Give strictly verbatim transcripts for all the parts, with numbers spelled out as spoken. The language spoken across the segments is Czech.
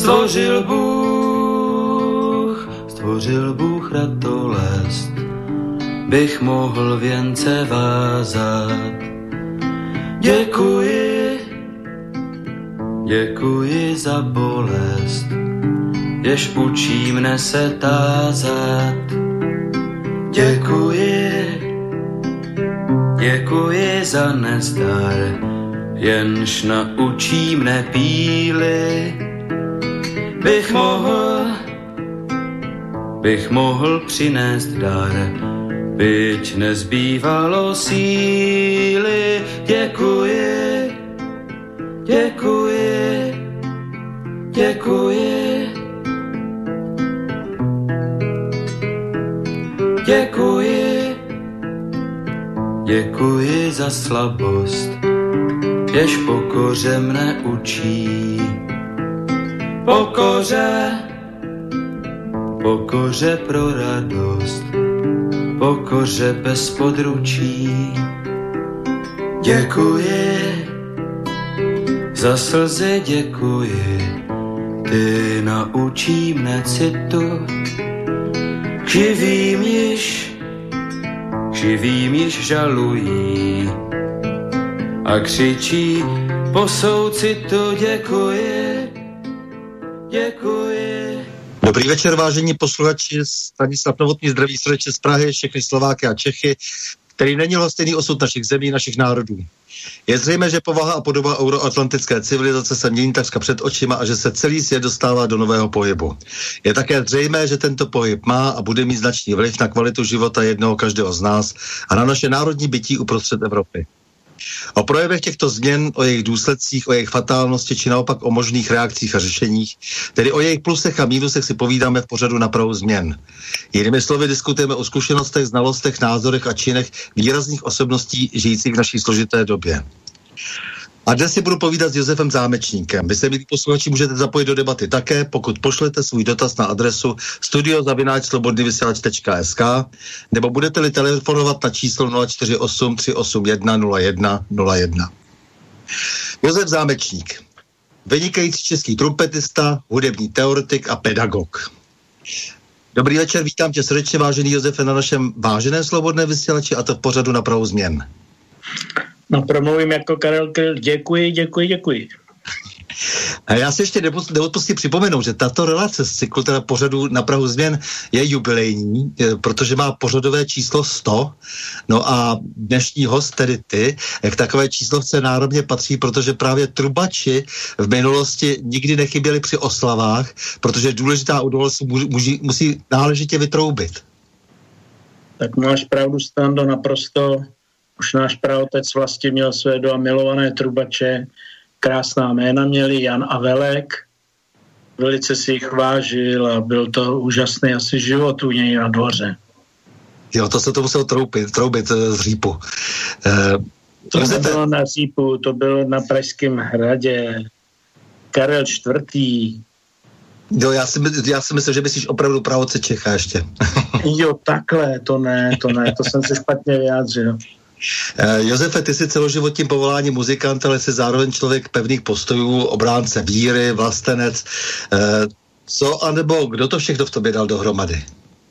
Stvořil Bůh, stvořil Bůh ratolest, bych mohl věnce vázat. Děkuji, děkuji za bolest, jež učí mne se tázat. Děkuji, děkuji za nezdar, jenž naučí mne píly. Bych mohl, bych mohl přinést dar, byť nezbývalo síly. Děkuji, děkuji, děkuji, děkuji, děkuji za slabost, jež pokoře mne učí. Pokoře, pokoře pro radost, pokoře bez područí. Děkuji, za slzy děkuji, ty naučí mne citu. K živým již, k živým již žalují a křičí po soucitu. Děkuji, děkuji. Dobrý večer, vážení posluchači, Stanislav Novotný zdraví srdeče z Prahy, všechny Slováky a Čechy, který není lhostejný osud našich zemí, našich národů. Je zřejmé, že povaha a podoba euroatlantické civilizace se mění takřka před očima a že se celý svět dostává do nového pohybu. Je také zřejmé, že tento pohyb má a bude mít značný vliv na kvalitu života jednoho každého z nás a na naše národní bytí uprostřed Evropy. O projevech těchto změn, o jejich důsledcích, o jejich fatálnosti či naopak o možných reakcích a řešeních, tedy o jejich plusech a mínusech si povídáme v pořadu Na prahu změn. Jinými slovy diskutujeme o zkušenostech, znalostech, názorech a činech výrazných osobností žijících v naší složité době. A dnes si budu povídat s Josefem Zámečníkem. Vy se, milí posluchači, můžete zapojit do debaty také, pokud pošlete svůj dotaz na adresu studio zavináč slobodný vysílač tečka es ká nebo budete-li telefonovat na číslo nula čtyři osm tři osm jedna nula jedna nula jedna. Josef Zámečník, vynikající český trumpetista, hudební teoretik a pedagog. Dobrý večer, vítám tě srdečně, vážený Josefe, na našem váženém slobodném vysílači, a to v pořadu Na prahu změn. No, promluvím jako Karel Kryl. Děkuji, děkuji, děkuji. A já si ještě neodpustím připomenout, že tato relace z cyklu teda pořadu Na prahu změn je jubilejní, protože má pořadové číslo sto, no a dnešní host, tedy ty, jak takové číslovce národně patří, protože právě trubači v minulosti nikdy nechyběli při oslavách, protože důležitá událost musí, musí náležitě vytroubit. Tak máš pravdu, Stando, naprosto. Už náš praotec Vlastimil své dva milované trubače, krásná jména měli, Jan a Velek. Velice si jich vážil a byl to úžasný asi život u něj na dvoře. Jo, to se to musel troubit, troubit z řípu. Eh, to nebylo na řípu, to bylo na Pražském hradě. Karel čtvrtý. Jo, já si, já si myslím, že bys jsi opravdu praotce Čecha ještě. Jo, takhle, to ne, to ne, to jsem se špatně vyjádřil. Uh, Josefe, ty jsi celoživotním povoláním muzikant, ale jsi zároveň člověk pevných postojů, obránce víry, vlastenec. Uh, co anebo kdo to všechno v tobě dal dohromady?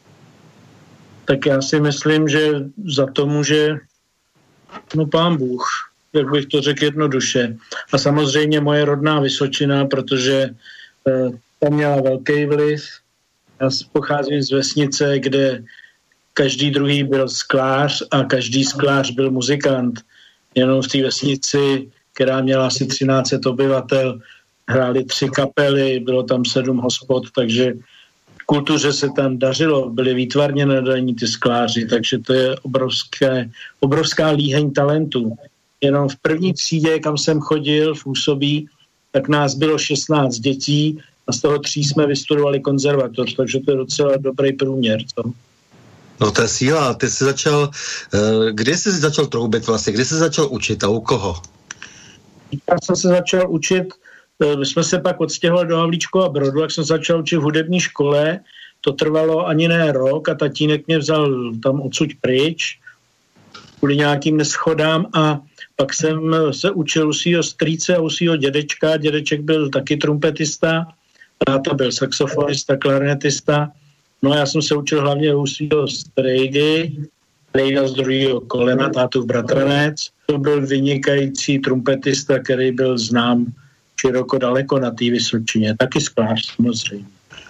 Tak já si myslím, že za to může no Pán Bůh, jak bych to řekl jednoduše. A samozřejmě moje rodná Vysočina, protože uh, tam měla velký vliv. Já pocházím z vesnice, kde každý druhý byl sklář a každý sklář byl muzikant. Jenom v té vesnici, která měla asi třináct set obyvatel, hráli tři kapely, bylo tam sedm hospod, takže kultuře se tam dařilo, byli výtvarně nadaní ty skláři, takže to je obrovské, obrovská líheň talentů. Jenom v první třídě, kam jsem chodil v Úsobí, tak nás bylo šestnáct dětí a z toho tří jsme vystudovali konzervatoř, takže to je docela dobrý průměr. Co? No to je síla. Ty jsi začal, kdy jsi začal troubit vlastně, kdy jsi začal učit a u koho? Já jsem se začal učit, my jsme se pak odstěhovali do Havlíčkova Brodu, jak jsem začal učit v hudební škole, to trvalo ani ne rok a tatínek mě vzal tam odsud pryč, kvůli nějakým neschodám a pak jsem se učil u svýho strýce a u svýho dědečka, dědeček byl taky trumpetista táta byl saxofonista, klarinetista, no a já jsem se učil hlavně u svého strejdy, strejda z druhého kolena, tátův bratranec. To byl vynikající trumpetista, který byl znám široko daleko na té Vysočině, taky sklář samozřejmě.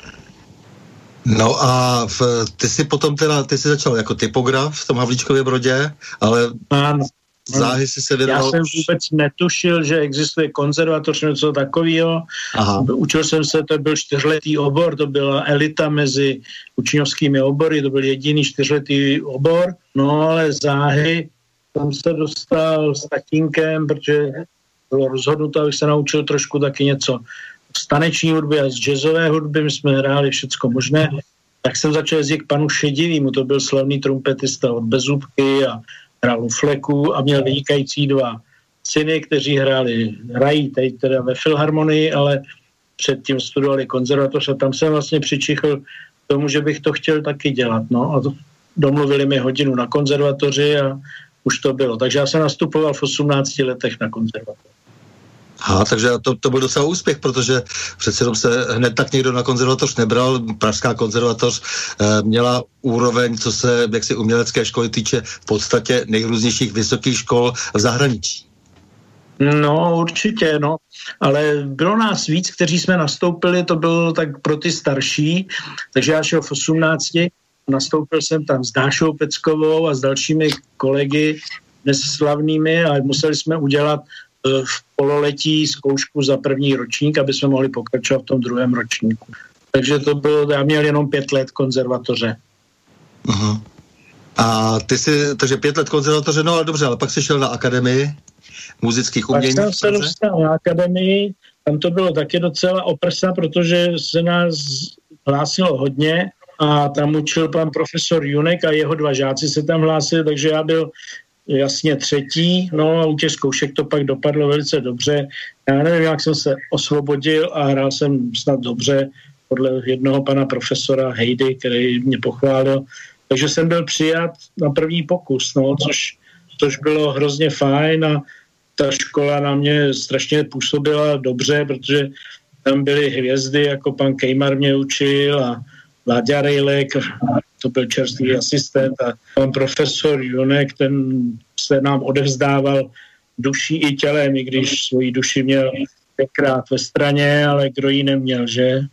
No a v, ty jsi potom teda, ty jsi začal jako typograf v tom Havlíčkově Brodě, ale ano, záhy jsi se věnoval... Já jsem vůbec netušil, že existuje konzervatoř něco takového. Učil jsem se, to byl čtyřletý obor, to byla elita mezi učňovskými obory, to byl jediný čtyřletý obor, no ale záhy jsem se dostal s tatínkem, protože bylo rozhodnuto, abych se naučil trošku taky něco z taneční hudby a z jazzové hudby, my jsme hráli všecko možné, tak jsem začal jezdit k panu Šedivýmu, to byl slavný trumpetista od Bezúbky a hrál u Fleku a měl vynikající dva syny, kteří hráli, hrají teď teda ve filharmonii, ale předtím studovali konzervatoř a tam jsem vlastně přičichl tomu, že bych to chtěl taky dělat, no a to, domluvili mi hodinu na konzervatoři a už to bylo. Takže já jsem nastupoval v osmnácti letech na konzervatoři. Aha, takže to, to byl docela úspěch, protože přece jenom se hned tak někdo na konzervatoř nebral. Pražská konzervatoř e, měla úroveň, co se jaksi umělecké školy týče, v podstatě nejrůznějších vysokých škol v zahraničí. No, určitě, no. Ale bylo nás víc, kteří jsme nastoupili, to bylo tak pro ty starší, takže já šel v osmnácti, nastoupil jsem tam s Dášou Peckovou a s dalšími kolegy dnes slavnými a museli jsme udělat v pololetí zkoušku za první ročník, aby jsme mohli pokračovat v tom druhém ročníku. Takže to bylo, já měl jenom pět let konzervatoře. Uh-huh. A ty jsi, takže pět let konzervatoře, no ale dobře, ale pak jsi šel na akademii muzických umění. Pak jsem se dostal na akademii, tam to bylo taky docela oprsa, protože se nás hlásilo hodně a tam učil pan profesor Junek a jeho dva žáci se tam hlásili, takže já byl jasně třetí, no a u těch zkoušek to pak dopadlo velice dobře. Já nevím, jak jsem se osvobodil a hrál jsem snad dobře podle jednoho pana profesora Hejdy, který mě pochválil. Takže jsem byl přijat na první pokus, no, což, což bylo hrozně fajn a ta škola na mě strašně působila dobře, protože tam byly hvězdy, jako pan Kejmar mě učil a Láďa Rejlek, to byl čerstvý asistent a pan profesor Junek, ten se nám odevzdával duší i tělem, i když svoji duši měl pětkrát ve straně, ale kdo ji neměl, že?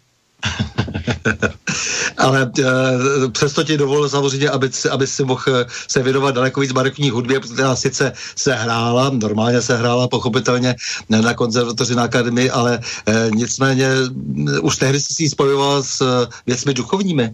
Ale e, přesto ti dovolil samozřejmě, aby, aby si mohl se věnovat daleko víc barokní hudbě, protože sice se hrála, normálně se hrála pochopitelně na konzervatoři, na akademii, ale e, nicméně už tehdy jsi si ji spojoval s věcmi duchovními.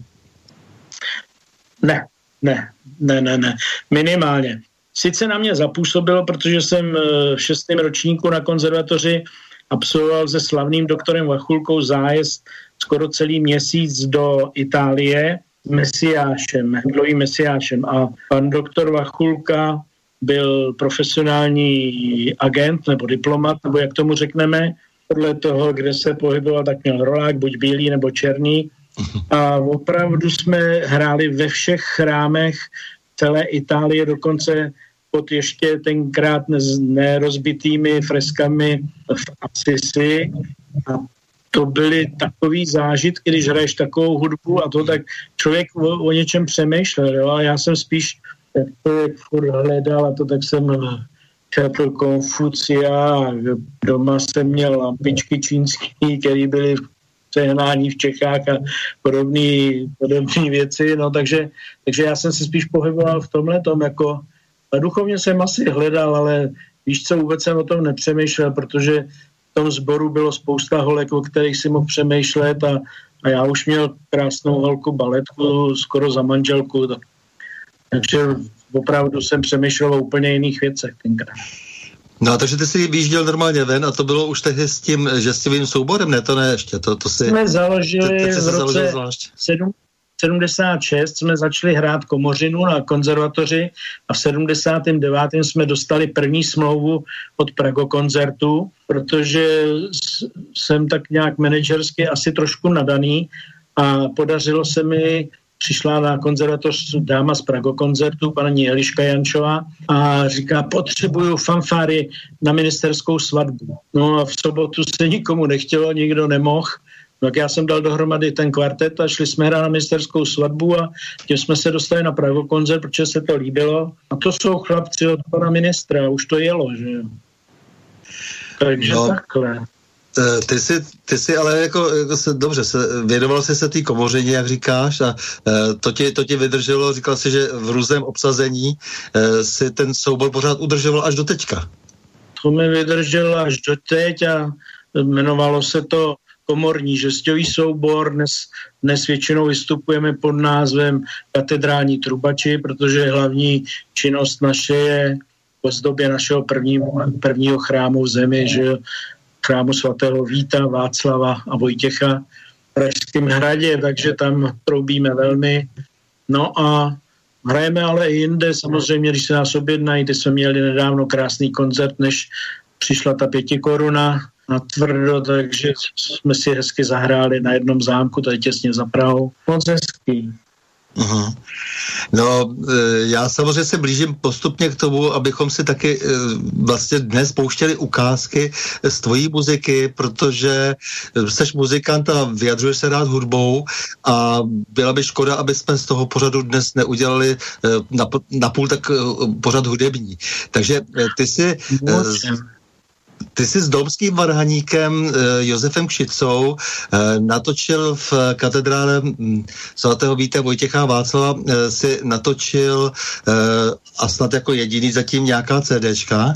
Ne, ne, ne, ne, ne, minimálně. Sice na mě zapůsobilo, protože jsem v šestém ročníku na konzervatoři absolvoval se slavným doktorem Vachulkou zájezd skoro celý měsíc do Itálie s Mesiášem, dlouhým Mesiášem. A pan doktor Vachulka byl profesionální agent nebo diplomat, nebo jak tomu řekneme, podle toho, kde se pohyboval, tak měl rolák, buď bílý nebo černý. A opravdu jsme hráli ve všech chrámech celé Itálie, dokonce pod ještě tenkrát nerozbitými freskami v Assisi. A to byly takový zážitky, když hraješ takovou hudbu a to tak člověk o, o něčem přemýšlel. Jo? A já jsem spíš jak to furt hledal a to tak jsem četl Konfucia a doma jsem měl lampičky čínský, které byly v sehnání v Čechách a podobné podobné věci. No, takže, takže já jsem se spíš pohyboval v tomhletom jako a duchovně jsem asi hledal, ale víš co, vůbec jsem o tom nepřemýšlel, protože v tom sboru bylo spousta holek, o kterých si mohl přemýšlet a, a já už měl krásnou holku baletku, skoro za manželku, tak, takže opravdu jsem přemýšlel o úplně jiných věcech tenkrát. No, takže ty jsi vyjížděl normálně ven a to bylo už tehdy s tím žestivým souborem, ne? To ne ještě, to, to si... Jsme založili v roce sedmdesát šest jsme začali hrát komořinu na konzervatoři a v sedmdesátém devátém jsme dostali první smlouvu od Pragokoncertu, protože jsem tak nějak manažersky asi trošku nadaný a podařilo se mi, přišla na konzervatoř dáma z Pragokoncertu, paní Eliška Jančová a říká, potřebuju fanfáry na ministerskou svatbu. No a v sobotu se nikomu nechtělo, nikdo nemohl, Tak já jsem dal dohromady ten kvartet a šli jsme hrát na ministerskou svatbu a tím jsme se dostali na Pragokoncert, protože se to líbilo. A to jsou chlapci od pana ministra, už to jelo, že jo. Takže no, takhle. Ty jsi, ty jsi ale jako, jako se, dobře, se, věnoval jsi se té komořině, jak říkáš, a to ti, to ti vydrželo, říkal jsi, že v různém obsazení si ten soubor pořád udržoval až do teďka. To mi vydrželo až do teď a jmenovalo se to komorní žestový soubor, dnes, dnes většinou vystupujeme pod názvem katedrální trubači, protože hlavní činnost naše je po zdobě našeho prvního, prvního chrámu v zemi, že chrámu svatého Víta, Václava a Vojtěcha v Pražském hradě, takže tam troubíme velmi. No a hrajeme ale i jinde, samozřejmě, když se nás objednají, ty jsme měli nedávno krásný koncert, než přišla ta pětikoruna na tvrdo, takže jsme si hezky zahráli na jednom zámku, tady těsně za Prahou. Moc hezký. Uhum. No, já samozřejmě se blížím postupně k tomu, abychom si taky vlastně dnes pouštěli ukázky z tvojí muziky, protože jsi muzikant a vyjadřuješ se rád hudbou a byla by škoda, aby jsme z toho pořadu dnes neudělali napůl tak pořad hudební. Takže ty si... Můžem. Ty jsi s domským varhaníkem e, Josefem Kšicou e, natočil v katedrále svatého Víta, Vojtěcha a Václava, e, si natočil e, a snad jako jediný zatím nějaká CDčka?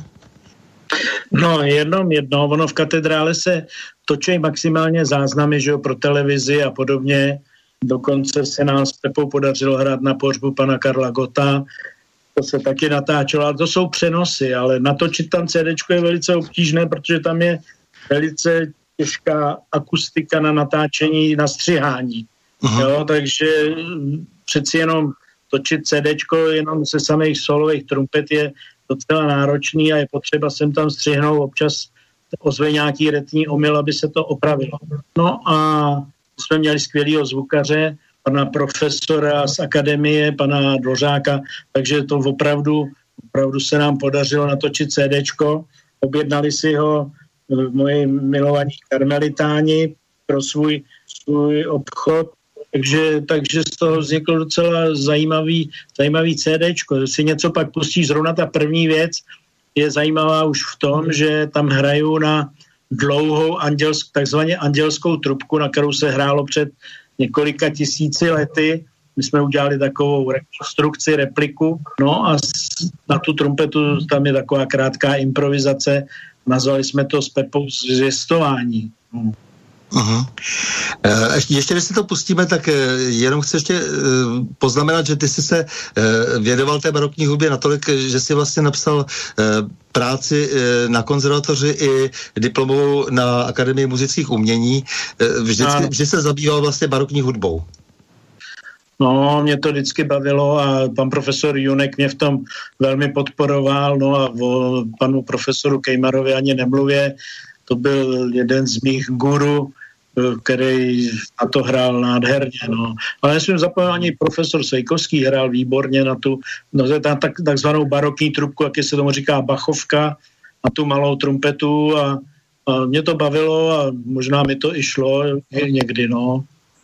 No, jednom jedno. Ono v katedrále se točí maximálně záznamy, že jo, pro televizi a podobně. Dokonce se nám s Pepou podařilo hrát na pohřbu pana Karla Gotta. To se taky natáčelo, ale to jsou přenosy, ale natočit tam CDčko je velice obtížné, protože tam je velice těžká akustika na natáčení, na střihání. Jo, takže přeci jenom točit CDčko jenom se samých solových trumpet je docela náročný a je potřeba sem tam střihnout, občas ozve nějaký retní omyl, aby se to opravilo. No a jsme měli skvělýho zvukaře, pana profesora z akademie, pana Dvořáka, takže to opravdu, opravdu se nám podařilo natočit CDčko. Objednali si ho moji milovaní karmelitáni pro svůj, svůj obchod, takže, takže z toho vzniklo docela zajímavý, zajímavý CDčko. Když si něco pak pustíš, zrovna ta první věc je zajímavá už v tom, že tam hrajou na dlouhou andělsk, takzvaně andělskou trubku, na kterou se hrálo před několika tisíci lety. My jsme udělali takovou rekonstrukci, repliku, no a na tu trumpetu tam je taková krátká improvizace. Nazvali jsme to s Pepou zvěstování. Hmm. Uh-huh. Uh, ještě, ještě než si to pustíme, tak uh, jenom chci ještě uh, poznamenat, že ty jsi se uh, věnoval té barokní hudbě natolik, že jsi vlastně napsal uh, práci uh, na konzervatoři i diplomovou na Akademii muzických umění. Uh, vždycky, vždy se zabýval vlastně barokní hudbou. No, mě to vždycky bavilo a pan profesor Junek mě v tom velmi podporoval, no a o panu profesoru Kejmarovi ani nemluvě. To byl jeden z mých guru, který na to hrál nádherně. No. Ale nesmím zapomenout, ani profesor Sejkovský hrál výborně na tu no, tak, takzvanou barokní trubku, jak se tomu říká bachovka, na tu malou trumpetu a, a mě to bavilo a možná mi to i šlo někdy, no.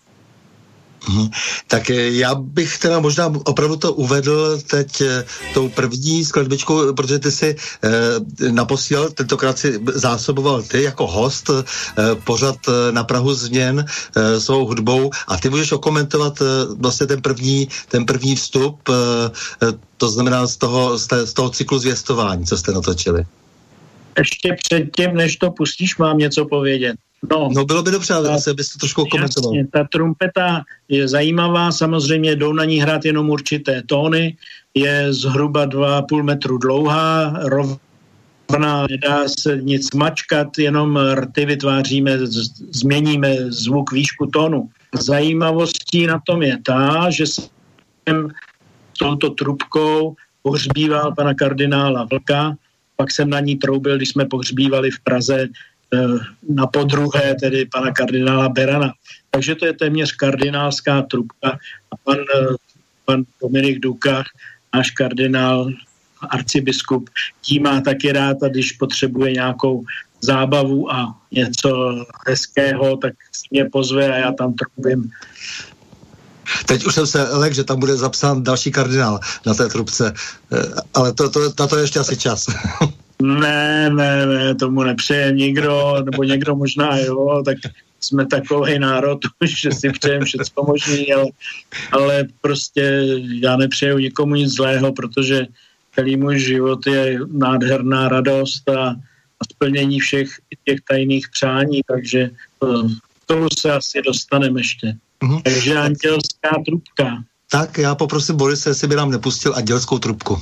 Hmm. Tak já bych teda možná opravdu to uvedl teď tou první skladbičkou, protože ty si eh, naposílal, tentokrát si zásoboval ty jako host eh, pořad na Prahu změn eh, svou hudbou a ty můžeš okomentovat eh, vlastně ten první, ten první vstup, eh, to znamená z toho, z, té, z toho cyklu zvěstování, co jste natočili. Ještě předtím, než to pustíš, mám něco povědět. No, no bylo by dobře, ale asi bys to trošku komentoval. Jasně, ta trumpeta je zajímavá, samozřejmě jdou na ní hrát jenom určité tóny, je zhruba dva a půl metru dlouhá, rovná, nedá se nic mačkat, jenom rty vytváříme, změníme zvuk, výšku tónu. Zajímavostí na tom je ta, že jsem touto trubkou pohřbíval pana kardinála Vlka, pak jsem na ní troubil, když jsme pohřbívali v Praze na podruhé, tedy pana kardinála Berana. Takže to je téměř kardinálská trubka a pan, pan Dominik Duka, náš kardinál arcibiskup tím má taky rád a když potřebuje nějakou zábavu a něco hezkého, tak si mě pozve a já tam trubím. Teď už jsem se lek, že tam bude zapsán další kardinál na té trubce, ale to, to, na to je ještě asi čas. Ne, ne, ne, tomu nepřeje nikdo, nebo někdo možná, jo, tak jsme takový národ, že si přejeme všechno možný, ale, ale prostě já nepřeju nikomu nic zlého, protože celý můj život je nádherná radost a, a splnění všech těch tajných přání, takže to, tomu se asi dostaneme ještě. Mm-hmm. Takže andělská trubka. Tak já poprosím Borise, jestli by nám nepustil andělskou trubku.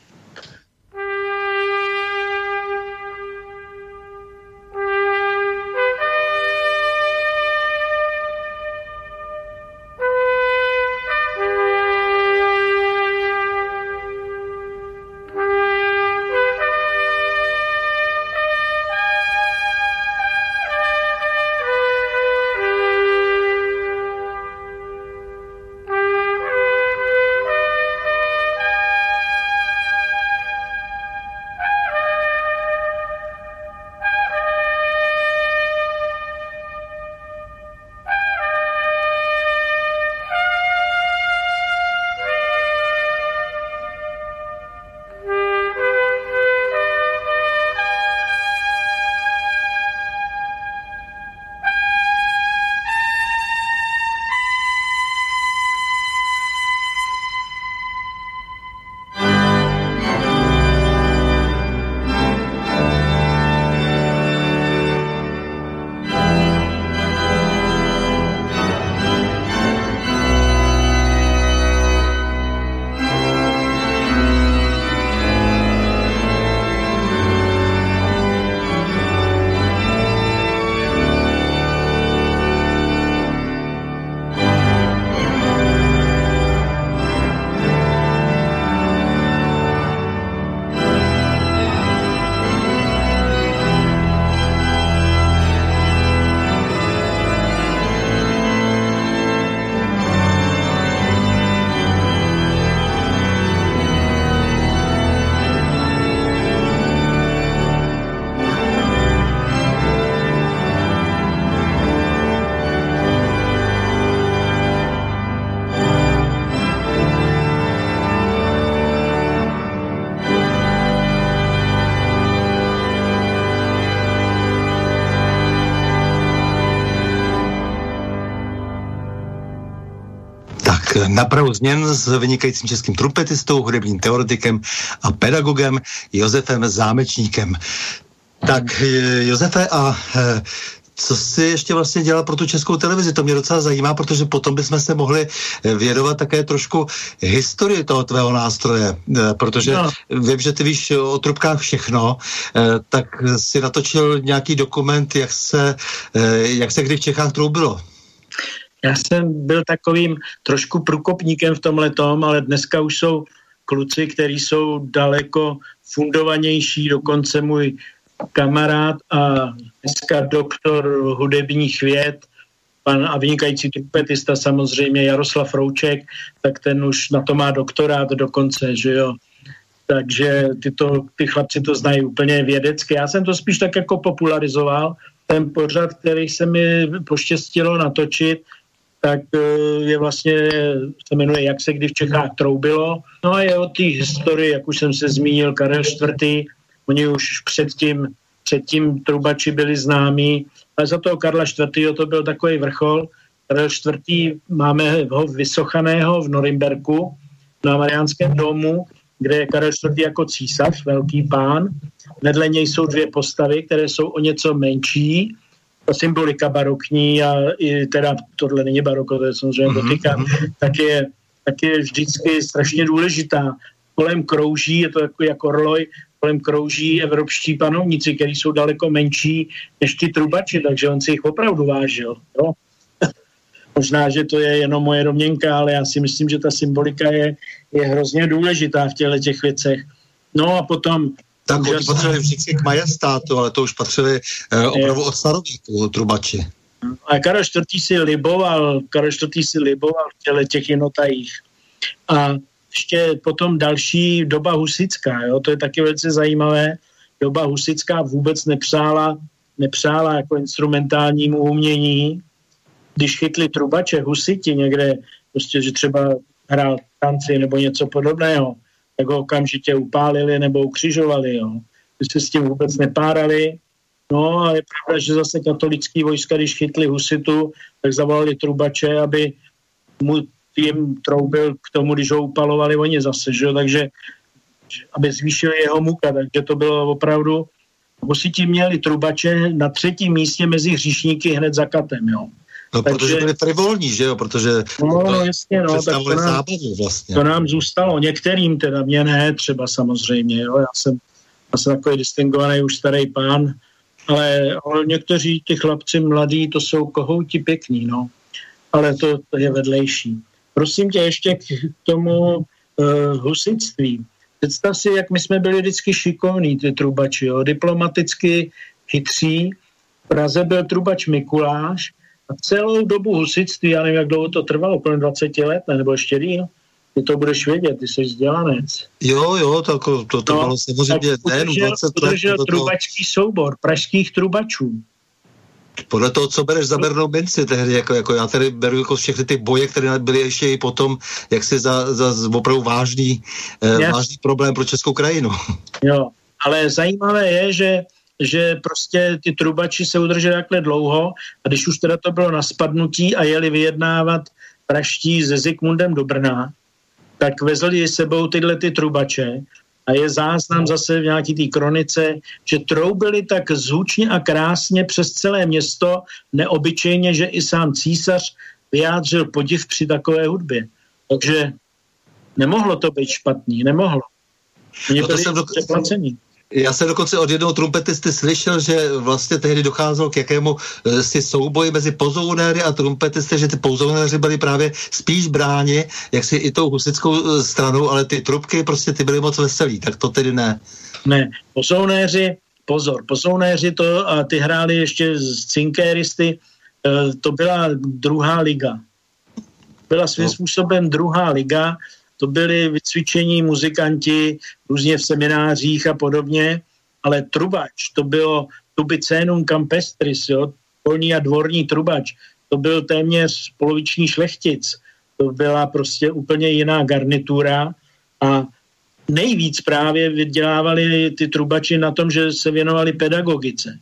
Na prahu změn s vynikajícím českým trumpetistou, hudebním teoretikem a pedagogem Josefem Zámečníkem. Tak Josefe, a co jsi ještě vlastně dělal pro tu Českou televizi? To mě docela zajímá, protože potom bychom se mohli věnovat také trošku historii toho tvého nástroje, protože no. Vím, že ty víš o trubkách všechno, tak si natočil nějaký dokument, jak se, jak se kdy v Čechách troubilo. Já jsem byl takovým trošku průkopníkem v tomhletom, ale dneska už jsou kluci, kteří jsou daleko fundovanější, dokonce můj kamarád a dneska doktor hudebních věd, pan a vynikající trumpetista samozřejmě Jaroslav Rouček, tak ten už na to má doktorát dokonce, že jo. Takže tyto, ty chlapci to znají úplně vědecky. Já jsem to spíš tak jako popularizoval. Ten pořad, který se mi poštěstilo natočit, tak je vlastně, se jmenuje Jak se kdy v Čechách troubilo. No a je o té historii, jak už jsem se zmínil, Karel čtvrtý. Oni už předtím, předtím trubači byli známí, ale za toho Karla čtvrtého to byl takový vrchol. Karel čtvrtý máme ho vysochaného v Norimberku na Mariánském domu, kde je Karel čtvrtý jako císař, velký pán. Vedle něj jsou dvě postavy, které jsou o něco menší, symbolika barokní a i teda tohle není baroko, to je samozřejmě gotika, mm-hmm. tak, je, tak je vždycky strašně důležitá. Kolem krouží, je to jako, jako orloj, kolem krouží evropští panovníci, kteří jsou daleko menší než ty trubači, takže on si jich opravdu vážil. Jo? Možná, že to je jenom moje domněnka, ale já si myslím, že ta symbolika je, je hrozně důležitá v těchto těch věcech. No a potom tak oni patřili vždycky k majestátu, ale to už patřili eh, opravdu od starověku trubači. A Karel čtvrtý si liboval, Karel čtvrtý si liboval v těle těch jinotajích. A ještě potom další doba husitská, jo? To je taky velice zajímavé. Doba husitská vůbec nepřála, nepřála jako instrumentálnímu umění. Když chytli trubače husiti někde, prostě, že třeba hrál tanci nebo něco podobného, tak ho okamžitě upálili nebo ukřižovali. Jo? Když se s tím vůbec nepárali. No a je pravda, že zase katolický vojska, když chytli husitu, tak zavolali trubače, aby mu tím troubil k tomu, když ho upalovali oni zase, že jo? Takže aby zvýšili jeho muka, takže to bylo opravdu, husiti měli trubače na třetím místě mezi hříšníky hned za katem, jo. No, takže, protože byli frivolní, že jo, protože no, no, jasně, no, tak to, nám, zábavu vlastně. To nám zůstalo, některým teda, mě ne, třeba samozřejmě, jo, já jsem, já jsem takový distingovaný už starý pán, ale, ale někteří ty chlapci mladí, to jsou kohouti pěkní, no, ale to, to je vedlejší. Prosím tě ještě k tomu uh, husitství. Představ si, jak my jsme byli vždycky šikovní, ty trubači, jo, diplomaticky chytří. V Praze byl trubač Mikuláš a celou dobu husitství, já nevím, jak dlouho to trvalo, kolem dvacet let, ne, nebo ještě díl, ty to budeš vědět, ty jsi vzdělanec. Jo, jo, tak to trvalo no, samozřejmě nejen dvacet let. Udržel trubačský soubor pražských trubačů. Podle toho, co bereš za bernou minci tehdy, jako, jako já tady beru jako všechny ty boje, které byly ještě i potom, jak si za, za opravdu vážný, eh, vážný problém pro českou krajinu. Jo, ale zajímavé je, že, že prostě ty trubači se udrželi takhle dlouho a když už teda to bylo na spadnutí a jeli vyjednávat praští se Zikmundem do Brna, tak vezli sebou tyhle ty trubače a je záznam zase v nějaký té kronice, že troubili tak zvučně a krásně přes celé město, neobyčejně, že i sám císař vyjádřil podiv při takové hudbě. Takže nemohlo to být špatný, nemohlo. Oni byli no přeplacení. Já jsem dokonce od jednoho trumpetisty slyšel, že vlastně tehdy docházelo k jakému si souboji mezi pozounéry a trumpetisty, že ty pozounéři byli právě spíš bráni, jak si i tou husitskou stranou, ale ty trubky prostě ty byly moc veselý, tak to tedy ne. Ne, pozounéři, pozor, pozounéři to a ty hráli ještě z cinkéristy, to byla druhá liga. Byla svým no. způsobem druhá liga, to byli vycvičení muzikanti různě v seminářích a podobně, ale trubač, to bylo tubicenum campestris, jo, polní a dvorní trubač, to byl téměř poloviční šlechtic, to byla prostě úplně jiná garnitura a nejvíc právě vydělávali ty trubači na tom, že se věnovali pedagogice.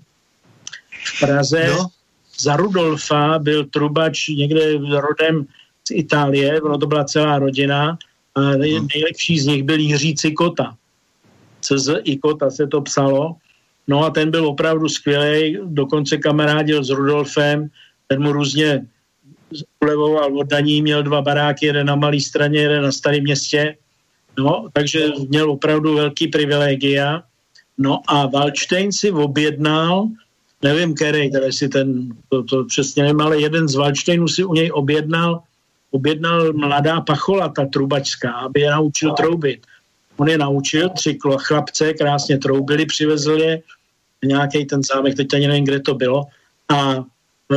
V Praze no. za Rudolfa byl trubač někde rodem z Itálie, ono to byla celá rodina, a nejlepší z nich byl Jiří Cikota. C Z I Kota se to psalo. No a ten byl opravdu skvělej, dokonce kamarádil s Rudolfem, ten mu různě ulevoval od daní, měl dva baráky, jeden na Malé Straně, jeden na Starém Městě. No, takže měl opravdu velký privilegia. No a Waldstein si objednal, nevím, který, tady si ten, to, to přesně nevím, ale jeden z Waldsteinů si u něj objednal objednal mladá pacholata trubačská, aby je naučil troubit. On je naučil, tři chlapce krásně troubili, přivezl je nějaký ten zámek, teď ani nevím, kde to bylo, a e,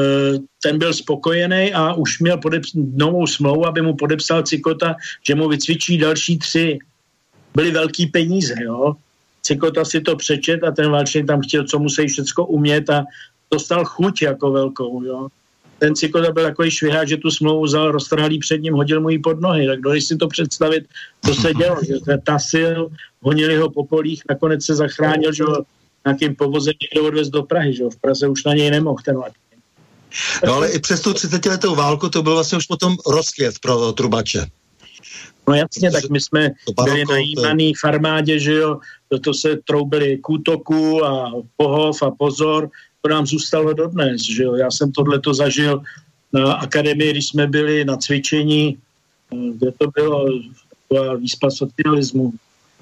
ten byl spokojený a už měl podeps- novou smlouvu, aby mu podepsal Cikota, že mu vycvičí další tři. Byly velký peníze, jo. Cikota si to přečet a ten Waldstein tam chtěl, co musí všecko umět a dostal chuť jako velkou, jo. Ten Cikota byl takový švihák, že tu smlouvu vzal, roztrhalý před ním, hodil mu ji pod nohy. Tak když si to představit, co se dělo, že to tasil, honili ho po polích, nakonec se zachránil, že ho nějakým povozem někdo odvez do Prahy, že ho v Praze už na něj nemohl ten Waldstein. No ale i přes tu třicetiletou válku to byl vlastně už potom rozkvět pro trubače. No jasně, tak my jsme byli najímaný v armádě, že jo, to se troubili k útoku a pohov a pozor, to nám zůstalo dodnes, že jo. Já jsem tohleto zažil na akademii, když jsme byli na cvičení, kde to bylo taková výspa socialismu.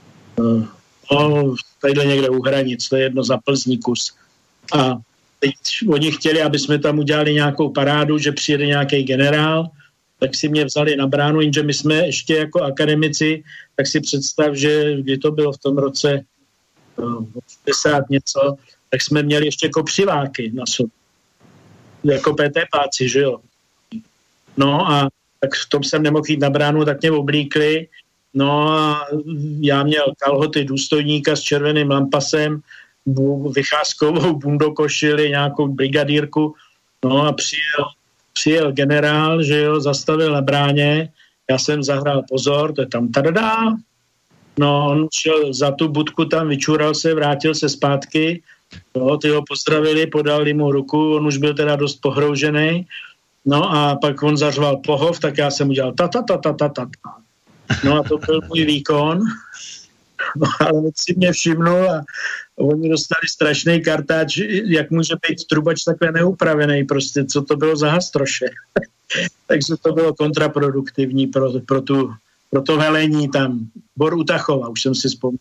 No, tadyhle někde u hranic, to je jedno za Plzní kus. A teď oni chtěli, aby jsme tam udělali nějakou parádu, že přijede nějaký generál, tak si mě vzali na bránu, jenže my jsme ještě jako akademici, tak si představ, že kdy to bylo v tom roce osmdesát něco, tak jsme měli ještě kopřiváky na sobě. Jako PTPáci, že jo. No a tak v tom jsem nemohl jít na bránu, tak mě oblíkli No a já měl kalhoty důstojníka s červeným lampasem, bu, vycházkovou bundokošili, nějakou brigadírku, no a přijel, přijel generál, že jo, zastavil na bráně, já jsem zahrál pozor, to je tam tadadá, no on šel za tu budku tam, vyčural se, vrátil se zpátky, no, ty ho pozdravili, podali mu ruku, on už byl teda dost pohroužený, no a pak on zařval pohov, tak já jsem udělal ta ta ta ta ta ta. No a to byl můj výkon, no, ale si mě všimnul a oni dostali strašný kartáč, jak může být trubač takhle neupravený, prostě, co to bylo za hastroše. Takže to bylo kontraproduktivní pro, pro, tu, pro to velení tam. Bor Utachova, už jsem si vzpomněl.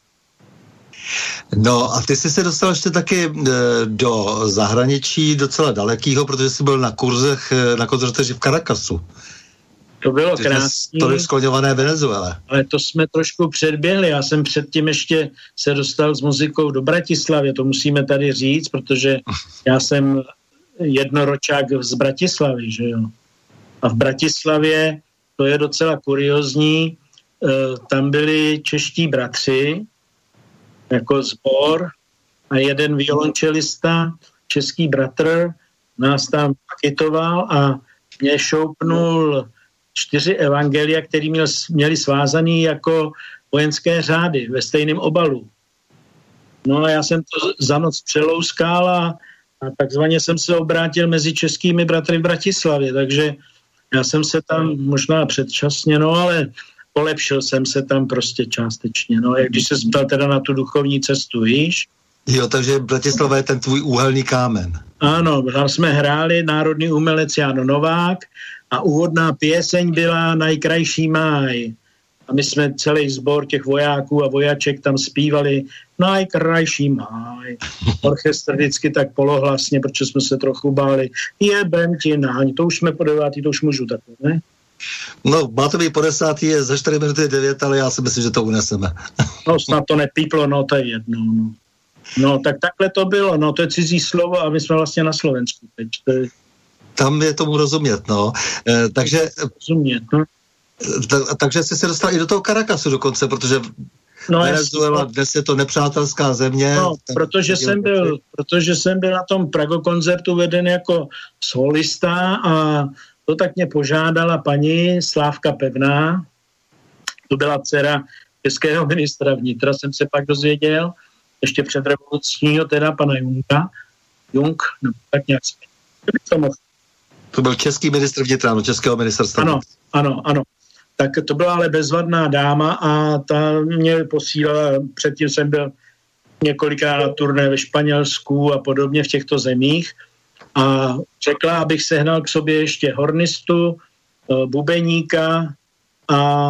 No a ty jsi se dostal ještě taky e, do zahraničí docela dalekýho, protože jsi byl na kurzech, na koncerteři v Caracasu. To bylo krásný. To je skloňované Venezuele. Ale to jsme trošku předběhli. Já jsem předtím ještě se dostal s muzikou do Bratislavy. To musíme tady říct, protože já jsem jednoročák z Bratislavy, že jo. A v Bratislavě, to je docela kuriozní, tam byli čeští bratři, jako sbor, a jeden violončelista, český bratr, nás tam paketoval a mě šoupnul čtyři evangelia, které měl, měli svázaný jako vojenské řády ve stejném obalu. No a já jsem to za noc přelouskal a, a takzvaně jsem se obrátil mezi českými bratry v Bratislavě, takže já jsem se tam možná předčasně, no ale polepšil jsem se tam prostě částečně, no, jak když se ptal teda na tu duchovní cestu, víš? Jo, takže Bratislava je ten tvůj úhelný kámen. Ano, tam jsme hráli národní umělec Jan Novák a úvodná pěseň byla Najkrajší máj. A my jsme celý sbor těch vojáků a vojaček tam zpívali Najkrajší máj. Orchestr vždycky tak polohlasně, protože jsme se trochu báli. Jebem ti náň, to už jsme po devátý, to už můžu takhle, ne? No, má to být po desátý, je za čtyři minuty devět, ale já si myslím, že to uneseme. No, snad to nepíplo, no, to je jedno, no. No, tak takhle to bylo, no, to je cizí slovo a my jsme vlastně na Slovensku teď. To je... Tam je tomu rozumět, no. E, takže... Rozumět, no. Ta, takže jsi se dostal i do toho Caracasu dokonce, protože no, Venezuela, dnes je to nepřátelská země. No, protože jsem, byl, protože jsem byl na tom Prago koncertu veden jako solista a to tak mě požádala paní Slávka Pevná, to byla dcera českého ministra vnitra, jsem se pak dozvěděl, ještě před revolučního teda pana Junka, Jung, no, tak nějak se to byl český ministr vnitra, no, českého ministerstva. Ano, ano, ano. Tak to byla ale bezvadná dáma a ta mě posílala, předtím jsem byl několikrát na turné ve Španělsku a podobně v těchto zemích a řekla, abych sehnal k sobě ještě hornistu, bubeníka a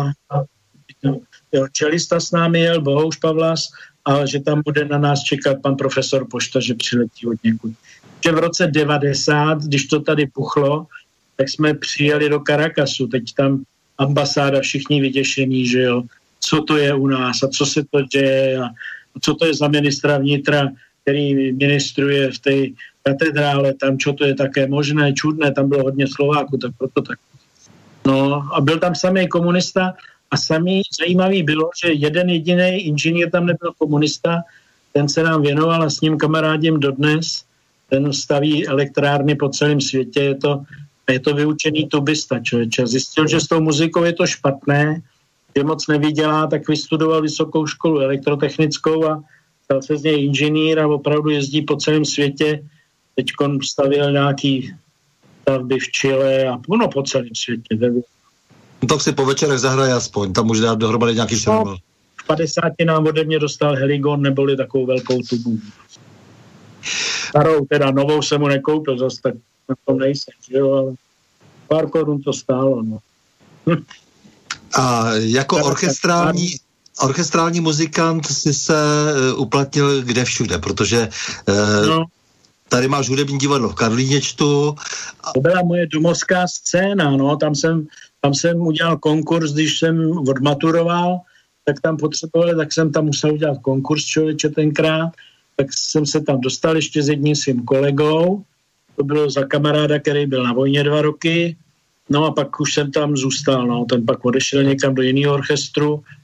jo, čelista s námi jel, Bohouš Pavlas, a že tam bude na nás čekat pan profesor Pošta, že přiletí od někud. Že v roce devadesát, když to tady puchlo, tak jsme přijeli do Caracasu, teď tam ambasáda, všichni vyděšení, že jo, co to je u nás a co se to děje a co to je za ministra vnitra, který ministruje v té katedrále, tam čo to je také možné, čudné, tam bylo hodně Slováků, tak proto tak. No a byl tam samý komunista a samý zajímavý bylo, že jeden jediný inženýr tam nebyl komunista, ten se nám věnoval a s ním kamarádím dodnes, ten staví elektrárny po celém světě, je to, je to vyučený tubista, člověče. Zjistil, že s tou muzikou je to špatné, že moc nevydělá, tak vystudoval vysokou školu elektrotechnickou a stal se z něj inženýr a opravdu jezdí po celém světě. Teďkon stavil nějaký stavby v Chile a no, po celém světě. No, tak si po večerech zahraje aspoň, tam může dát dohromady nějaký šermel. No, v padesáti nám ode mě dostal Heligon, neboli takovou velkou tubu. Starou, teda novou jsem mu nekoupil, zase tak na tom nejsem, že jo, ale pár korun to stálo, no. A jako orchestrální, orchestrální muzikant jsi se uh, uplatnil kde všude, protože uh, no. Tady máš hudební divadlo v Karlíněčtu. A... To byla moje domovská scéna, no, tam jsem, tam jsem udělal konkurs, když jsem odmaturoval, tak tam potřeboval, tak jsem tam musel udělat konkurs, člověče, tenkrát, tak jsem se tam dostal ještě s jedním svým kolegou, to bylo za kamaráda, který byl na vojně dva roky, no a pak už jsem tam zůstal, no, ten pak odešel někam do jiného orchestru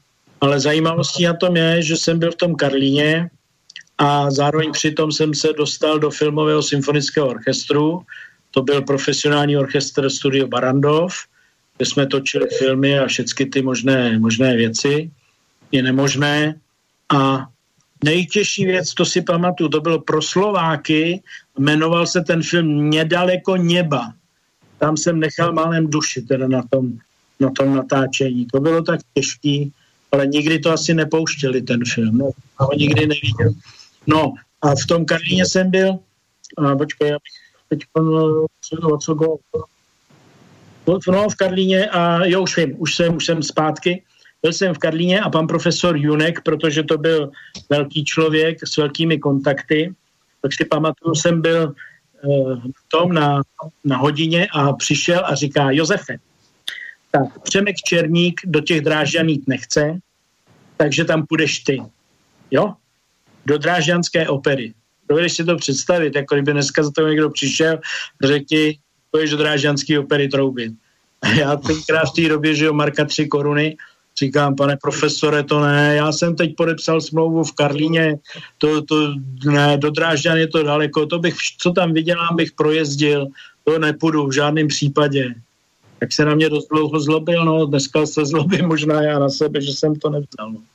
Ale zajímavostí na tom je, že jsem byl v tom Karlíně a zároveň přitom jsem se dostal do filmového symfonického orchestru. To byl profesionální orchestr Studio Barrandov, kde jsme točili filmy a všechny ty možné, možné věci. Je nemožné. A nejtěžší věc, to si pamatuju, to bylo pro Slováky, jmenoval se ten film Nedaleko neba. Tam jsem nechal málem duši teda na tom, na tom natáčení. To bylo tak těžký, ale nikdy to asi nepouštěli, ten film. No, ho nikdy neviděl. No a v tom Karlíně jsem byl, a počkej, já bych teď o co go... No, v Karlíně a jo, už vím, už jsem, už jsem zpátky. Byl jsem v Karlíně a pan profesor Junek, protože to byl velký člověk s velkými kontakty, tak si pamatuju, jsem byl uh, v tom na, na hodině a přišel a říká: Josefe, tak Přemek Černík do těch Drážďan jít nechce, takže tam půjdeš ty. Jo? Do Drážďanské opery. Dovedeš si to představit, jako kdyby dneska za to někdo přišel a řekl ti, půjdeš do Drážďanské opery troubit. A já tenkrát v té době, že jo, Marka tři koruny, říkám: pane profesore, to ne, já jsem teď podepsal smlouvu v Karlíně, to, to ne, do Drážďan je to daleko, to bych, co tam vydělám, bych projezdil, to nepůjdu v žádném případě. Tak se na mě dost dlouho zlobil, no, dneska se zlobím možná já na sebe, že jsem to nevzal. No.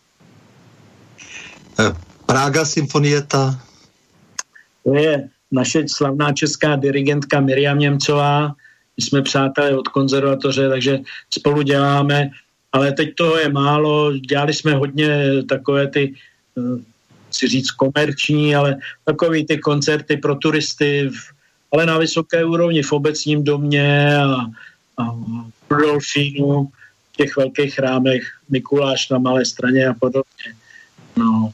Praga Symfonieta. To je naše slavná česká dirigentka Miriam Němcová, my jsme přátelé od konzervatoře, takže spolu děláme, ale teď toho je málo, dělali jsme hodně takové ty, chci říct komerční, ale takový ty koncerty pro turisty, ale na vysoké úrovni v Obecním domě a, a v Rudolfínu, v těch velkých chrámech, Mikuláš na Malé Straně a podobně. No.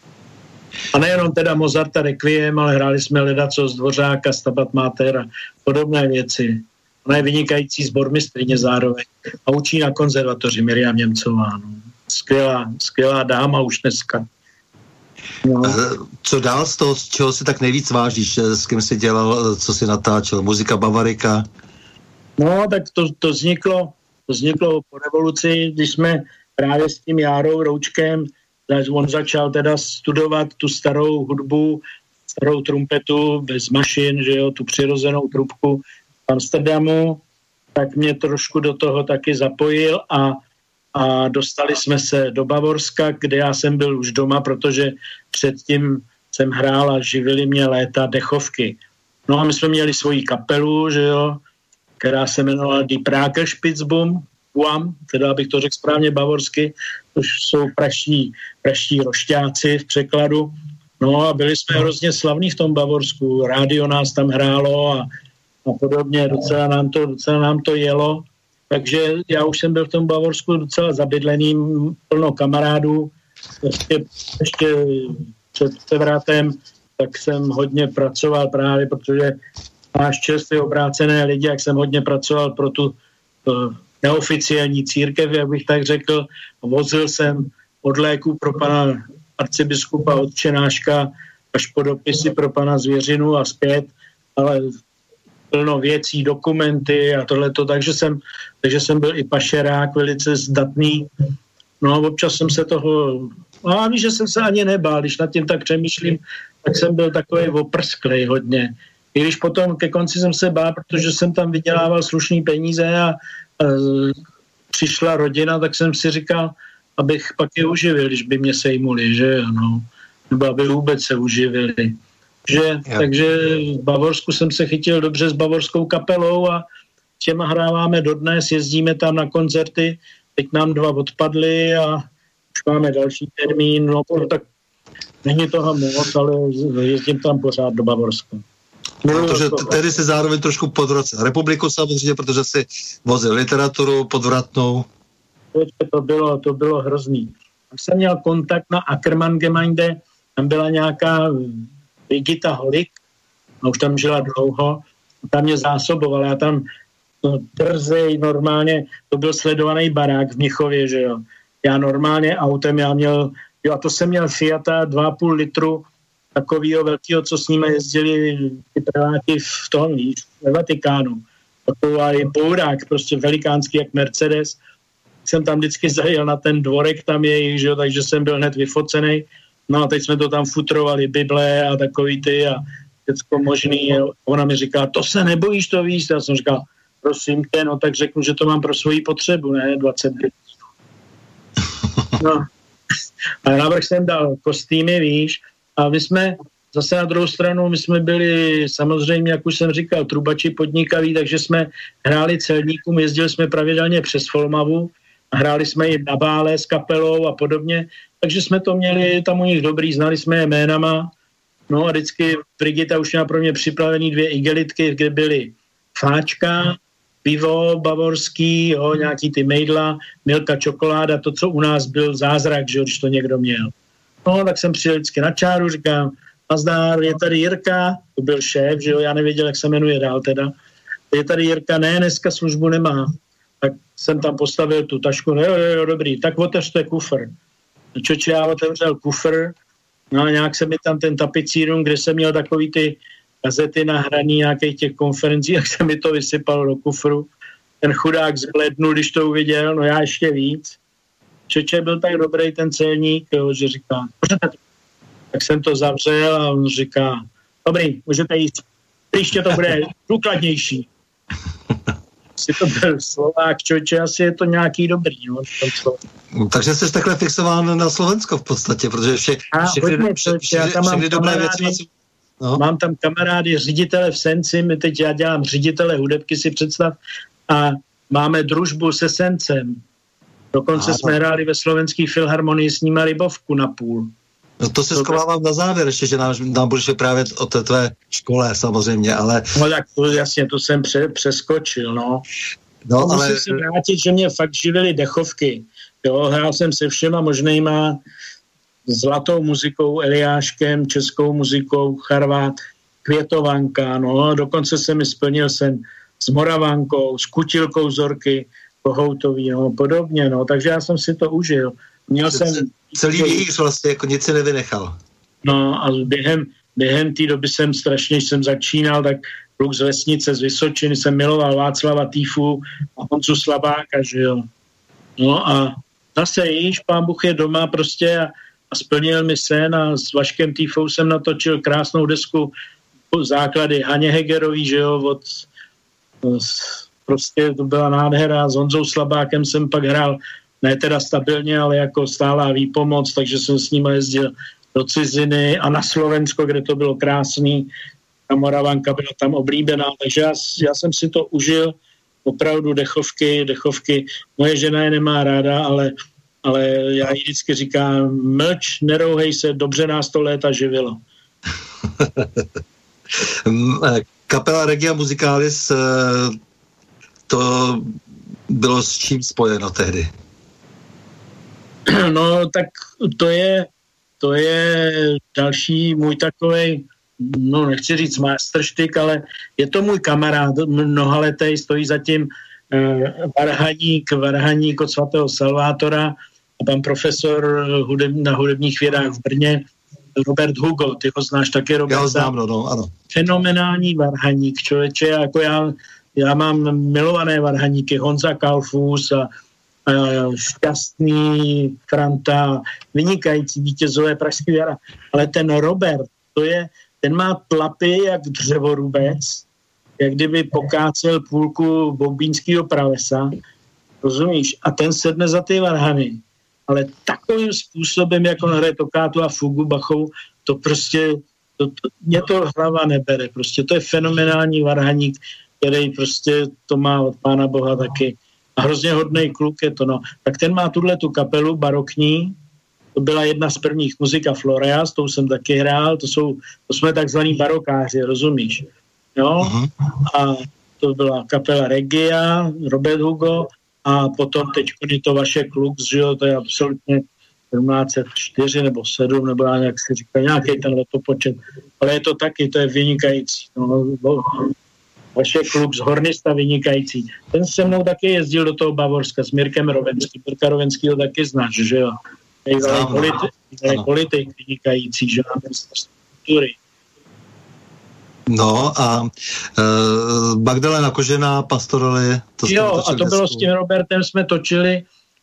A nejenom teda Mozarta Requiem, ale hráli jsme ledacos Dvořáka, Stabat Mater a podobné věci. Ona je vynikající sbormistryně zároveň a učí na konzervatoři Miriam Němcová. No. Skvělá, skvělá dáma už dneska. No. Co dál z toho, z čeho si tak nejvíc vážíš? S kým jsi dělal, co jsi natáčel? Muzika Bavarika? No, tak to, to vzniklo, to vzniklo po revoluci, když jsme právě s tím Járou Roučkem, on začal teda studovat tu starou hudbu, starou trumpetu bez mašin, že jo, tu přirozenou trubku v Amsterdamu, tak mě trošku do toho taky zapojil a, a dostali jsme se do Bavorska, kde já jsem byl už doma, protože předtím jsem hrál a živili mě léta dechovky. No a my jsme měli svoji kapelu, že jo, která se jmenovala Die Prager Spitzbum, Uam, teda abych to řekl správně bavorsky, což jsou praští, praští rošťáci v překladu. No a byli jsme hrozně slavní v tom Bavorsku, rádio nás tam hrálo a, a podobně, docela nám, to, docela nám to jelo. Takže já už jsem byl v tom Bavorsku docela zabydlený, plno kamarádů. Ještě, ještě před převratem, tak jsem hodně pracoval právě, protože máš čerstvě obrácené lidi, jak jsem hodně pracoval pro tu uh, neoficiální církev, jak bych tak řekl. Vozil jsem od léku pro pana arcibiskupa Otčenáška až po dopisy pro pana Zvěřinu a zpět, ale plno věcí, dokumenty a tohleto, takže jsem, takže jsem byl i pašerák velice zdatný. No a občas jsem se toho, no a víš, že jsem se ani nebál, když nad tím tak přemýšlím, tak jsem byl takový oprsklej hodně. I když potom ke konci jsem se bál, protože jsem tam vydělával slušný peníze a, a přišla rodina, tak jsem si říkal, abych pak je uživil, když by mě sejmuli, že ano, nebo aby vůbec se uživili. Že, takže v Bavorsku jsem se chytil dobře s bavorskou kapelou a těma hráváme dodnes, jezdíme tam na koncerty, teď nám dva odpadly a už máme další termín, no tak není toho moc, ale jezdím tam pořád do Bavorska. Protože tedy se zároveň trošku podvracel republiku samozřejmě, protože si vozil literaturu podvratnou. To bylo, to bylo hrozný. Když jsem měl kontakt na Ackermann-Gemeinde, tam byla nějaká Brigita Holik, a už tam žila dlouho, tam mě zásobovala, já tam no, trzej normálně, to byl sledovaný barák v Mnichově, že jo. Já normálně autem, já měl, jo a to jsem měl Fiata dva a půl litru, takovýho velkýho, co s nimi jezdili ty preláky v tom, víš, ve Vatikánu. Takový bourák, prostě velikánský jak Mercedes. jsem tam vždycky zajel na ten dvorek tam jejich, že jo, takže jsem byl hned vyfocený. No a teď jsme to tam futrovali, Bible a takový ty a všecko možný. A ona mi říká, to se nebojíš to víc? Já jsem říkal, prosím tě, no tak řeknu, že to mám pro svoji potřebu, ne, dvacet let. No. A návrh jsem dal kostýmy, víš, a my jsme zase na druhou stranu, my jsme byli samozřejmě, jak už jsem říkal, trubači podnikaví, takže jsme hráli celníkům, jezdili jsme pravidelně přes Folmavu a hráli jsme i na bále s kapelou a podobně, takže jsme to měli tam u nich dobrý, znali jsme je jménama, no a vždycky Brigita už měla pro mě připravený dvě igelitky, kde byly fáčka, pivo bavorský, jo, nějaký ty mejdla, milka, čokoláda, to, co u nás byl zázrak, že když to někdo měl. No, tak jsem přijel vždycky na čáru, říkám, nazdár, je tady Jirka, to byl šéf, že jo, já nevěděl, jak se jmenuje dál teda. Je tady Jirka, ne, dneska službu nemá. Tak jsem tam postavil tu tašku, no jo, jo, jo, dobrý, tak otevřte kufr. Čoče, já otevřel kufr, no a nějak se mi tam ten tapicírum, kde jsem měl takový ty kazety nahraný nějakých těch konferencí, jak se mi to vysypalo do kufru. Ten chudák zblednul, když to uviděl, no já ještě víc. Čoče byl tak dobrý ten celník, jo, že říká, tak jsem to zavřel a on říká, dobrý, můžete jít, příště to bude důkladnější. Asi to byl Slovák, čoče, asi je to nějaký dobrý. No, takže jsi takhle fixován na Slovensko v podstatě, protože vše, a, všechny, pojďme, vše, vše, já tam mám všechny dobré kamarády, věci. No. Mám tam kamarády, ředitele v Senci, my teď já dělám ředitele hudebky, si představ, a máme družbu se Sencem. Dokonce Aha. jsme hráli ve Slovenské filharmonii s nimi Rybovku na půl. No to se skovávám na závěr ještě, že nám, nám budeš vyprávět o té tvé škole samozřejmě, ale... No tak to, jasně, to jsem pře, přeskočil, no. No, Musím ale... si vrátit, že mě fakt živily dechovky. Jo, hrál jsem se všema možnýma zlatou muzikou, Eliáškem, českou muzikou, Charvát, Květovanka, no, dokonce se mi splnil sen s Moravankou, s Kutilkou Zorky, Kohoutový, no, podobně, no, takže já jsem si to užil. Měl jsem... Celý vějíř vlastně, jako nic si nevynechal. No a během, během té doby jsem strašně, když jsem začínal, tak kluk z vesnice, z Vysočiny, jsem miloval Václava Týfu a Honzu Slabáka, že jo. No a zase již pán Bůh je doma prostě a, a splnil mi sen a s Vaškem Týfou jsem natočil krásnou desku základy Haně Hegerový, že jo, od prostě to byla nádhera, s Honzou Slabákem jsem pak hrál ne teda stabilně, ale jako stálá výpomoc, takže jsem s nimi jezdil do ciziny a na Slovensko, kde to bylo krásný. Ta Moravanka byla tam oblíbená, takže já, já jsem si to užil, opravdu dechovky, dechovky. Moje žena je nemá ráda, ale, ale já jí vždycky říkám, mlč, nerouhej se, dobře nás to léta živilo. Kapela Regia Musicalis, to bylo s čím spojeno tehdy? No, tak to je, to je další můj takovej, no nechci říct masterštyk, ale je to můj kamarád, mnohaletej, stojí zatím eh, varhaník, varhaník od svatého Salvátora a pan profesor hudeb, na hudebních vědách v Brně, Robert Hugo, ty ho znáš taky, Robert? Já ho znám, no, no, ano. Fenomenální varhaník, člověče, jako já, já mám milované varhaníky, Honza Kalfus a Šťastný, Franta, vynikající vítězové Pražský jara. Ale ten Robert, to je, ten má tlapy jak dřevorubec, jak kdyby pokácel půlku bobínského pravesa, rozumíš? A ten sedne za ty varhany. Ale takovým způsobem, jak on hraje tokátu a fugu Bachou, to prostě, to, to, mě to hlava nebere. Prostě to je fenomenální varhaník, který prostě to má od Pána Boha taky. A hrozně hodnej kluk je to, no. Tak ten má tuhle tu kapelu barokní, to byla jedna z prvních muzika Florea, s tou jsem taky hrál, to jsou, to jsme takzvaný barokáři, rozumíš? Jo? Uh-huh. A to byla kapela Regia, Robert Hugo, a potom teď je to vaše kluk, že jo, to je absolutně sedmnáct set čtyři nebo sedm, nebo jak se říká, nějaký ten letopočet, ale je to taky, to je vynikající, no, vaše klub z Hornista vynikající. Ten se mnou taky jezdil do toho Bavorska s Mirkem Rovenským. Mirka Rovenskýho taky znáš, že jo? Je politik, politik vynikající, že jo? Kultury. No a uh, Magdalena Kožená, Pastorely. To jo, a to bylo s tím Robertem, jsme točili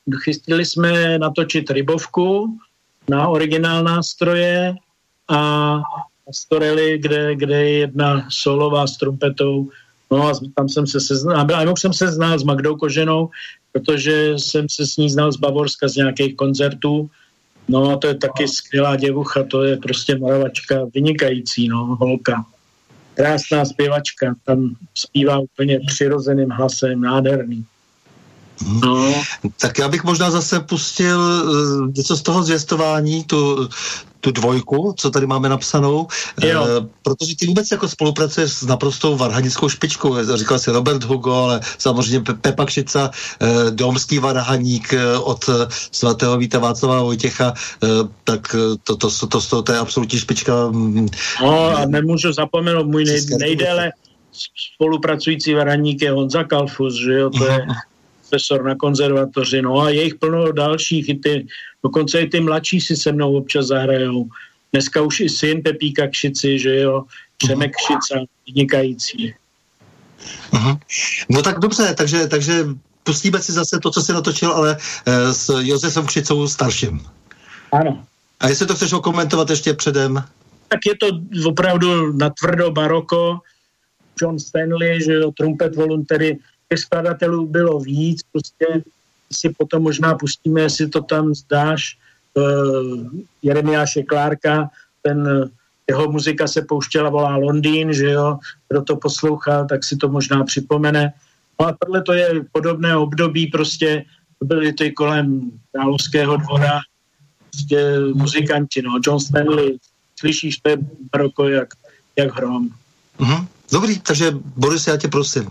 chystili jsme natočit Rybovku na originál nástroje a Storely, kde, kde je jedna solová s trumpetou. No a tam jsem se seznal, a já jsem se znal s Magdou Koženou, protože jsem se s ní znal z Bavorska z nějakých koncertů. No a to je taky skvělá děvucha, to je prostě Moravačka, vynikající, no, holka. Krásná zpěvačka, tam zpívá úplně přirozeným hlasem, nádherný. No. Tak já bych možná zase pustil něco z toho zvěstování, tu, tu dvojku, co tady máme napsanou, e, protože ty vůbec jako spolupracuješ s naprostou varhanickou špičkou. Říkal jsi Robert Hugo, ale samozřejmě Pepa Kšica, e, domský varhaník e, od svatého Víta Václava Vojtěcha, e, tak to, to, to, to, to je absolutní špička. No a nemůžu zapomenout, můj nej, nejdéle spolupracující varhaník je Honza Kalfus, že jo, to je profesor na konzervatoři, no a je jich plno dalších, i ty, dokonce i ty mladší si se mnou občas zahrajou. Dneska už i syn Pepíka Kšici, že jo, Přemek Kšica, vynikající. Uh-huh. No tak dobře, takže, takže pustíme si zase to, co jsi natočil, ale eh, s Josefem Kšicou starším. Ano. A jestli to chceš okomentovat ještě předem? Tak je to opravdu natvrdo baroko, John Stanley, že jo, trumpet voluntary, těch skladatelů bylo víc, prostě si potom možná pustíme, jestli to tam zdáš, uh, Jeremiáše Klárka, ten, jeho muzika se pouštěla, volá Londýn, že jo, kdo to poslouchal, tak si to možná připomene. No a tohle to je podobné období, prostě byly ty kolem Královského dvora, prostě muzikanti, no, John Stanley, slyšíš, to je baroko jak, jak hrom. Mhm. Dobrý, takže Boris, já tě prosím.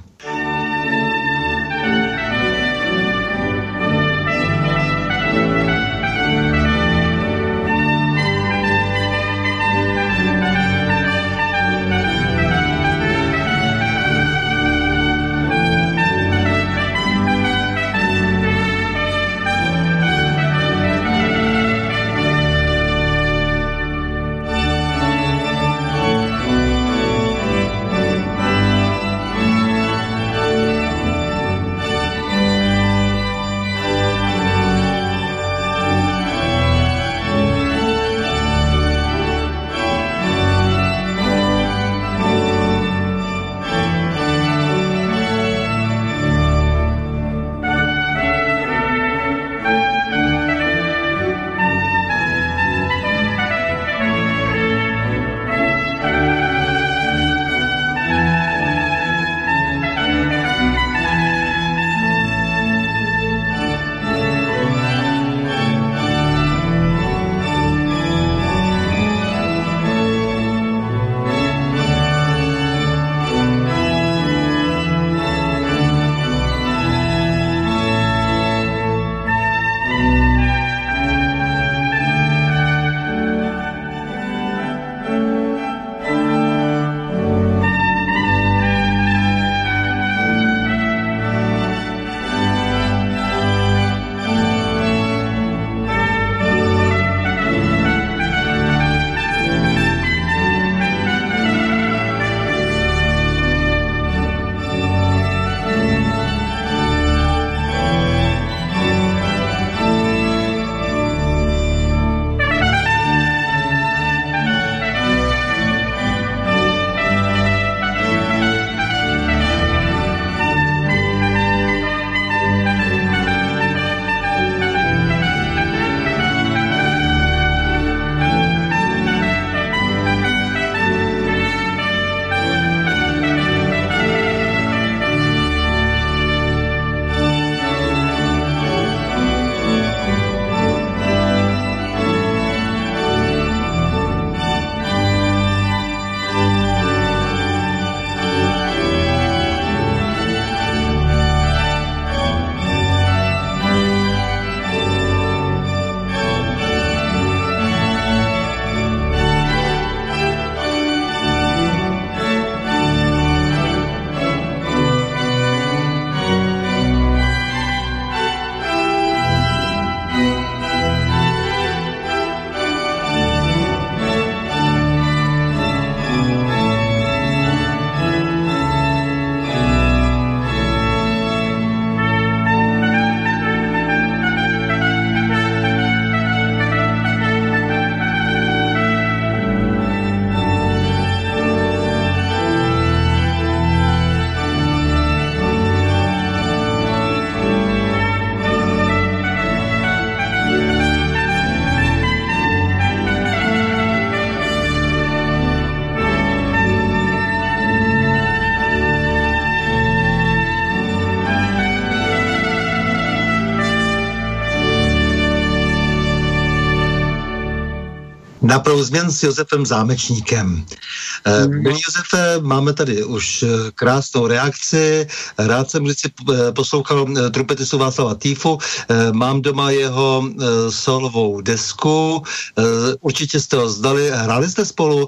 Na prouzměn s Josefem Zámečníkem. Mm. Milí Josefe, máme tady už krásnou reakci. Rád jsem vždycky poslouchal trumpetistu Václava Týfu. Mám doma jeho solovou desku. Určitě jste ho zdali. Hráli jste spolu?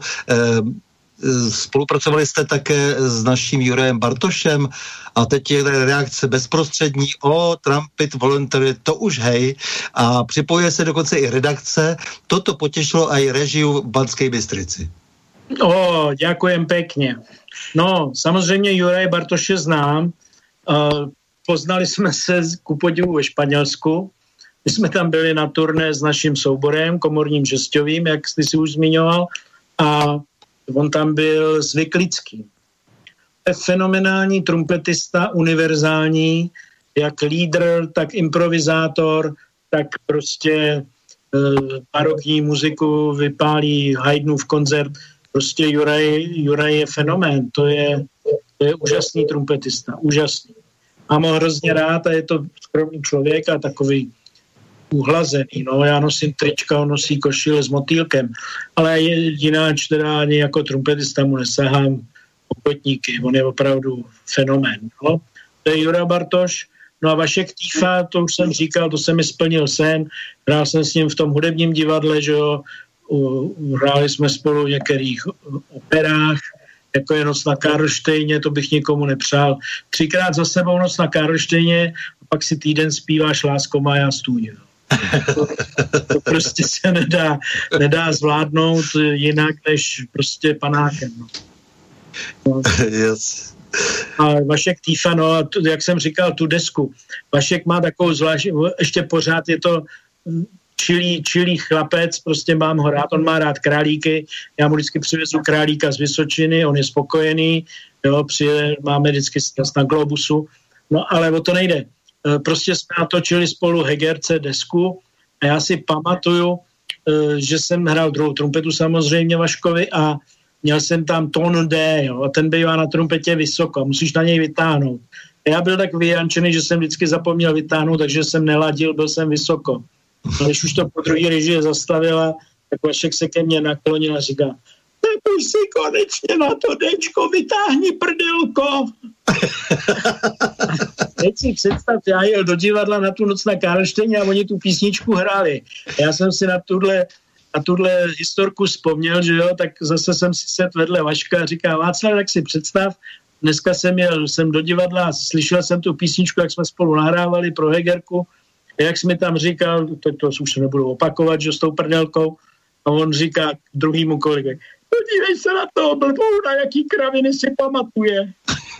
Spolupracovali jste také s naším Jurajem Bartošem a teď je reakce bezprostřední o Trumpet Voluntary, to už hej, a připojuje se dokonce i redakce. Toto potěšilo aj režiu v Banskej Bystrici. O, ďakujem pekne. No, samozřejmě Juraj Bartoše znám. Uh, poznali jsme se ku podivu ve Španělsku. My jsme tam byli na turné s naším souborem, komorním žesťovým, jak jsi si už zmiňoval, a on tam byl s Vyklickým. Je fenomenální trumpetista, univerzální, jak lídr, tak improvizátor, tak prostě e, barokní muziku vypálí Haydnův koncert. Prostě Juraj, Juraj je fenomén, to je, to je úžasný trumpetista, úžasný. Mám ho hrozně rád a je to skromný člověk a takový uhlazený. No, já nosím trička, on nosí košile s motýlkem, ale jináč teda ani jako trumpetista mu nesahám popotníky, on je opravdu fenomén. No. To je Jura Bartoš, no a Vašek Týfa, to už jsem říkal, to se mi splnil sen, hrál jsem s ním v tom hudebním divadle, že jo, hráli jsme spolu v některých operách, jako je Noc na Karlštejně, to bych nikomu nepřál. Třikrát za sebou Noc na Karlštejně a pak si týden zpíváš Lásko má já stůň. No. To, to prostě se nedá, nedá zvládnout jinak než prostě panákem. No. No. Yes. A Vašek Týfa, no, jak jsem říkal, tu desku. Vašek má takovou zvlášť, ještě pořád je to čilý, čilý chlapec, prostě mám ho rád, on má rád králíky, já mu vždycky přivezu králíka z Vysočiny, on je spokojený, jo, přijde, máme vždycky na Globusu, no ale o to nejde. Prostě jsme natočili spolu Hegerce desku a já si pamatuju, že jsem hrál druhou trumpetu samozřejmě Vaškovi a měl jsem tam tón D, jo, a ten bývá na trumpetě vysoko a musíš na něj vytáhnout. A já byl tak vyjančený, že jsem vždycky zapomněl vytáhnout, takže jsem neladil, byl jsem vysoko. A když už to po druhý režie zastavila, tak Vašek se ke mně naklonil a říká, tak už si konečně na to Dčko vytáhni, prdelko. Teď si představ, já jel do divadla na tu Noc na Karlštejně a oni tu písničku hráli. Já jsem si na tuhle, na tuhle historku vzpomněl, že jo, tak zase jsem si set vedle Vaška a říká, Václav, tak si představ, dneska jsem jel jsem do divadla a slyšel jsem tu písničku, jak jsme spolu nahrávali pro Hegerku. Jak jsi mi tam říkal, to, to už se nebudu opakovat, že s tou prdelkou, a on říká druhýmu kolegovi, podívej se na to, blbou, na jaký kraviny si pamatuje.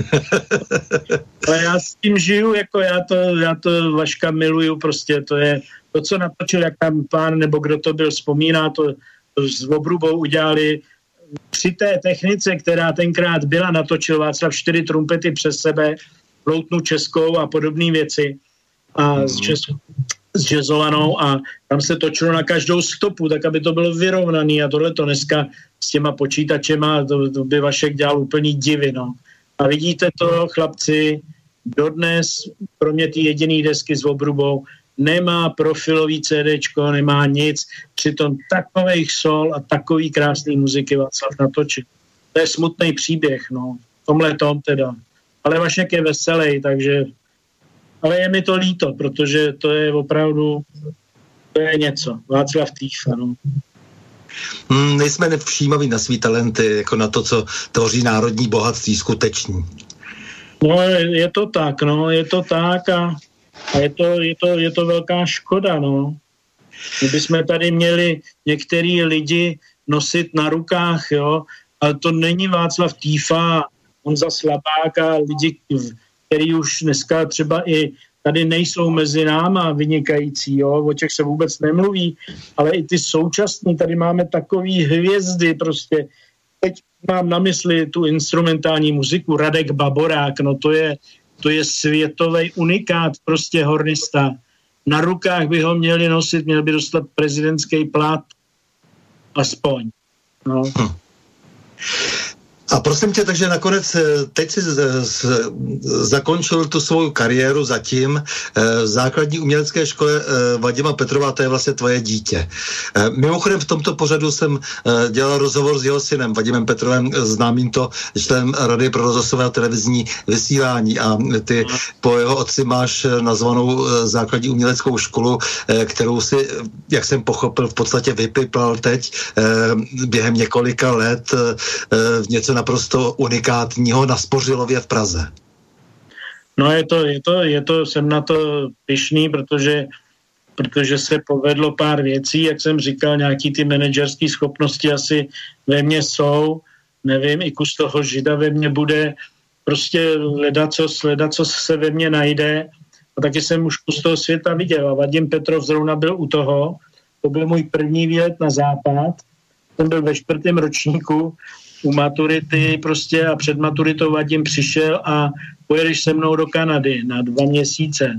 Ale já s tím žiju, jako já to, já to Vaška miluju, prostě to je to, co natočil, jak tam pán, nebo kdo to byl, vzpomíná, to, to s Obrubou udělali při té technice, která tenkrát byla, natočil Václav čtyři trumpety přes sebe, loutnu českou a podobné věci. A s, čes, s jazzolanou a tam se točilo na každou stopu, tak aby to bylo vyrovnaný a tohle to dneska s těma počítačema, to, to by Vašek dělal úplný divy, no. A vidíte to, chlapci, dodnes, pro mě ty jediný desky s Obrubou, nemá profilový CDčko, nemá nic, přitom takových sol a takový krásný muziky Václav natočil. To je smutný příběh, no. V tomhle tom teda. Ale Vašek je veselý, takže ale je mi to líto, protože to je opravdu, to je něco. Václav Týfa, no. Hmm, nejsme nevšímaví na svý talenty, jako na to, co tvoří národní bohatství skuteční. No, je, je to tak, no, je to tak a, a je, to, je, to, je to velká škoda, no. My bychom tady měli některý lidi nosit na rukách, jo, ale to není Václav Týfa, on za Slabáka, lidi, který už dneska třeba i tady nejsou mezi náma vynikající, jo? O těch se vůbec nemluví, ale i ty současní, tady máme takový hvězdy prostě. Teď mám na mysli tu instrumentální muziku, Radek Baborák, no to je, to je světový unikát, prostě hornista. Na rukách by ho měli nosit, měl by dostat prezidentský plat, aspoň. No. Hm. A prosím tě, takže nakonec teď si z, z, zakončil tu svou kariéru zatím v základní umělecké škole Vadima Petrova, to je vlastně tvoje dítě. Mimochodem v tomto pořadu jsem dělal rozhovor s jeho synem Vadimem Petrovem, známým to členem Rady pro rozhlasové a televizní vysílání, a ty po jeho otci máš nazvanou základní uměleckou školu, kterou si, jak jsem pochopil, v podstatě vypipal teď během několika let v něco naprosto unikátního na Spořilově v Praze. No je to, je to, je to, jsem na to pyšný, protože, protože se povedlo pár věcí, jak jsem říkal, nějaký ty manažerské schopnosti asi ve mně jsou, nevím, i kus toho žida ve mně bude, prostě ledacos, ledacos se ve mně najde, a taky jsem už kus toho světa viděl a Vadim Petrov zrovna byl u toho, to byl můj první výlet na západ, jsem byl ve čtvrtém ročníku u maturity prostě a před maturitou Vadim přišel a pojedeš se mnou do Kanady na dva měsíce.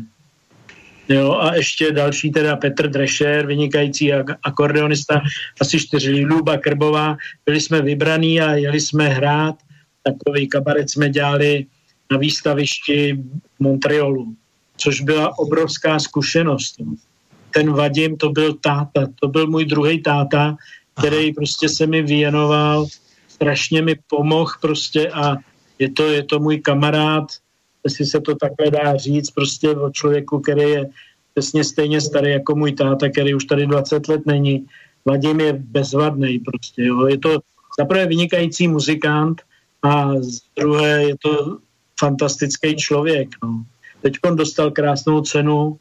Jo, a ještě další teda Petr Drescher, vynikající akordeonista, asi čtyři, Luba Krbová, byli jsme vybraní a jeli jsme hrát, takový kabaret jsme dělali na výstavišti v Montrealu, což byla obrovská zkušenost. Ten Vadim, to byl táta, to byl můj druhý táta, který prostě se mi věnoval, strašně mi pomohl prostě a je to, je to můj kamarád, jestli se to takhle dá říct, prostě o člověku, který je přesně stejně starý jako můj táta, který už tady dvacet let není. Vadim je bezvadný prostě, jo. Je to zaprvé vynikající muzikant a z druhé je to fantastický člověk, no. Teď on dostal krásnou cenu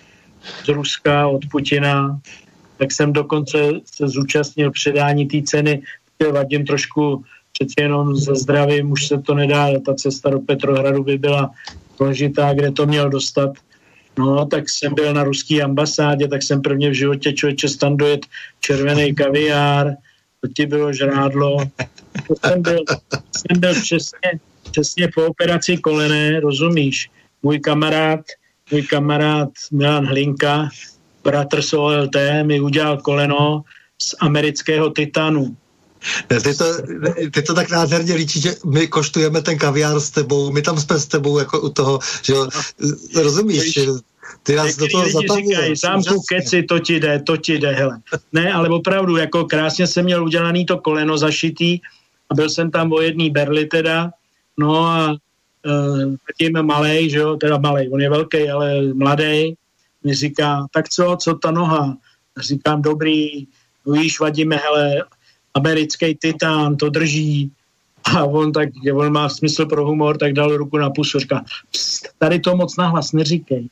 z Ruska od Putina, tak jsem dokonce se zúčastnil předání té ceny. Vadim trošku přeci jenom ze zdravím, už se to nedá, ta cesta do Petrohradu by byla složitá, kde to měl dostat. No, tak jsem byl na ruské ambasádě, tak jsem prvně v životě člověče tam dojet červený kaviár, to ti bylo žrádlo. To jsem byl, jsem byl přesně, přesně po operaci kolene, rozumíš? Můj kamarád, můj kamarád Milan Hlinka, bratr z O L T, mi udělal koleno z amerického titanu. Ty to, ty to tak nádherně líčí, že my koštujeme ten kaviár s tebou, my tam jsme s tebou jako u toho, že jo, rozumíš, že ty nás do toho zatahuješ. Zámku keci, to ti jde, to ti jde, hele. Ne, ale opravdu, jako krásně jsem měl udělaný to koleno zašitý a byl jsem tam o jedný berli teda, no a uh, tím malej, že jo, teda malej, on je velký, ale mladý, mi říká, tak co, co ta noha? Říkám, dobrý, víš, Vadime, hele, americký titán, to drží. A on tak, on má smysl pro humor, tak dal ruku na pusu, říká, pst, tady to moc nahlas neříkej.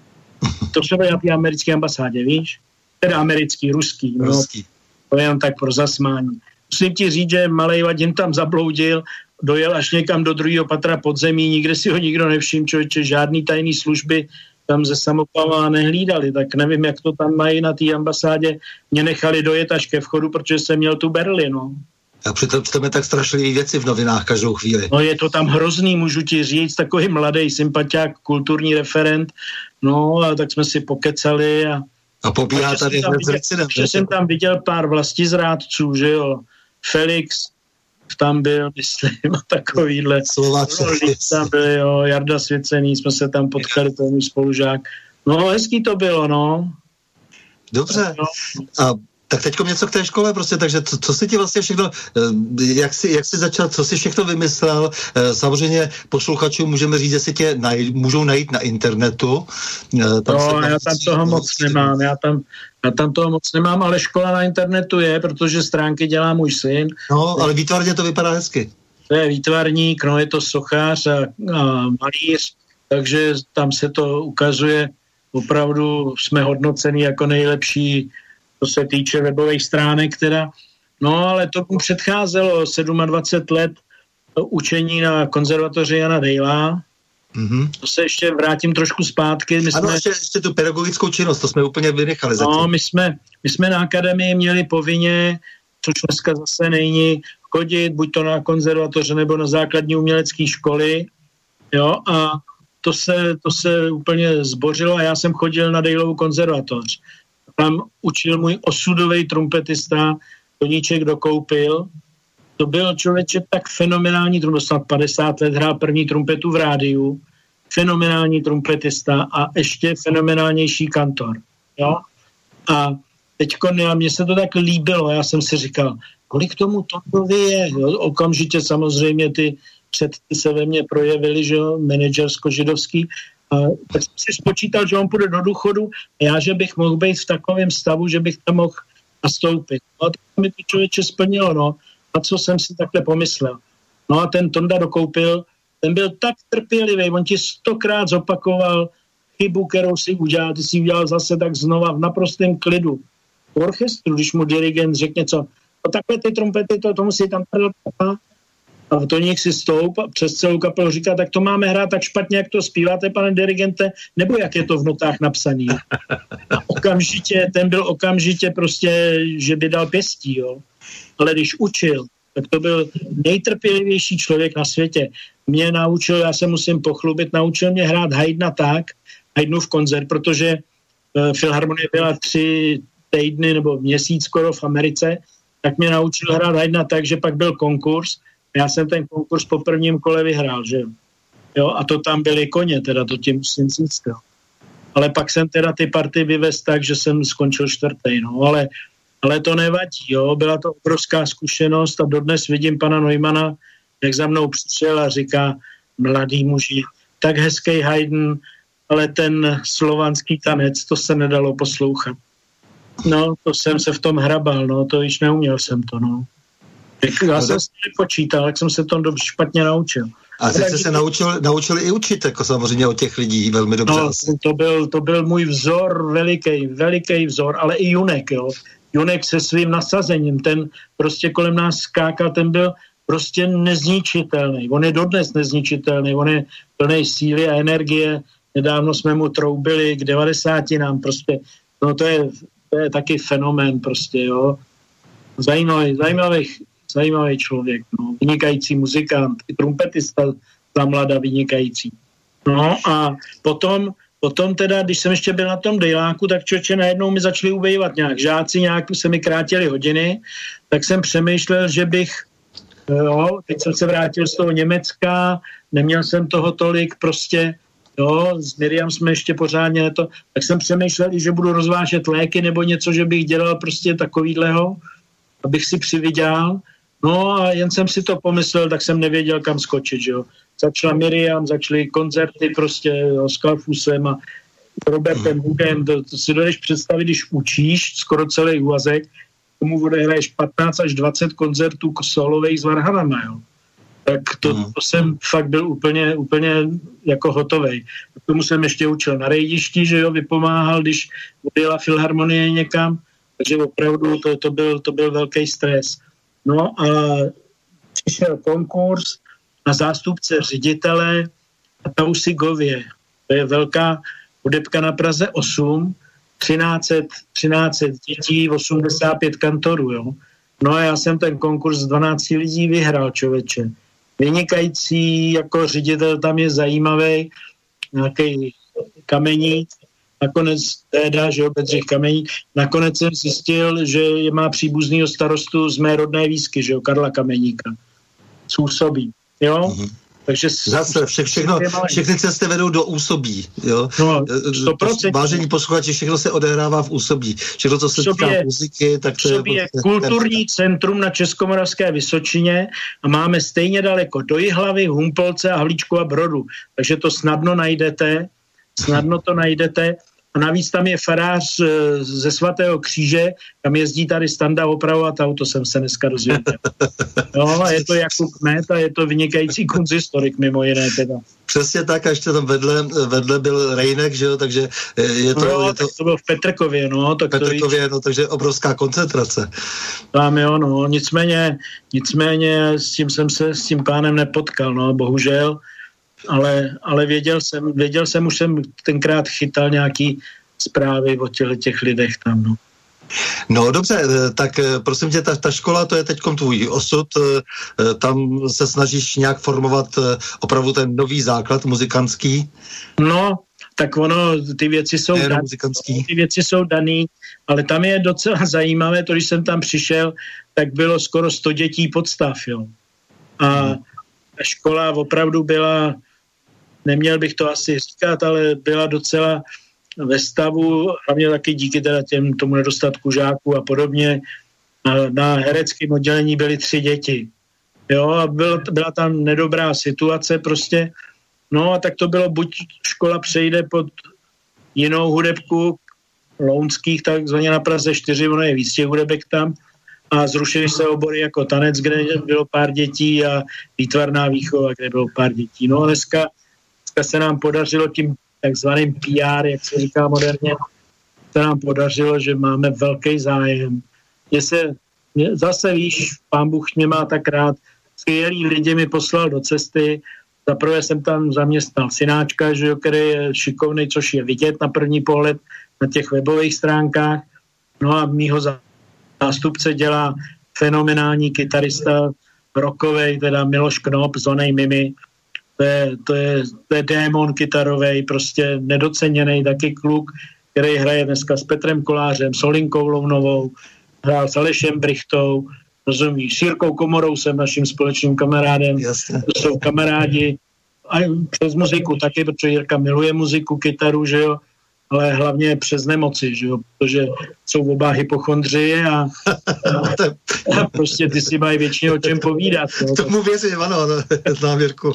To třeba já v americké ambasádě, víš? Teda americký, ruský. ruský. No, to je jen tak pro zasmání. Musím ti říct, že malej Vadim tam zabloudil, dojel až někam do druhého patra podzemí, nikde si ho nikdo nevšiml, člověče, žádný tajný služby tam ze Samoklava nehlídali, tak nevím, jak to tam mají na té ambasádě. Mě nechali dojet až ke vchodu, protože jsem měl tu berli, no. A přitom jsme tak strašlivý věci v novinách každou chvíli. No je to tam hrozný, můžu ti říct, takový mladý sympatiák, kulturní referent, no a tak jsme si pokecali a... A pobíhá tady hned s Ricinem. Že jsem tam viděl pár vlastizrádců, že jo, Felix tam byl, myslím, a takovýhle. Slováček. No, tam byl, jo, Jarda Svěcený, jsme se tam potkali, to je můj spolužák. No, hezký to bylo, no. Dobře. No. A tak teďko něco k té škole prostě, takže co, co si ti vlastně všechno, jak jsi, jak jsi začal, co jsi všechno vymyslel, samozřejmě posluchačům můžeme říct, že si tě naj, můžou najít na internetu. Tam no, já tam toho moc nemám, já tam, já tam toho moc nemám, ale škola na internetu je, protože stránky dělá můj syn. No, ale výtvarně to vypadá hezky. To je výtvarník, no je to sochař a, a malíř, takže tam se to ukazuje, opravdu jsme hodnoceni jako nejlepší, co se týče webových stránek teda. No, ale to mu předcházelo dvacet sedm let učení na konzervatoři Jana Dejla. Mm-hmm. To se ještě vrátím trošku zpátky. My ano, jsme, ještě, ještě tu pedagogickou činnost, to jsme úplně vynechali. No, zatím. my jsme, my jsme na akademii měli povinně, což dneska zase není, chodit buď to na konzervatoře nebo na základní umělecké školy. Jo, a to se, to se úplně zbořilo a já jsem chodil na Dejlovu konzervatoř. Tam učil můj osudový trumpetista Toníček Dokoupil to byl člověče tak fenomenální, to snad padesát let hrál první trumpetu v rádiu, fenomenální trumpetista a ještě fenomenálnější kantor. Jo? A teďko mně se to tak líbilo, já jsem si říkal, kolik tomu Tondovi je. Jo? Okamžitě samozřejmě ty předky se ve mně projevily, že jo, manažersko-židovský. A tak jsem si spočítal, že on půjde do důchodu a já, že bych mohl být v takovém stavu, že bych tam mohl nastoupit. No a to mi to člověče splnilo, no. A co jsem si takhle pomyslel. No a ten Tonda dokoupil, ten byl tak trpělivý, on ti stokrát zopakoval chybu, kterou si udělal, ty si udělal zase tak znova v naprostém klidu. V orchestru, když mu dirigent řekne co, no takhle ty trumpety, to, to musí tam a to nich si stoup a přes celou kapelu říká, tak to máme hrát tak špatně, jak to zpíváte, pane dirigente, nebo jak je to v notách napsaný. A okamžitě, ten byl okamžitě prostě, že by dal pěstí, jo. Ale když učil, tak to byl nejtrpělivější člověk na světě. Mě naučil, já se musím pochlubit, naučil mě hrát Haydna tak, Haydnův koncert, protože uh, Filharmonie byla tři týdny nebo měsíc skoro v Americe, tak mě naučil hrát Haydna tak, že pak byl konkurs. Já jsem ten konkurs po prvním kole vyhrál, že jo, a to tam byly koně, teda to tím musím říct, jo. Ale pak jsem teda ty party vyvez tak, že jsem skončil čtvrtý, no, ale, ale to nevadí, jo, byla to obrovská zkušenost a dodnes vidím pana Neumana, jak za mnou přišel a říká, mladý muži, tak hezký Haydn, ale ten slovanský tanec, to se nedalo poslouchat. No, to jsem se v tom hrabal, no, to již neuměl jsem to, no. Já jsem si nepočítal, jak jsem se to dobře špatně naučil. A jsi se naučil, naučil i učit, jako samozřejmě od těch lidí velmi dobře. No, to byl, to byl můj vzor, veliký, veliký vzor, ale i Junek, jo. Junek se svým nasazením, ten prostě kolem nás skákal, ten byl prostě nezničitelný. On je dodnes nezničitelný, on je plný síly a energie. Nedávno jsme mu troubili k devadesátinám, prostě, no to je, to je taky fenomén prostě, jo. Zajímavý, zajímavý, zajímavý člověk, no. Vynikající muzikant, i trumpetista za mlada vynikající. No a potom, potom teda, když jsem ještě byl na tom dejláku, tak člověče najednou mi začali ubejvat nějak žáci, nějak se mi krátily hodiny, tak jsem přemýšlel, že bych, jo, teď jsem se vrátil z toho Německa, neměl jsem toho tolik prostě, jo, s Miriam jsme ještě pořádně to, tak jsem přemýšlel, že budu rozvážet léky nebo něco, že bych dělal prostě takovýhleho, abych si přivydělal. No a jen jsem si to pomyslel, tak jsem nevěděl, kam skočit, že jo. Začala Miriam, začaly koncerty prostě jo, s Kalfusem a Robertem Hugem. To, to si dojdeš představit, když učíš skoro celý úvazek, tomu odehraješ patnáct až dvacet koncertů solových s varhanama, jo. Tak to, to jsem fakt byl úplně, úplně jako hotovej. K tomu jsem ještě učil na rejdišti, že jo, vypomáhal, když odjela Filharmonie někam. Takže opravdu to, to, byl, to byl velký stres. No a přišel konkurs na zástupce ředitele a Tausigově. To je velká hudebka na Praze osm, třináct set dětí, osmdesát pět kantorů. Jo. No a já jsem ten konkurs z dvanáct lidí vyhrál, člověče. Vynikající, jako ředitel tam je zajímavý, nějaký Kameník, nakonec teda, že jo, Bedřich Kameník, nakonec jsem zjistil, že má příbuznýho starostu z mé rodné výsky, že jo, Karla Kameníka. Z Úsobí, jo? Mm-hmm. Takže zase vše, všechno, všechny cesty vedou do Úsobí, jo? No, sto procent. Vážení posluchači, všechno se odehrává v Úsobí. Všechno, co se týká muziky, tak to je... Úsobí je kulturní centrum na Českomoravské Vysočině a máme stejně daleko do Jihlavy, Humpolce a Havlíčkova Brodu. Takže to snadno najdete, snadno to najdete. A navíc tam je farář ze Svatého Kříže, tam jezdí tady Standa opravovat auto, jsem se dneska dozvěděl. No, a je to Jakub Kmet a je to vynikající kunsthistorik mimo jiné teda. Přesně tak, a ještě tam vedle, vedle byl Rejnek, že jo, takže je to... No, je to, to byl v Petrkově, no. Tak Petrkově, to no, takže obrovská koncentrace. Tam jo, no, nicméně, nicméně s tím jsem se s tím pánem nepotkal, no, bohužel. Ale, ale věděl jsem, věděl jsem, už jsem tenkrát chytal nějaký zprávy o těch, těch lidech tam, no. No dobře, tak prosím tě, ta, ta škola, to je teďkom tvůj osud, tam se snažíš nějak formovat opravdu ten nový základ muzikantský? No, tak ono, ty věci jsou daný, ty věci jsou daný, ale tam je docela zajímavé, to, když jsem tam přišel, tak bylo skoro sto dětí podstav, jo. A ta škola opravdu byla, neměl bych to asi říkat, ale byla docela ve stavu, hlavně taky díky teda těm, tomu nedostatku žáků a podobně. Na, na hereckém oddělení byly tři děti. Jo, a byl, byla tam nedobrá situace prostě. No a tak to bylo, buď škola přejde pod jinou hudebku lounských, takzvaně na Praze čtyři, ono je víc těch hudebek tam, a zrušili se obory jako tanec, kde bylo pár dětí, a výtvarná výchova, kde bylo pár dětí. No a dneska, dneska se nám podařilo tím takzvaným P R, jak se říká moderně, se nám podařilo, že máme velký zájem. Mě se, mě, zase víš, pán Bůh mě má tak rád, skvělý lidi mi poslal do cesty. Zaprvé jsem tam zaměstnal synáčka, že jo, který je šikovný, což je vidět na první pohled na těch webových stránkách. No a mýho zástupce dělá fenomenální kytarista rockovej, teda Miloš Knop z Onej Mimi. To je, to je, to je démon kytarovej, prostě nedoceněný taky kluk, který hraje dneska s Petrem Kolářem, s Olinkou Lounovou, hrál s Alešem Brichtou, rozumíš, s Jirkou Komorou jsem naším společným kamarádem. Jasně. To jsou kamarádi. A přes muziku taky, protože Jirka miluje muziku, kytaru, že jo, ale hlavně přes nemoci, že jo, protože jsou oba hypochondři a, a, a prostě ty si mají většině o čem povídat. No. Tomu věřím, ano, znám Jirku.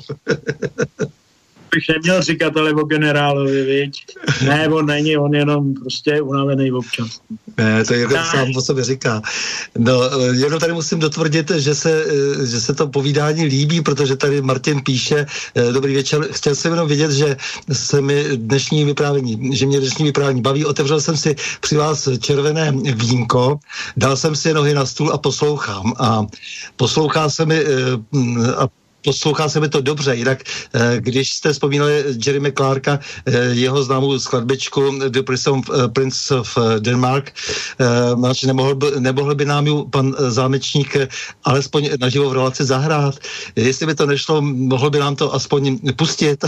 Bych neměl říkat, ale o generálovi, viď? Ne, on není, on jenom prostě unavený občas. Ne, to Jirka sám o sobě říká. No, jenom tady musím dotvrdit, že se, že se to povídání líbí, protože tady Martin píše, dobrý večer, chtěl jsem jenom vědět, že se mi dnešní vyprávění, že mě dnešní vyprávění baví, otevřel jsem si při vás červené vínko, dal jsem si nohy na stůl a poslouchám. A poslouchá se mi a poslouchá se mi to dobře, jinak když jste vzpomínali Jeremy Clarka, jeho známou skladbičku The Prince of Denmark, nemohl by, nemohl by nám ju pan zámečník alespoň naživo v relaci zahrát. Jestli by to nešlo, mohl by nám to aspoň pustit.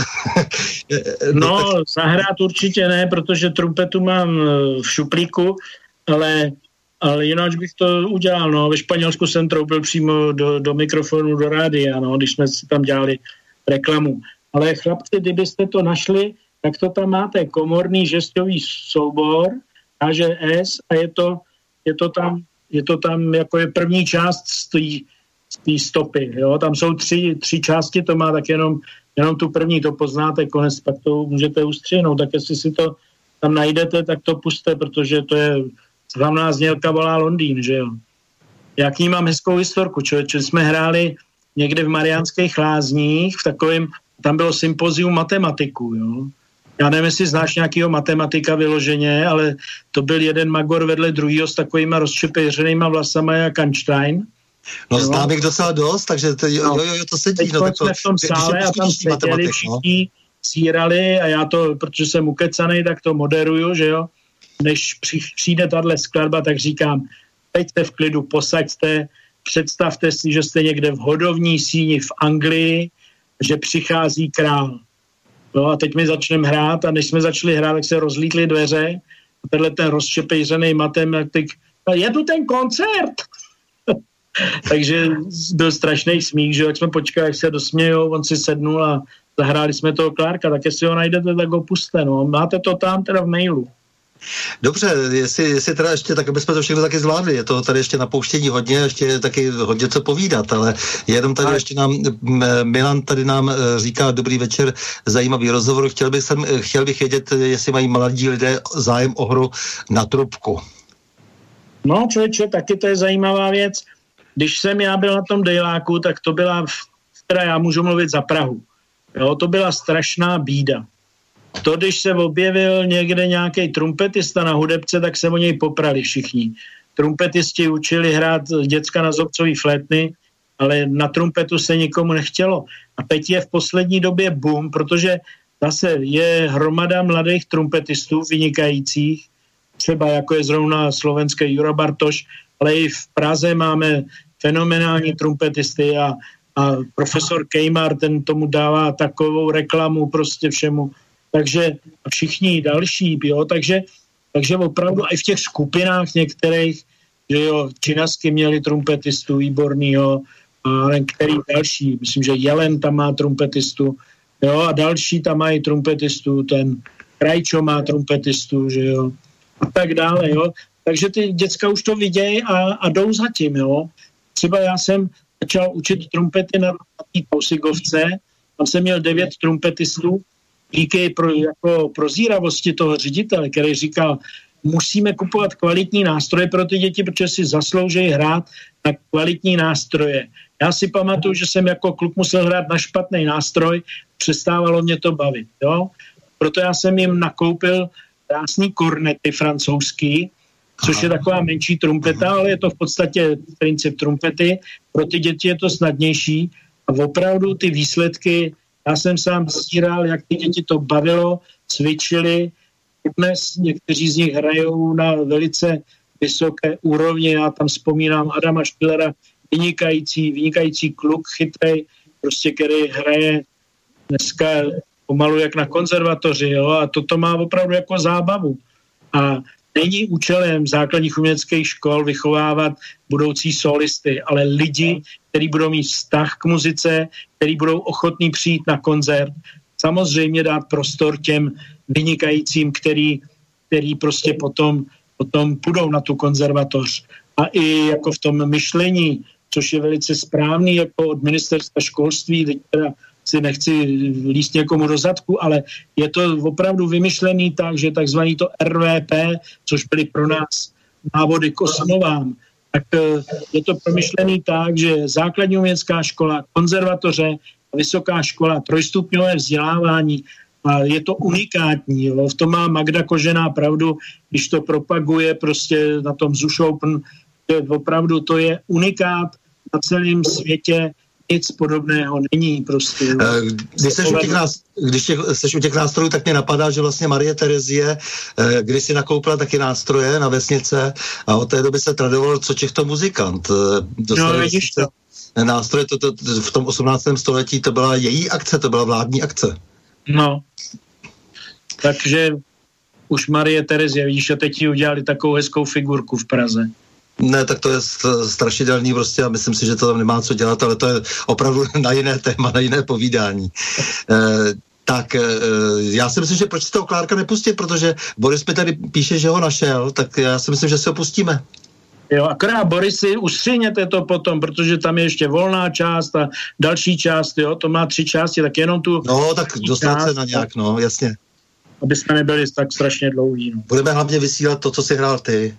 No, zahrát určitě ne, protože trumpetu mám v šuplíku, ale ale jinak bych to udělal, no. Ve Španělsku jsem troubl přímo do, do mikrofonu, do rádia, no, když jsme si tam dělali reklamu. Ale chlapci, kdybyste to našli, tak to tam máte, komorný žestový soubor, K Ž S, a je to, je to tam, je to tam jako je první část z té stopy, jo. Tam jsou tři, tři části, to má tak jenom, jenom tu první, to poznáte, konec, pak to můžete ustřihnout, tak jestli si to tam najdete, tak to puste, protože to je hlavná znělka volá Londýn, že jo. Já k ní mám hezkou historku, člověče, jsme hráli někde v Mariánských Lázních, v takovém, tam bylo sympozium matematiku, jo. Já nevím, jestli znáš nějakýho matematika vyloženě, ale to byl jeden magor vedle druhýho s takovýma rozčepěřenýma vlasama jak Einstein. No znám jich docela dost, takže to, jo, jo, jo, to sedí. Teď no, jsme v tom sále a tam seděli všichni, no. Sírali a já to, protože jsem ukecanej, tak to moderuju, že jo. Než přijde tahle skladba, tak říkám, teďte v klidu, posaďte, představte si, že jste někde v hodovní síni v Anglii, že přichází král. No a teď my začneme hrát a než jsme začali hrát, tak se rozlítly dveře a tenhle ten rozšepejřený matematik, jedu ten koncert! Takže byl strašný smích, že jak jsme počkali, jak se dosmějou, on si sednul a zahráli jsme toho Clarka, tak jestli ho najdete, tak ho puste, no. Máte to tam teda v mailu. Dobře, jestli, jestli teda ještě, tak abychom to všechno taky zvládli, je to tady ještě na pouštění hodně, ještě taky hodně co povídat, ale jenom tady a... ještě nám, Milan tady nám říká dobrý večer, zajímavý rozhovor, chtěl bych, sem, chtěl bych vědět, jestli mají mladí lidé zájem o hru na trubku. No člověče, taky to je zajímavá věc. Když jsem já byl na tom dejláku, tak to byla, teda já můžu mluvit za Prahu, jo, to byla strašná bída. To, když se objevil někde nějaký trumpetista na hudebce, tak se o něj poprali všichni. Trumpetisti učili hrát děcka na zobcový flétny, ale na trumpetu se nikomu nechtělo. A teď je v poslední době boom, protože zase je hromada mladých trumpetistů vynikajících, třeba jako je zrovna slovenský Jura Bartoš, ale i v Praze máme fenomenální trumpetisty a, a profesor Kejmar, ten tomu dává takovou reklamu prostě všemu. takže všichni další, jo, takže, takže opravdu i v těch skupinách některých, že jo, Činasky měli trumpetistu výbornýho, a který další, myslím, že Jelen tam má trumpetistu, jo, a další tam mají trumpetistu, ten Krajčo má trumpetistu, že jo, a tak dále, jo. Takže ty děcka už to vidějí a, a jdou za tím, jo. Třeba já jsem začal učit trumpety na Kausigovce, tam jsem měl devět trumpetistů, díky pro, jako prozíravosti toho ředitele, který říkal, musíme kupovat kvalitní nástroje pro ty děti, protože si zaslouží hrát na kvalitní nástroje. Já si pamatuju, že jsem jako kluk musel hrát na špatný nástroj, přestávalo mě to bavit, jo. Proto já jsem jim nakoupil krásný kornety francouzský, což je taková menší trumpeta, ale je to v podstatě princip trumpety. Pro ty děti je to snadnější a opravdu ty výsledky, já jsem sám zíral, jak ty děti to bavilo, cvičili. Dnes někteří z nich hrajou na velice vysoké úrovni. Já tam vzpomínám Adama Špilera, vynikající, vynikající kluk, chytrej, prostě, který hraje dneska pomalu jak na konzervatoři, jo, a toto má opravdu jako zábavu. A není účelem základních uměleckých škol vychovávat budoucí solisty, ale lidi, kteří budou mít vztah k muzice, kteří budou ochotní přijít na koncert. Samozřejmě dát prostor těm vynikajícím, který, který prostě potom, potom půjdou na tu konzervatoř. A i jako v tom myšlení, což je velice správný jako od ministerstva školství, teda si nechci líst někomu do zadku, ale je to opravdu vymyšlený tak, že takzvaný to R V P, což byly pro nás návody k osnovám, tak je to promyšlený tak, že základní umělecká škola, konzervatoře, vysoká škola, trojstupňové vzdělávání, a je to unikátní. Jo. V tom má Magda Kožená pravdu, když to propaguje prostě na tom Zush Open, že opravdu to je unikát na celém světě, nic podobného není prostě. Když jsi u těch, nás, když těch, jsi u těch nástrojů, tak mě napadá, že vlastně Marie Terezie, když si nakoupila taky nástroje na vesnice a od té doby se tradoval co Čechto muzikant. No, vidíš to. Nástroje to, to, to, v tom osmnáctém století to byla její akce, to byla vládní akce. No. Takže už Marie Terezie, vidíš, a teď ji udělali takovou hezkou figurku v Praze. Ne, tak to je strašidelný prostě a myslím si, že to tam nemá co dělat, ale to je opravdu na jiné téma, na jiné povídání. E, tak e, já si myslím, že proč si toho Klárka nepustit, protože Boris mi tady píše, že ho našel, tak já si myslím, že si ho pustíme. Jo, akorát Borisy, ustřihněte to potom, protože tam je ještě volná část a další část, jo, to má tři části, tak jenom tu... No, tak dostat se na nějak, no, jasně. Aby jsme nebyli tak strašně dlouhý, no. Budeme hlavně vysílat to, co jsi hrál ty.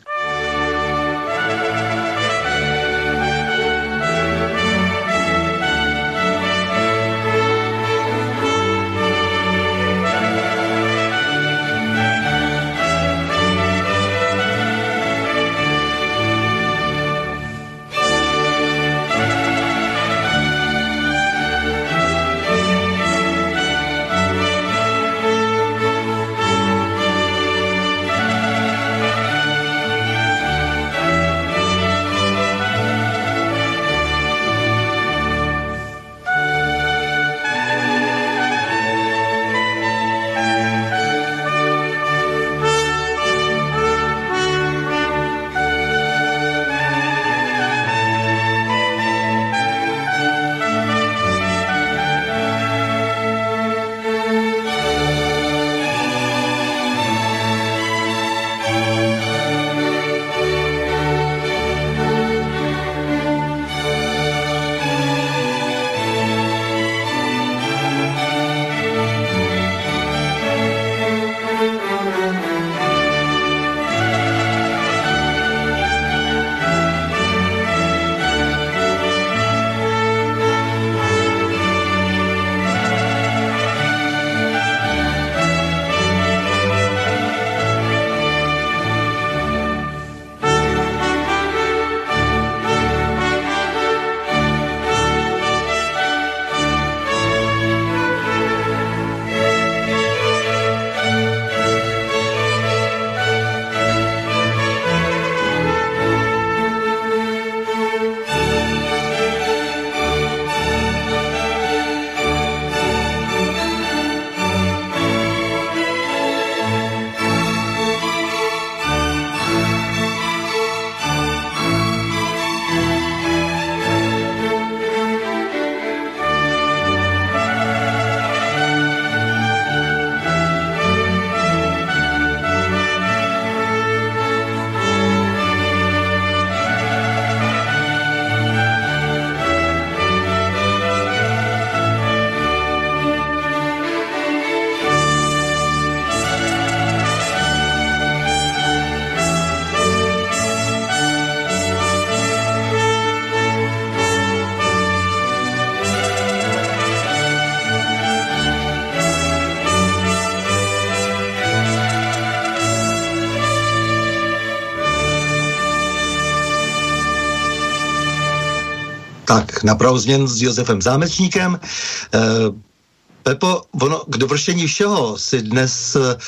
Tak, na pravou změnu s Josefem Zámečníkem. E, Pepo, ono k dovršení všeho si dnes e,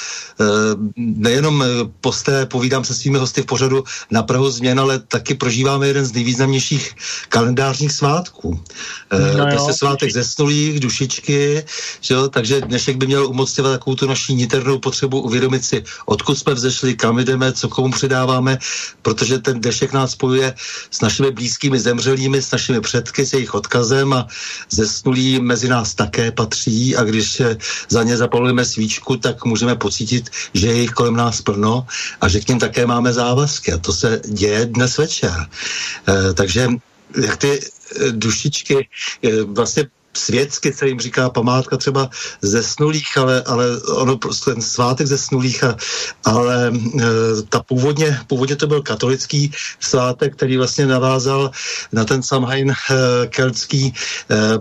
nejenom posté povídám se svými hosty v pořadu na prahu změn, ale taky prožíváme jeden z nejvýznamnějších kalendářních svátků. E, no dnes je svátek zesnulých, dušičky, že jo? Takže dnešek by měl umocňovat takovou tu naší niternou potřebu uvědomit si, odkud jsme vzešli, kam jdeme, co komu předáváme, protože ten dnešek nás spojuje s našimi blízkými zemřelými, s našimi předky, s jejich odkazem a zesnulí mezi nás také patří. A když za ně zapalujeme svíčku, tak můžeme pocítit, že je jich kolem nás plno a že k ním také máme závazky. A to se děje dnes večer. E, takže jak ty dušičky e, vlastně světsky se jim říká památka třeba zesnulých, ale, ale ono prostě ten svátek zesnulých, a, ale e, ta původně, původně to byl katolický svátek, který vlastně navázal na ten Samhain e, keltský, e,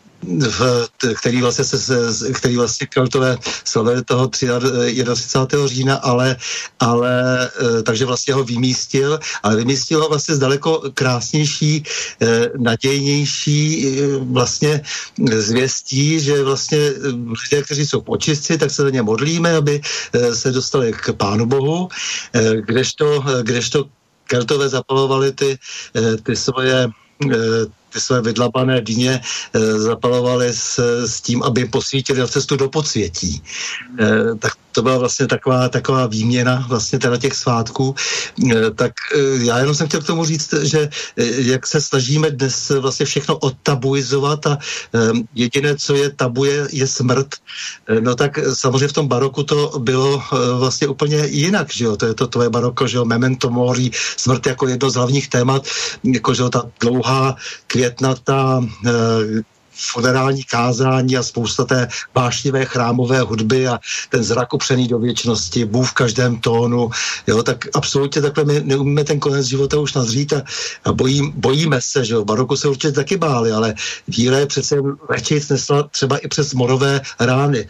V, který vlastně se, který vlastně Keltové slavili toho jednadvacátého října, ale, ale takže vlastně ho vymístil, ale vymístil ho vlastně z daleko krásnější, nadějnější vlastně zvěstí, že vlastně lidé, kteří jsou v očistci, tak se za ně modlíme, aby se dostali k Pánu Bohu, kdežto, kdežto Keltové zapalovali ty, ty svoje ty své vydlabané dýně e, zapalovali s, s tím, aby posvítili na cestu do podsvětí. E, tak to byla vlastně taková, taková výměna vlastně teda těch svátků. E, tak e, já jenom jsem chtěl k tomu říct, že e, jak se snažíme dnes vlastně všechno odtabuizovat a e, jediné, co je tabu, je, je smrt. E, no tak samozřejmě v tom baroku to bylo e, vlastně úplně jinak, že jo? To je to tvoje baroko, že jo? Memento mori, smrt jako jedno z hlavních témat, jako že jo, ta dlouhá květnatá e, funerální kázání a spousta té vášnivé chrámové hudby a ten zrak upřený do věčnosti, Bůh v každém tónu, jo, tak absolutně takhle my neumíme ten konec života už nazřít a, a bojím, bojíme se, že jo, v baroku se určitě taky báli, ale víra je přece lehčejc nesla třeba i přes morové rány.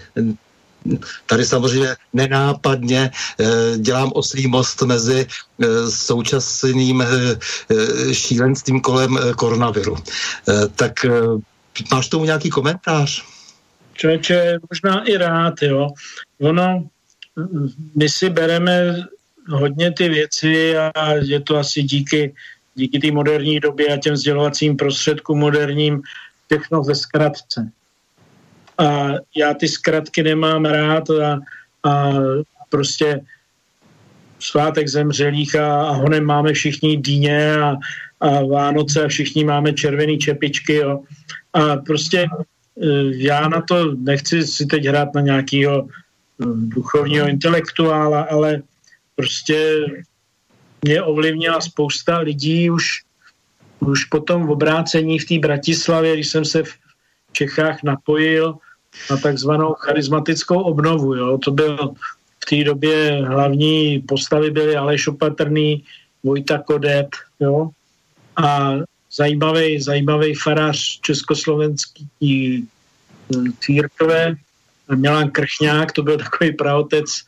Tady samozřejmě nenápadně eh, dělám oslý most mezi eh, současným eh, šílenstvím kolem eh, koronaviru. Eh, tak eh, máš tomu nějaký komentář? Člověče, možná i rád, jo. Ono, my si bereme hodně ty věci a je to asi díky díky té moderní době a těm sdělovacím prostředkům moderním všechno ve zkratce. A já ty zkratky nemám rád a, a prostě svátek zemřelých a, a honem máme všichni dýně a, a Vánoce a všichni máme červený čepičky, jo. A prostě já na to nechci si teď hrát na nějakého duchovního intelektuála, ale prostě mě ovlivnila spousta lidí už, už potom v obrácení v té Bratislavě, když jsem se v Čechách napojil na takzvanou charismatickou obnovu. Jo. To byl v té době hlavní postavy byly Aleš Opatrný, Vojta Kodet, jo. A zajímavý, zajímavý farář československý církve, Milan Krchňák, to byl takový praotec e,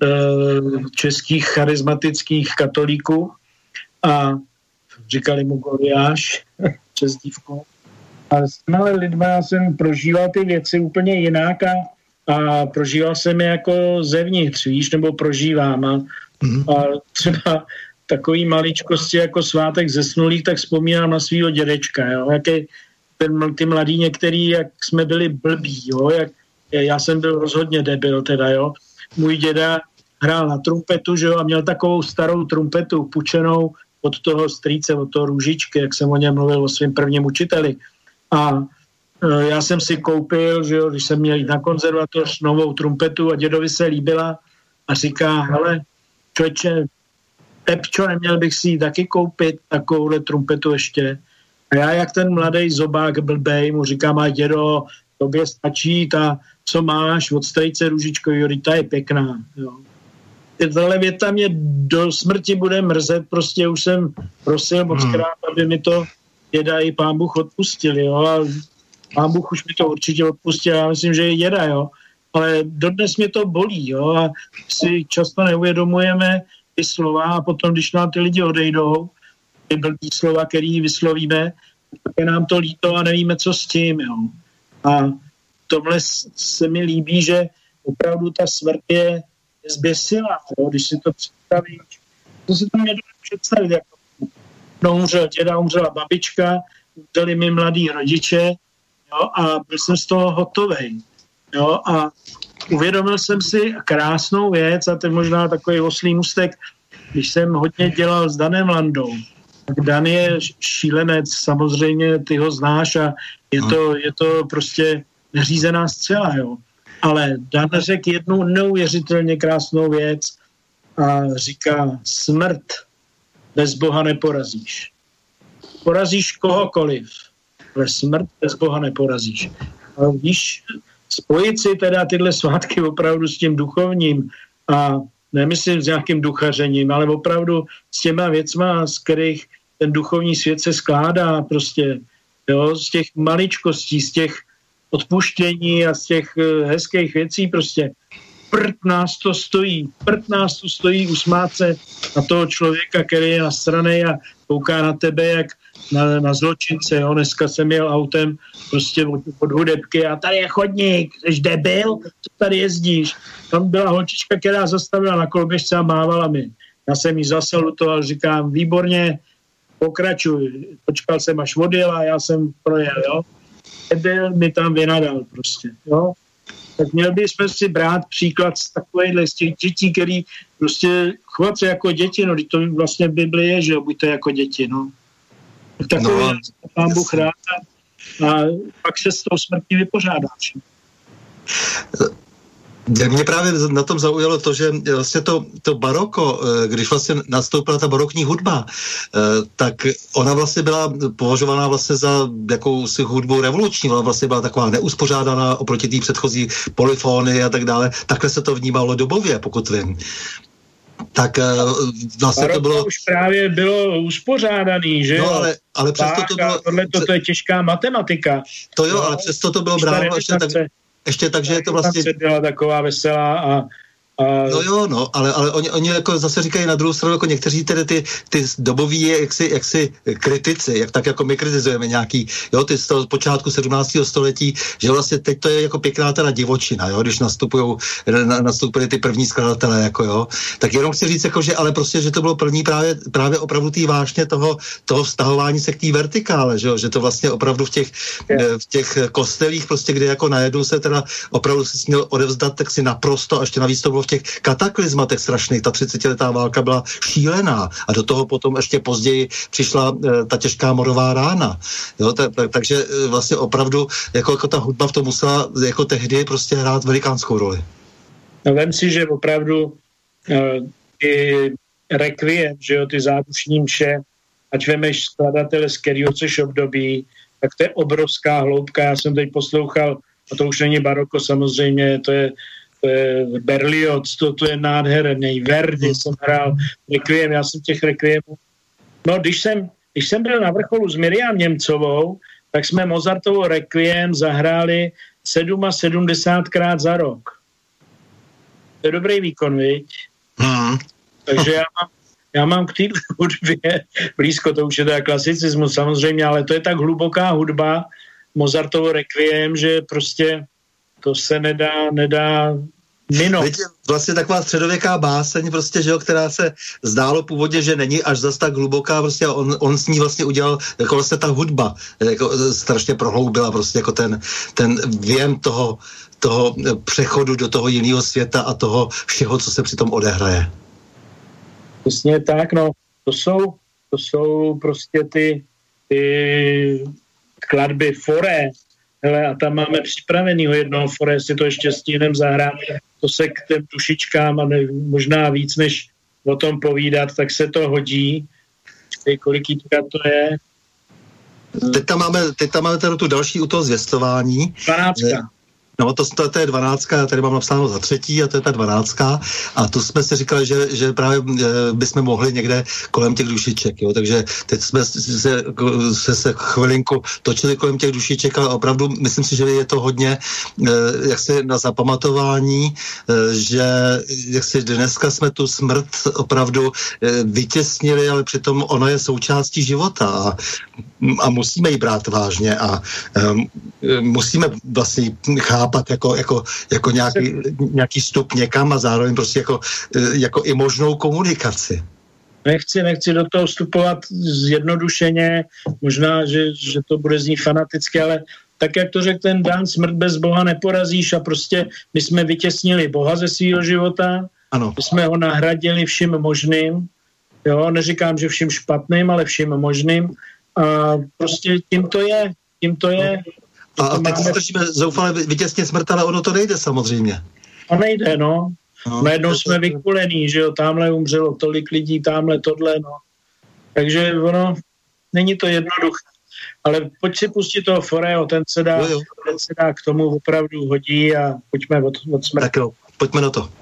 českých charismatických katolíků a říkali mu Goliáš, přezdívku. A s těmi lidmi já jsem prožíval ty věci úplně jinak a, a prožíval jsem je jako zevnitř, víš, nebo prožívám. A, mm-hmm. a třeba takový maličkosti jako svátek zesnulých, tak vzpomínám na svýho dědečka, jo, jaký ten, ty mladí některý, jak jsme byli blbí, jo, jak, já jsem byl rozhodně debil teda, jo. Můj děda hrál na trumpetu, že jo, a měl takovou starou trumpetu pučenou od toho strýce, od toho Růžičky, jak jsem o něm mluvil, o svém prvním učiteli. A e, já jsem si koupil, že jo, když jsem měl jít na konzervatoř, novou trumpetu a dědovi se líbila a říká, hele, člověče, Pepčo, neměl bych si ji taky koupit, takovouhle trumpetu ještě. A já, jak ten mladý zobák blbej, mu říkám, a dědo, tobě stačí ta, co máš od strejce Růžičko, jo, ta je pěkná. Jo. Tahle věta mě do smrti bude mrzet, prostě už jsem prosil moc krát, aby mi to děda i pán Bůh odpustil, jo, a pán Bůh už mi to určitě odpustil, já myslím, že je děda, jo, ale dodnes mě to bolí, jo, a si často neuvědomujeme ty slova a potom, když nám ty lidi odejdou, ty blbý slova, který vyslovíme, tak je nám to líto a nevíme, co s tím. Jo. A tomhle se mi líbí, že opravdu ta smrt je zběsila, jo, když si to představíš. To si to nedokážu představit, jako no, umřel děda, umřela babička, umřeli mi mladí rodiče, jo, a byl jsem z toho hotovej. Jo, a uvědomil jsem si krásnou věc, a to je možná takový oslý můstek, když jsem hodně dělal s Danem Landou. Tak Dan je šílenec, samozřejmě ty ho znáš a je to, je to prostě neřízená střela, jo. Ale Dan řekl jednu neuvěřitelně krásnou věc a říká, smrt bez Boha neporazíš. Porazíš kohokoliv, ale smrt bez Boha neporazíš. A víš, spojit si teda tyhle svátky opravdu s tím duchovním a nemyslím s nějakým duchařením, ale opravdu s těma věcma, z kterých ten duchovní svět se skládá prostě, jo, z těch maličkostí, z těch odpuštění a z těch uh, hezkých věcí prostě. Prd nás to stojí, prd nás to stojí usmát se na toho člověka, který je nasranej a kouká na tebe jak na, na zločince, jo. Dneska jsem jel autem prostě od, od hudebky a tady je chodník, jsi debil, co tady jezdíš? Tam byla holčička, která zastavila na kolběžce a mávala mi. Já jsem jí zasalutoval, říkám, výborně, pokračuj. Počkal jsem, až odjela, já jsem projel, jo. Debil mi tam vynadal prostě, jo. Tak měl bychom si brát příklad z takovejhle, z těch dětí, který prostě chovat se jako děti, no, to vlastně v Bibli je, že jo, buďte jako děti, no. Takový no, pán Bůh rád a, a pak se s tou smrtí vypořádáš. Mě právě na tom zaujalo to, že vlastně to, to baroko, když vlastně nastoupila ta barokní hudba, tak ona vlastně byla považovaná vlastně za jakousi hudbu revoluční, ona vlastně byla taková neuspořádaná oproti té předchozí polyfony a tak dále. Takhle se to vnímalo dobově, pokud vím. Tak vlastně baroko to bylo... už právě bylo uspořádaný, že jo? No, ale, ale přesto to bylo... Tohle to, to je těžká matematika. To jo, no, ale přesto to bylo bráno ještě tak... Ještě tak, že je to vlastně... byla taková veselá a... a... No jo, no, ale, ale oni, oni jako zase říkají na druhou stranu, jako někteří tedy ty, ty doboví jaksi, jaksi kritici, jak tak jako my kritizujeme nějaký, jo, ty z toho počátku sedmnáctého století, že vlastně teď to je jako pěkná teda divočina, jo, když nastupujou, na, nastupili ty první skladatelé, jako jo, tak jenom chci říct, jako, že ale prostě, že to bylo první právě, právě opravdu tý vážně toho, toho vztahování se k té vertikále, že jo, že to vlastně opravdu v těch, v těch kostelích prostě, kde jako najednou se teda opravdu si směl odevzdat, tak si naprosto, a ještě navíc to bylo v těch kataklizmatech strašných. Ta třicetiletá válka byla šílená a do toho potom ještě později přišla e, ta těžká morová rána. Jo, ta, ta, takže e, vlastně opravdu jako, jako ta hudba v tom musela jako tehdy prostě hrát velikánskou roli. No vem si, že opravdu e, ty rekviem, že jo, ty zádušní mše, ať vemeš skladatele z kterého chceš období, tak to je obrovská hloubka. Já jsem teď poslouchal, a to už není baroko samozřejmě, to je to je Berlioz, to, to je nádherný, Verdi jsem hrál, rekviem, já jsem těch rekviemů. No, když jsem, když jsem byl na vrcholu s Miriam Němcovou, tak jsme Mozartovo rekviem zahráli sedmdesátkrát za rok. To je dobrý výkon, viď? Hmm. Takže já mám, já mám k té hudbě blízko, to už je teda klasicismus samozřejmě, ale to je tak hluboká hudba, Mozartovo rekviem, že prostě to se nedá, nedá minout. Vlastně taková středověká báseň, prostě, že jo, která se zdálo původně, že není až zas tak hluboká, prostě on, on s ní vlastně udělal, jako vlastně ta hudba, jako strašně prohloubila prostě jako ten, ten věm toho, toho přechodu do toho jiného světa a toho všeho, co se přitom odehraje. Přesně tak, no, to jsou, to jsou prostě ty, ty skladby foré. Hele, a tam máme připravenýho jednoho fore, jestli to ještě stihnem zahrát, to se k těm dušičkám a ne, možná víc, než o tom povídat, tak se to hodí. Kolikýtka to je? Teď tam máme, teď tam máme teda tu další u toho zvěstování. dvanáctka. No to, to, to je dvanáctka, já tady mám napsáno za třetí a to je ta dvanáctka a tu jsme si říkali, že, že právě e, bychom mohli někde kolem těch dušiček, jo, takže teď jsme se, se, se chvilinku točili kolem těch dušiček, ale opravdu myslím si, že je to hodně e, jaksi na zapamatování, e, že jaksi dneska jsme tu smrt opravdu e, vytěsnili, ale přitom ona je součástí života a, a musíme ji brát vážně a e, musíme vlastně chápat jako, jako, jako nějaký, nějaký vstup někam a zároveň prostě jako, jako i možnou komunikaci. Nechci, nechci do toho vstupovat zjednodušeně, možná, že, že to bude znít fanaticky, ale tak, jak to řekl ten Dan, smrt bez Boha neporazíš a prostě my jsme vytěsnili Boha ze svého života, ano. My jsme ho nahradili vším možným, jo, neříkám, že vším špatným, ale vším možným a prostě tím to je, tím to je. A, a teď se snažíme zoufale vytěsnit smrt, ale ono to nejde samozřejmě. A nejde, no. no Najednou jsme vykulený, že jo, tamhle umřelo tolik lidí, tamhle tohle, no. Takže ono, není to jednoduché. Ale pojď si pustit toho Forého, ten se dá, jo, jo. Ten se dá k tomu opravdu hodí a pojďme od, od smrti. Tak jo, pojďme na to.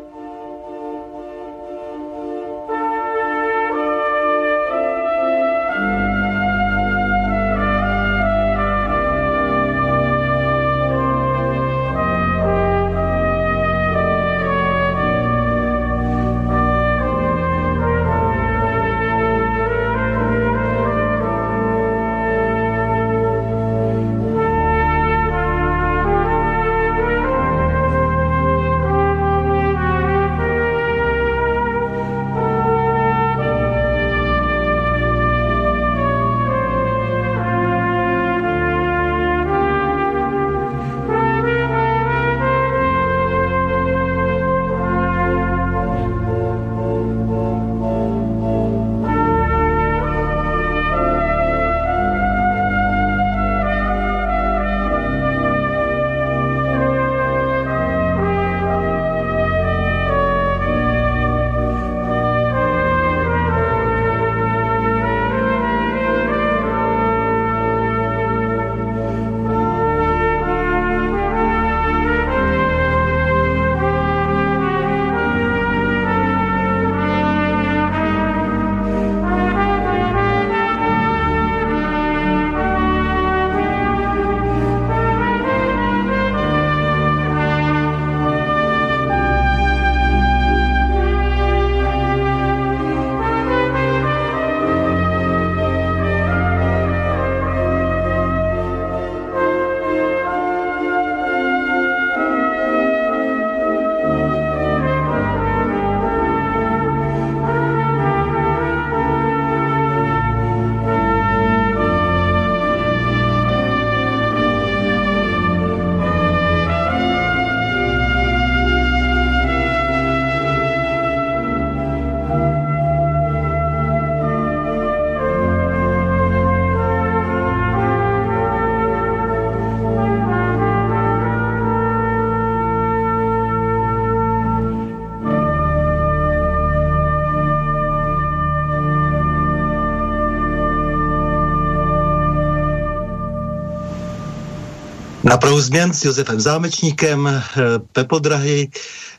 Na prahu změn s Josefem Zámečníkem, Pepo Drahý.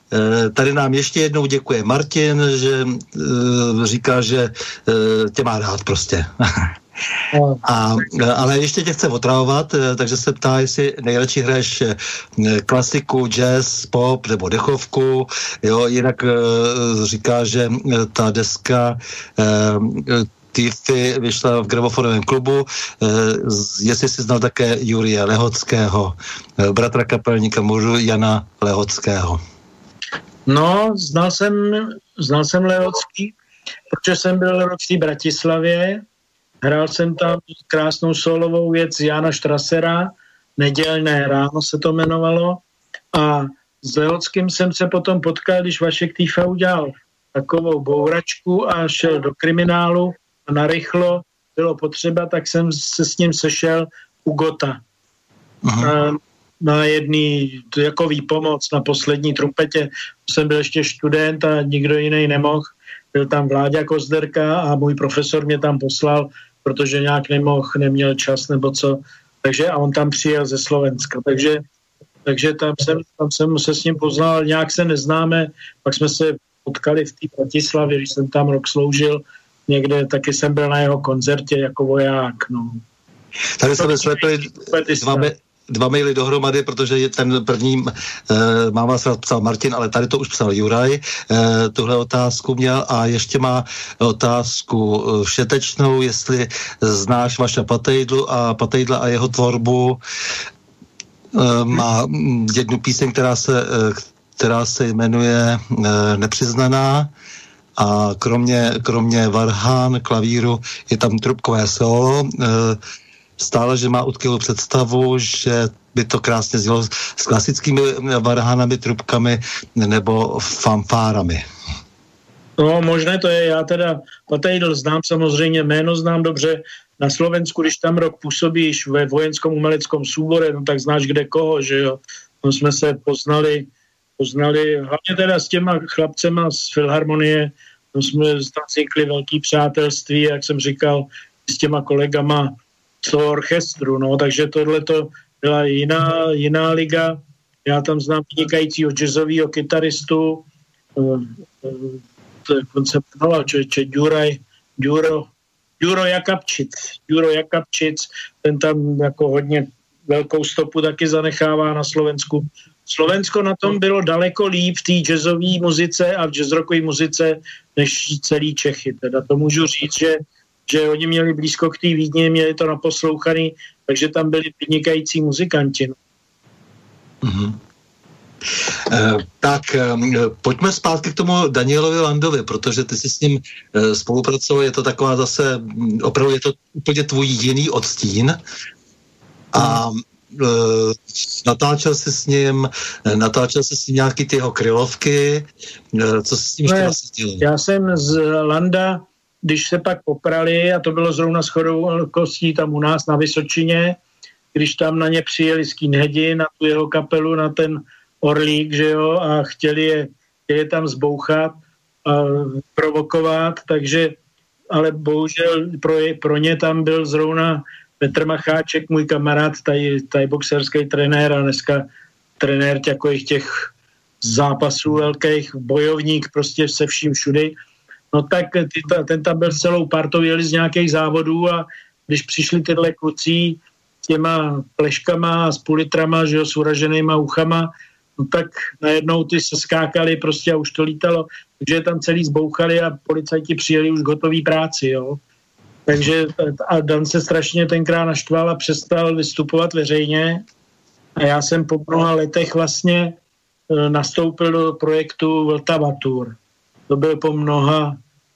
Tady nám ještě jednou děkuje Martin, že říká, že tě má rád prostě. A, ale ještě tě chce otravovat, takže se ptá, jestli nejradši hraješ klasiku, jazz, pop nebo dechovku. Jo, jinak říká, že ta deska Tiffy vyšla v gramofonovém klubu, jestli jsi znal také Jurie Lehockého, bratra kapelníka mužu Jana Lehockého. No, znal jsem, znal jsem Lehocký, protože jsem byl rok v Bratislavě, hrál jsem tam krásnou solovou věc Jana Štrasera, Nedělné ráno se to jmenovalo, a s Lehockým jsem se potom potkal, když Vašek Týfa udělal takovou bouračku a šel do kriminálu a narychlo bylo potřeba, tak jsem se s ním sešel u Gota. Na, na jedný jako výpomoc na poslední trumpetě. Jsem byl ještě student a nikdo jiný nemohl. Byl tam Vláďa Kozderka a můj profesor mě tam poslal, protože nějak nemohl, neměl čas nebo co. Takže a on tam přijel ze Slovenska. Takže takže tam jsem, tam jsem se s ním poznal, nějak se neznáme, pak jsme se potkali v té Bratislavě, když jsem tam rok sloužil někde, taky jsem byl na jeho koncertě jako voják, no. Tady jsme slepili dva, dva maily dohromady, protože ten první e, mám vás rád psal Martin, ale tady to už psal Juraj, e, tuhle otázku měl a ještě má otázku všetečnou, jestli znáš Vaša Patejdlu a Patejdla a jeho tvorbu. E, má jednu píseň, která se, která se jmenuje e, Nepřiznaná. A kromě, kromě varhán, klavíru je tam trubkové solo. Stále, že má Utkilu představu, že by to krásně znělo s klasickými varhánami, trubkami nebo fanfárami. No, možné to je. Já teda Patejdl znám samozřejmě, jméno znám dobře. Na Slovensku, když tam rok působíš ve vojenskom umeleckém súbore, no tak znáš kde koho, že jo. No, jsme se poznali, poznali hlavně teda s těma chlapcema z Filharmonie, no jsme tam vznikli velký přátelství, jak jsem říkal, s těma kolegama z toho orchestru, no, takže tohle to byla jiná, jiná liga. Já tam znám vynikajícího jazzového kytaristu, on se jmenoval, člověče, Ďuraj, Ďuro, Ďuro Jakabčic, Ďuro Jakabčic, ten tam jako hodně velkou stopu taky zanechává na Slovensku. Slovensko na tom bylo daleko líp v té jazzové muzice a v jazzrockové muzice než celý Čechy. Teda to můžu říct, že, že oni měli blízko k té Vídni, měli to naposlouchaný, takže tam byli vynikající muzikanti. No. Mm-hmm. Eh, tak eh, pojďme zpátky k tomu Danielovi Landovi, protože ty jsi s ním eh, spolupracoval, je to taková zase, opravdu je to úplně tvůj jiný odstín a Uh, natáčel jsi s ním, natáčel jsi s ním nějaký ty jeho krylovky, uh, co jsi s tím ještě vlastně dělal? Já jsem z Landa, když se pak poprali, a to bylo zrovna shodou kostí tam u nás na Vysočině, když tam na ně přijeli skinheadi, na tu jeho kapelu, na ten Orlík, že jo, a chtěli je, chtěli je tam zbouchat a provokovat, takže, ale bohužel pro, je, pro ně tam byl zrovna Petr Macháček, můj kamarád, tady, tady boxerský trenér a dneska trenér takových těch zápasů velkých, bojovník prostě se vším všudy. No tak ty, ten tam byl s celou partou, jeli z nějakých závodů a když přišli tyhle kluci s těma pleškama a s půlitrama, že jo, s uraženýma uchama, no tak najednou ty se skákali prostě a už to lítalo, takže je tam celý zbouchali a policajti přijeli už k hotový práci, jo. Takže a Dan se strašně tenkrát naštval a přestal vystupovat veřejně a já jsem po mnoha letech vlastně nastoupil do projektu Vltava Tour. To byl po mnoha,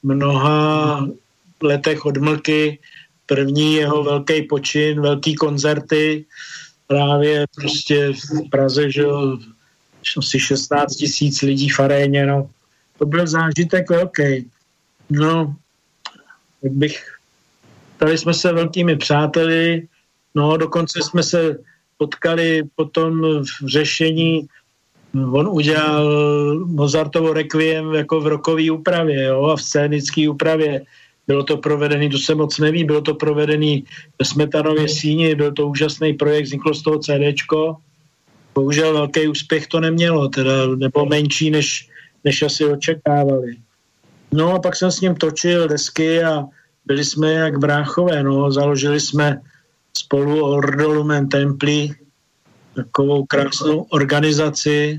mnoha letech odmlky, první jeho velký počin, velký koncerty, právě prostě v Praze, že jo, asi šestnáct tisíc lidí v aréně, no. To byl zážitek velký. No, jak bych stali jsme se velkými přáteli, no dokonce jsme se potkali potom v řešení, on udělal Mozartovo Requiem jako v rockové úpravě, jo, a v scénické úpravě. Bylo to provedený, to se moc neví, bylo to provedený ve Smetanově síni, byl to úžasný projekt, vzniklo z toho CDčko. Bohužel velký úspěch to nemělo, teda, nebo menší, než, než asi očekávali. No a pak jsem s ním točil desky a byli jsme jak bráchové, no, založili jsme spolu Ordo Lumen Templi, takovou krásnou organizaci.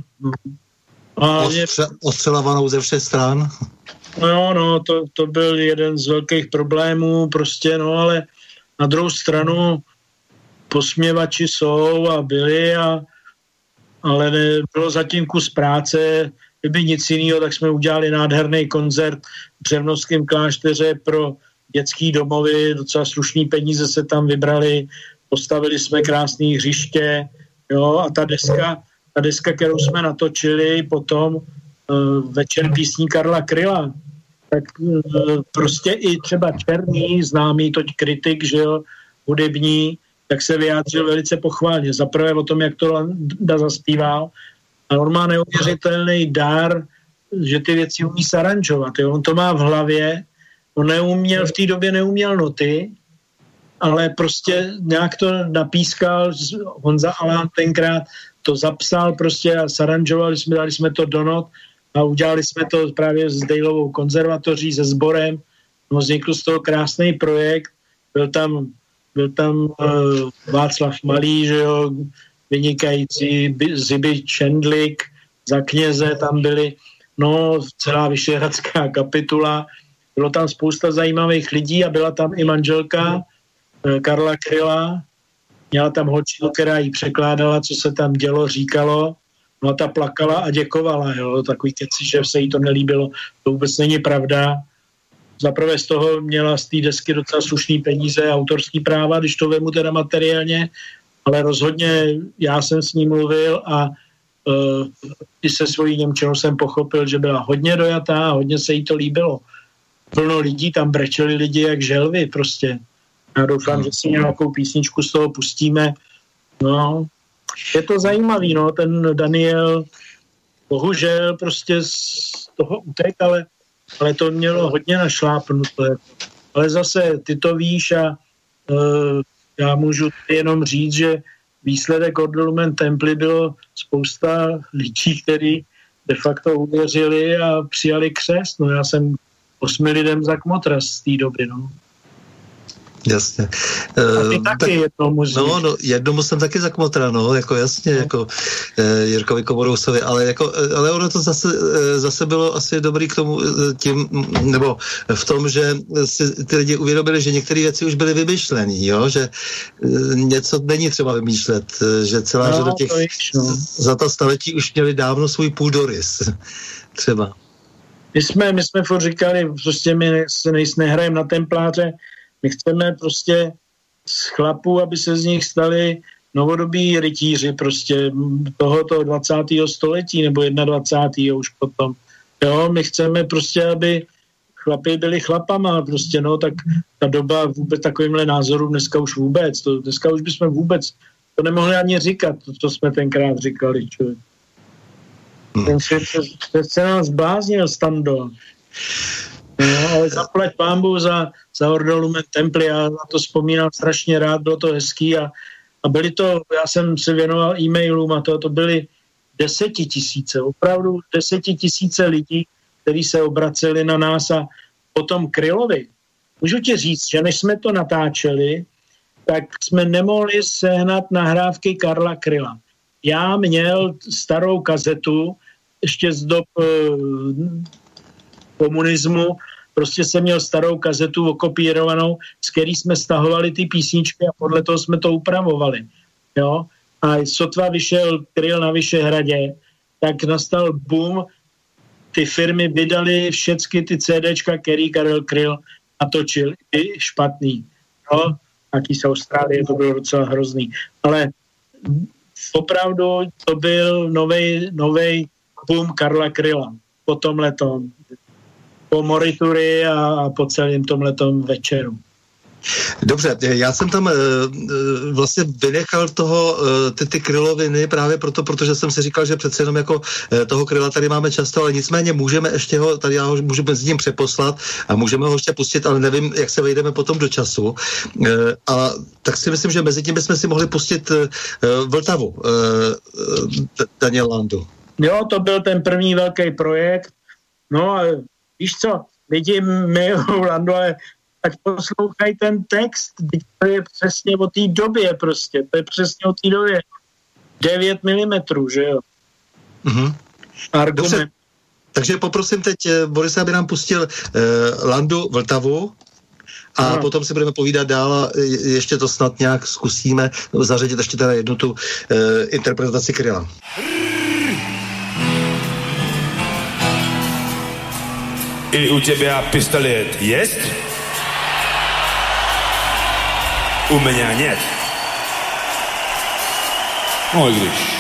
A Ostře, ostřelovanou ze všech stran. No, no, to, to byl jeden z velkých problémů, prostě, no, ale na druhou stranu posměvači jsou a byli, a, ale ne, bylo zatím kus práce, kdyby nic jiného, tak jsme udělali nádherný koncert v Břevnovském klášteře pro dětský domovy, docela slušný peníze se tam vybrali, postavili jsme krásné hřiště, jo, a ta deska, ta deska, kterou jsme natočili potom uh, večer písní Karla Kryla, tak uh, prostě i třeba Černý, známý toť kritik, že jo, hudební, tak se vyjádřil velice pochválně. Zaprvé o tom, jak to Landa zaspíval, a on má neuvěřitelný dar, že ty věci umí saranžovat, jo, on to má v hlavě. On neuměl, v té době neuměl noty, ale prostě nějak to napískal Honza Alán tenkrát, to zapsal prostě a saranžovali jsme, dali jsme to do not a udělali jsme to právě s Daleovou konzervatoří, se sborem. No, vznikl z toho krásný projekt. Byl tam, byl tam uh, Václav Malý, že jo, vynikající Ziby Čendlik, za kněze tam byli, no, celá vyšehradská kapitula. Bylo tam spousta zajímavých lidí a byla tam i manželka uh, Karla Kryla. Měla tam holčinu, která jí překládala, co se tam dělo, říkalo. No a ta plakala a děkovala, jo. Takový keci, že se jí to nelíbilo, to vůbec není pravda. Zaprvé z toho měla z té desky docela slušný peníze, autorský práva, když to vemu teda materiálně, ale rozhodně já jsem s ní mluvil a uh, i se svojí němčinou jsem pochopil, že byla hodně dojatá a hodně se jí to líbilo. Plno lidí, tam brečeli lidi jak želvy prostě. Já doufám, že si nějakou písničku z toho pustíme. No, je to zajímavý, no, ten Daniel bohužel prostě z toho utek, ale, ale to mělo hodně našlápnuto. Ale zase ty to víš a uh, já můžu jenom říct, že výsledek Ordo Lumen Templi bylo spousta lidí, kteří de facto uvěřili a přijali křest. No já jsem osmi lidem za kmotras z té doby, no. Jasně. A ty uh, taky jednomu No, no, jednomu jsem taky zakmotra, no, jako jasně, no. jako uh, Jirkovi Komorousovi, ale jako, ale ono to zase, uh, zase bylo asi dobrý k tomu uh, tím, nebo v tom, že si ty lidi uvědomili, že některé věci už byly vymyšlený, jo, že uh, něco není třeba vymýšlet, uh, že celá no, řada těch, víš, no. za ta staletí už měli dávno svůj půdorys, třeba. My jsme, my jsme furt říkali, prostě my se nejsme nehrajeme na templáře, my chceme prostě z chlapů, aby se z nich stali novodobí rytíři prostě tohoto dvacátého století nebo dvacátého prvního už potom. Jo, my chceme prostě, aby chlapi byli chlapama prostě, no, tak ta doba vůbec takovýmhle názorům dneska už vůbec, to, dneska už bychom vůbec to nemohli ani říkat, to, co jsme tenkrát říkali, člověk. Hmm. Ten svět se, se nás zbláznil, Stando. No, ale zaplať pánbu za, za Ordo Lumen Templi, já na to vzpomínám strašně rád, bylo to hezký a, a byly to, já jsem se věnoval e-mailům a to, to byly desetitisíce, opravdu desetitisíce lidí, kteří se obraceli na nás a potom Krylovi. Můžu ti říct, že než jsme to natáčeli, tak jsme nemohli sehnat nahrávky Karla Kryla. Já měl starou kazetu, ještě z dob e, komunismu, prostě jsem měl starou kazetu okopírovanou, z který jsme stahovali ty písničky a podle toho jsme to upravovali. Jo? A sotva vyšel Kryl na Vyšehradě, tak nastal boom, ty firmy vydali všechny ty CDčka, který Karel Kryl natočil, i špatný. Jo? Taký z Austrálie, to bylo docela hrozný. Ale opravdu to byl novej, novej boom Karla Kryla po tomhletom, po Morituri a, a po celém tomhletom večeru. Dobře, já jsem tam e, vlastně vynechal toho, e, ty, ty Kryloviny právě proto, protože jsem si říkal, že přece jenom jako e, toho Kryla tady máme často, ale nicméně můžeme ještě ho, tady já ho můžu mezi ním přeposlat a můžeme ho ještě pustit, ale nevím, jak se vejdeme potom do času. E, a tak si myslím, že mezi tím bychom si mohli pustit e, Vltavu, e, e, Daniel Landu. Jo, to byl ten první velký projekt. No a víš co, lidi milujou Landu, ale tak poslouchaj ten text, to je přesně o té době prostě, to je přesně o té době. devět milimetrů, že jo? Mm-hmm. Argument. Dobře. Takže poprosím teď Borise, aby nám pustil uh, Landu Vltavu a Aha. potom si budeme povídat dál a ještě to snad nějak zkusíme zařadit ještě teda jednu tu uh, interpretaci Kryla. I u тебя пистолет есть? У меня нет. Ой, Гриш.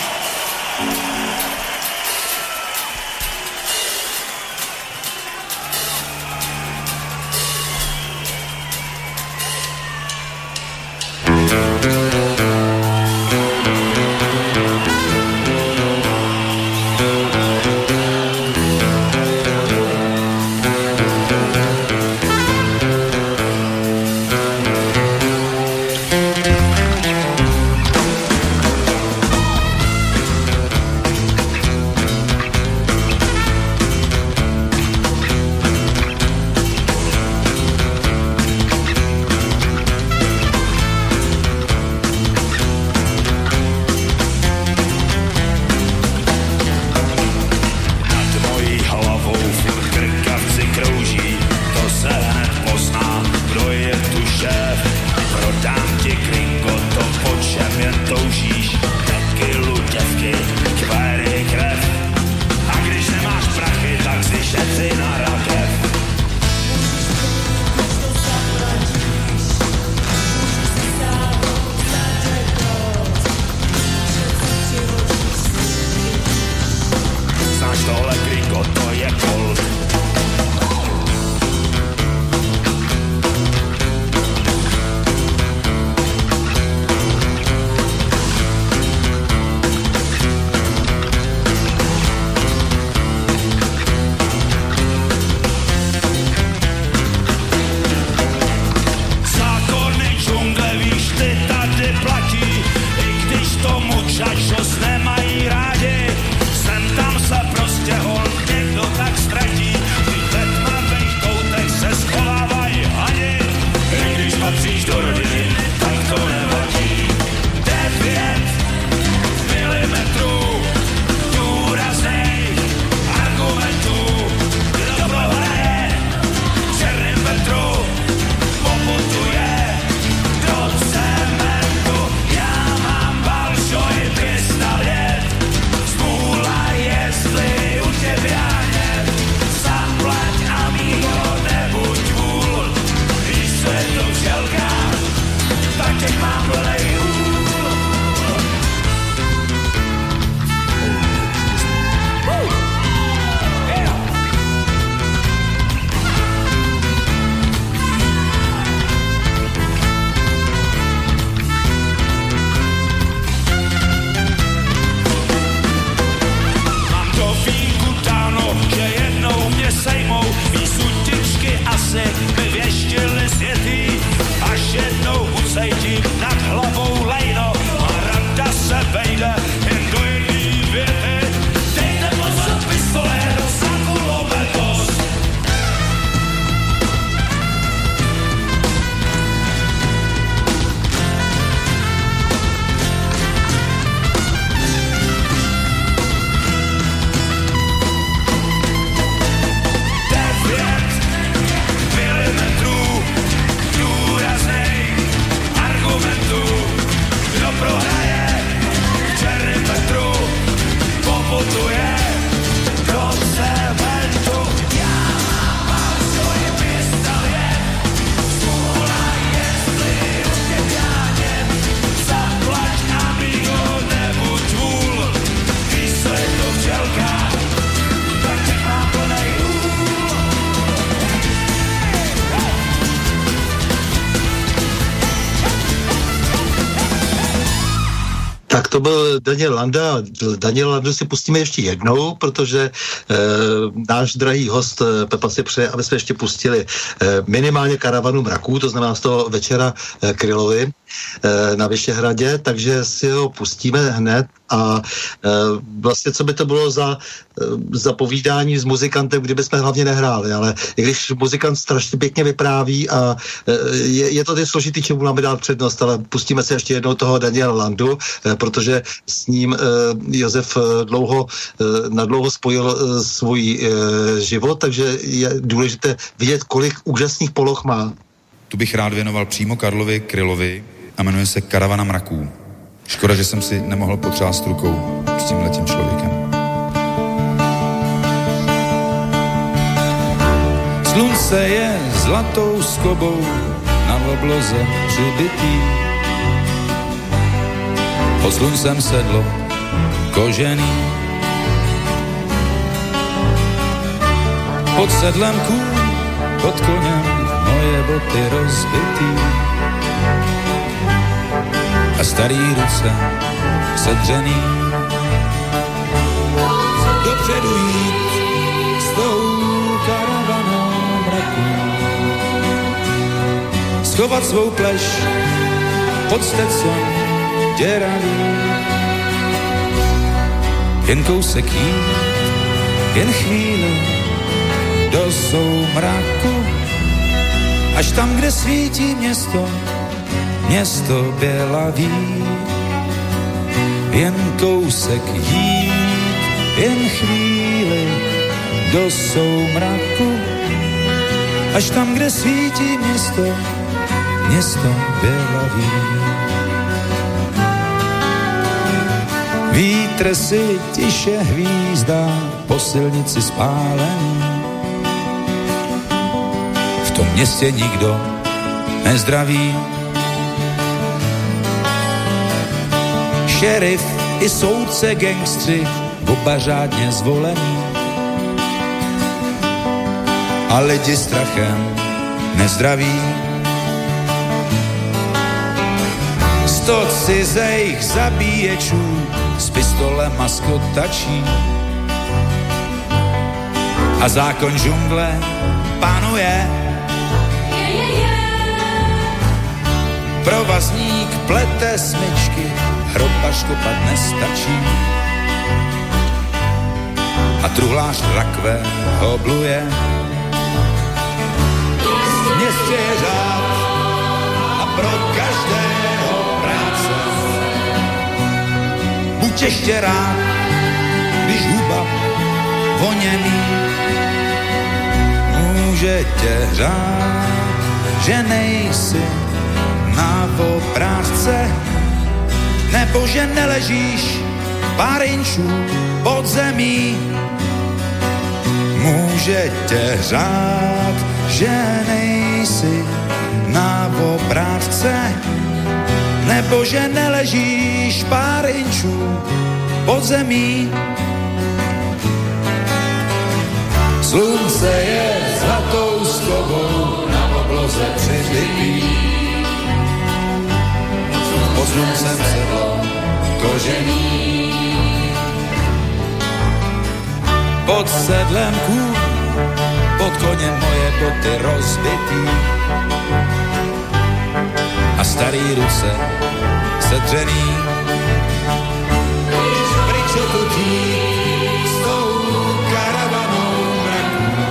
máš tohle gringo, to je Colt. Čačos nemají rádi, sem tam se prostě hol někdo tak ztratí. Ty ve tmavých koutech se schovávají hani, i když patříš do rodiny, tak to nevadí. Devět milimetrů důrazných argumentů, kdo prohraje černým Petru, poputuje do cementu. Já mám balšoj pistolet, smůla jestli u tebe hned, zaplať amigo, nebuď vůl, když se to vželká, tak těch mám plnej hůl. Že jednou mě sejmou ví sutičky asi mi věštily světý, až jednou ucejtím nad hlavou lejno a randa se vejde jen do jedný věty. Dejte pozor pistole za kulometos. Kdo prohraje černým Petru, poputuje do cementu. Já mám balšoj pistolet, smůla jestli u tebe hned, zaplať amigo, nebuď vůl, když se to vželká, tak těch mám plnej hůl. Tak to byl Daniel Landa. Daniel Landu si pustíme ještě jednou, protože e, náš drahý host Pepa si přeje, aby jsme ještě pustili e, minimálně Karavanu mraků, to znamená z toho večera e, Krylovi e, na Vyšehradě, takže si ho pustíme hned a e, vlastně co by to bylo za, e, za povídání s muzikantem, kdyby jsme hlavně nehráli, ale i když muzikant strašně pěkně vypráví a e, je, je to ty složitý, čemu máme dát přednost, ale pustíme si ještě jednou toho Daniela Landu, e, protože s ním e, Josef dlouho, e, nadlouho spojil e, svůj e, život, takže je důležité vidět, kolik úžasných poloh má. Tu bych rád věnoval přímo Karlovi Krylovi a jmenuje se Karavana mraků. Škoda, že jsem si nemohl potřást rukou s tímhletím člověkem. Slunce je zlatou skobou na obloze přibitý. Pod sluncem sedlo kožený. Pod sedlem kůň, pod koněm moje boty rozbitý. A starý ruce sedřený. Dopředu jít s tou karavanou mraků. Schovat svou pleš pod stetson děravý. Jen kousek jít, jen chvíli do soumraku. Až tam, kde svítí město, město bělaví. Jen kousek jít, jen chvíli do soumraku. Až tam, kde svítí město, město bělaví. Vítr si tiše hvízdá po silnici spálený. V tom městě nikdo nezdraví. Šerif i soudce, gangstři, oba řádně zvolení. a lidi strachem nezdraví. Sto cizejch zabíječů s pistolem a skotačí a zákon džungle panuje. Provazník plete smyčky, hroba škopat nestačí a truhlář rakve hobluje. V městě je řád a pro každého práce. Buď ještě rád, když huba voněný může tě řád, že nejsi na obrázce, nebo že neležíš pár inčů pod zemí. Může tě řád, že nejsi na obrázce, nebo že neležíš pár inčů pod zemí. Slunce je zlatou skovou na obloze přežitý. Pod sluncem sedlo kožený. Pod sedlem kůň, pod koněm moje boty rozbitý. A starý ruce sedřený. Pryč odtutí s tou karavanou mraků,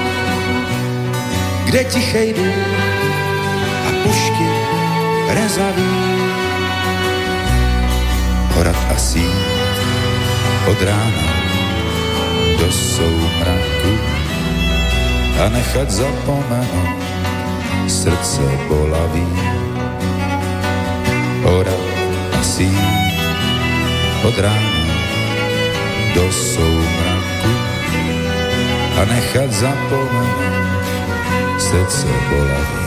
kde tichej jdu a pušky rezaví. Horat a sít od rána do soumraku a nechat zapomenout srdce bolavý. Horat a sít od rána do soumraku a nechat zapomenout srdce bolavý.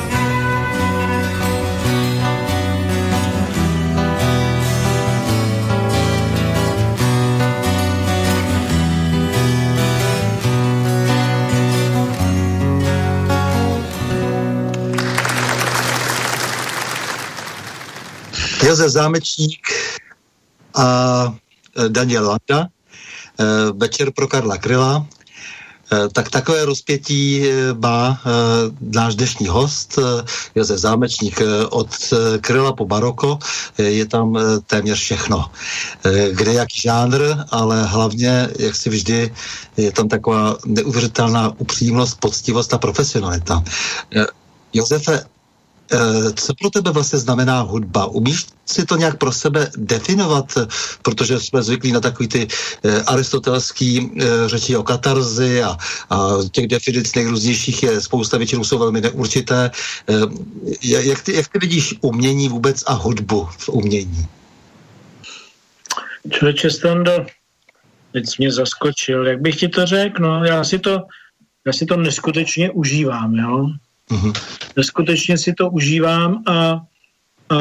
Josef Zámečník a Daniel Landa, večer pro Karla Kryla. Tak takové rozpětí má náš dnešní host, Josef Zámečník. Od Kryla po baroko je tam téměř všechno. Kde jaký žánr, ale hlavně, jak si vždy, je tam taková neuvěřitelná upřímnost, poctivost a profesionalita. Josefe, co pro tebe vlastně znamená hudba? Umíš si to nějak pro sebe definovat? Protože jsme zvyklí na takový ty aristotelský řeči o katarzi a, a těch definic nejrůznějších je spousta, většinou jsou velmi neurčité. Jak ty, jak ty vidíš umění vůbec a hudbu v umění? Člověče Stando, teď jsi mě zaskočil. Jak bych ti to řekl? No, já si to, já si to neskutečně užívám, jo? Mm-hmm. Skutečně si to užívám a, a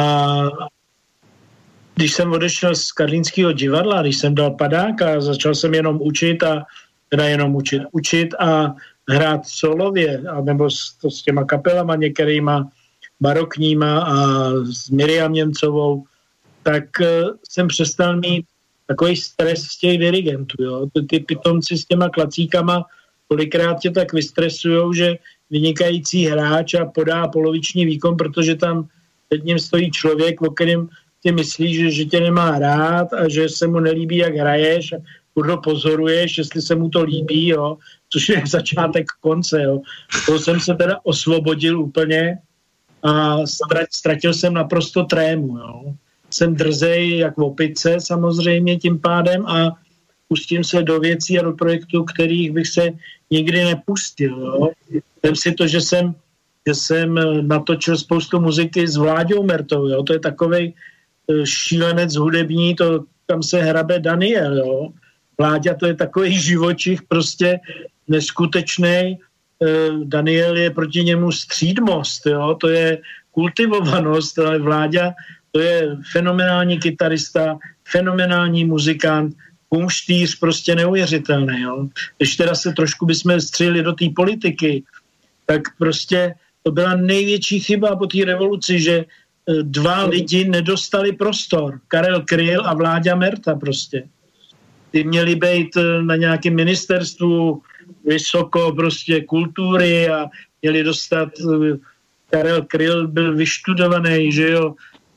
když jsem odešel z Karlínského divadla, když jsem dal padák a začal jsem jenom učit a teda jenom učit, učit a hrát solově, a nebo s, to, s těma kapelama některýma barokníma a s Miriam Němcovou, tak uh, jsem přestal mít takový stres z těch dirigentů, jo. Ty, ty pitomci s těma klacíkama kolikrát tě tak vystresujou, že vynikající hráč a podá poloviční výkon, protože tam před ním stojí člověk, o kterém ty myslíš, že, že tě nemá rád a že se mu nelíbí, jak hraješ a furt pozoruješ, jestli se mu to líbí, jo, což je začátek konce, jo. To jsem se teda osvobodil úplně a ztratil jsem naprosto trému, jo. Jsem drzej jak v opice samozřejmě tím pádem a pustím se do věcí a do projektů, kterých bych se nikdy nepustil, jo. Vem si to, že jsem, že jsem natočil spoustu muziky s Vláďou Mertou, jo? To je takovej šílenec hudební, to tam se hrabe Daniel, jo? Vláďa to je takový živočich prostě neskutečnej, Daniel je proti němu střídmost, jo? To je kultivovanost, ale Vláďa to je fenomenální kytarista, fenomenální muzikant, kumštýř prostě neuvěřitelný. Jo. Když teda se trošku bychom střihli do té politiky, tak prostě to byla největší chyba po té revoluci, že dva lidi nedostali prostor. Karel Kryl a Vláďa Merta prostě. Ty měli být na nějakém ministerstvu vysoko prostě kultury a měli dostat, Karel Kryl byl vyštudovaný, že jo,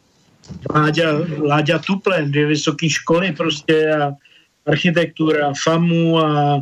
Vláďa, Vláďa Tuplen, dvě vysoké školy prostě a architektura, FAMu a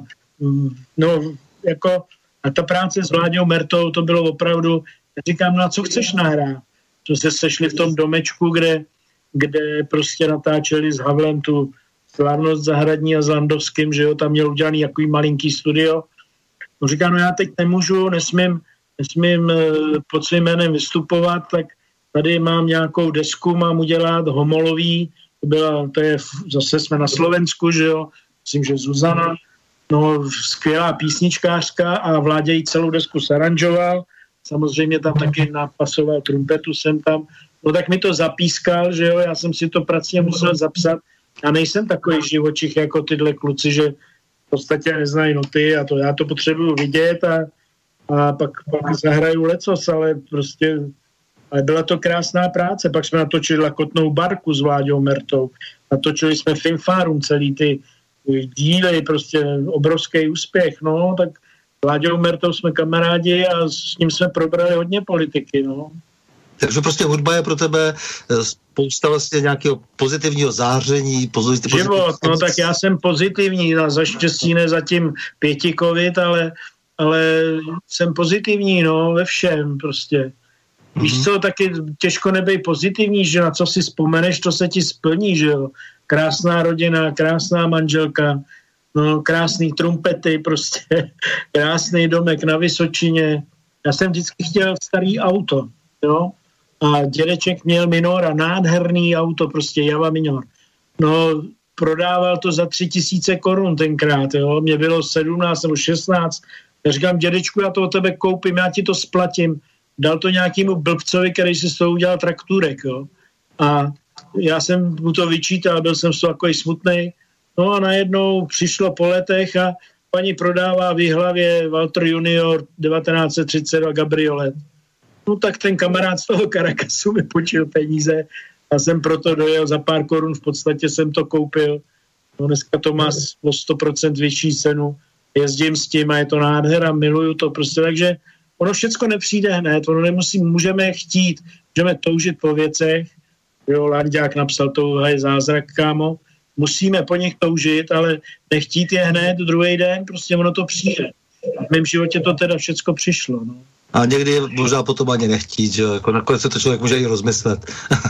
no, jako a ta práce s Vláďou Mertou, to bylo opravdu, já říkám, no a co chceš nahrát? To se sešli v tom domečku, kde, kde prostě natáčeli s Havlem tu Slavnost zahradní a s Landovským, že jo, tam měl udělaný jaký malinký studio. No říká, no já teď nemůžu, nesmím, nesmím pod svým jménem vystupovat, tak tady mám nějakou desku, mám udělat Homolový, to byla, to je, zase jsme na Slovensku, že jo, myslím, že Zuzana, no skvělá písničkářka a Vládě jí celou desku saranžoval, samozřejmě tam taky napasoval trumpetu jsem tam, no tak mi to zapískal, že jo, já jsem si to pracně musel zapsat. Já nejsem takový živočich jako tyhle kluci, že v podstatě neznají noty a to já to potřebuju vidět a, a pak, pak zahraju lecos, ale prostě ale byla to krásná práce. Pak jsme natočili Lakotnou barku s Vláďou Mertou. Natočili jsme Finfárum, celý ty díly, prostě obrovský úspěch. No, tak s Vláďou Mertou jsme kamarádi a s ním jsme probrali hodně politiky, no. Takže prostě hudba je pro tebe spousta vlastně nějakého pozitivního záření, pozitivního... Život, no tak já jsem pozitivní, a za štěstí ne zatím pěti covid, ale, ale jsem pozitivní, no, ve všem prostě. Mm-hmm. Víš co, taky těžko nebej pozitivní, že na co si vzpomeneš, to se ti splní, že jo. Krásná rodina, krásná manželka, no, krásný trumpety, prostě krásný domek na Vysočině. Já jsem vždycky chtěl starý auto, jo. A dědeček měl Minora, nádherný auto, prostě Java Minor. No, prodával to za tři tisíce korun tenkrát, jo. Mě bylo sedmnáct nebo šestnáct. Já říkám, dědečku, já to od tebe koupím, já ti to splatím. Dal to nějakému blbcovi, který si z toho udělal traktůrek, jo. A já jsem mu to vyčítal, byl jsem z toho takový smutnej. No a najednou přišlo po letech a paní prodává v Jihlavě Walter Junior devatenáct set třicet dva Gabriolet. No tak ten kamarád z toho Caracasu mi počil peníze a jsem proto dojel za pár korun, v podstatě jsem to koupil. No dneska to má o sto procent vyšší cenu. Jezdím s tím a je to nádhera, miluju to prostě, takže ono všecko nepřijde hned, ono nemusí, můžeme chtít, můžeme toužit po věcech, jo, Landák napsal touha je zázrak, kámo, musíme po nich toužit, ale nechtít je hned, druhý den, prostě ono to přijde. V mém životě to teda všecko přišlo, no. A někdy je možná potom ani nechtít, že jako nakonec se to člověk může i rozmyslet.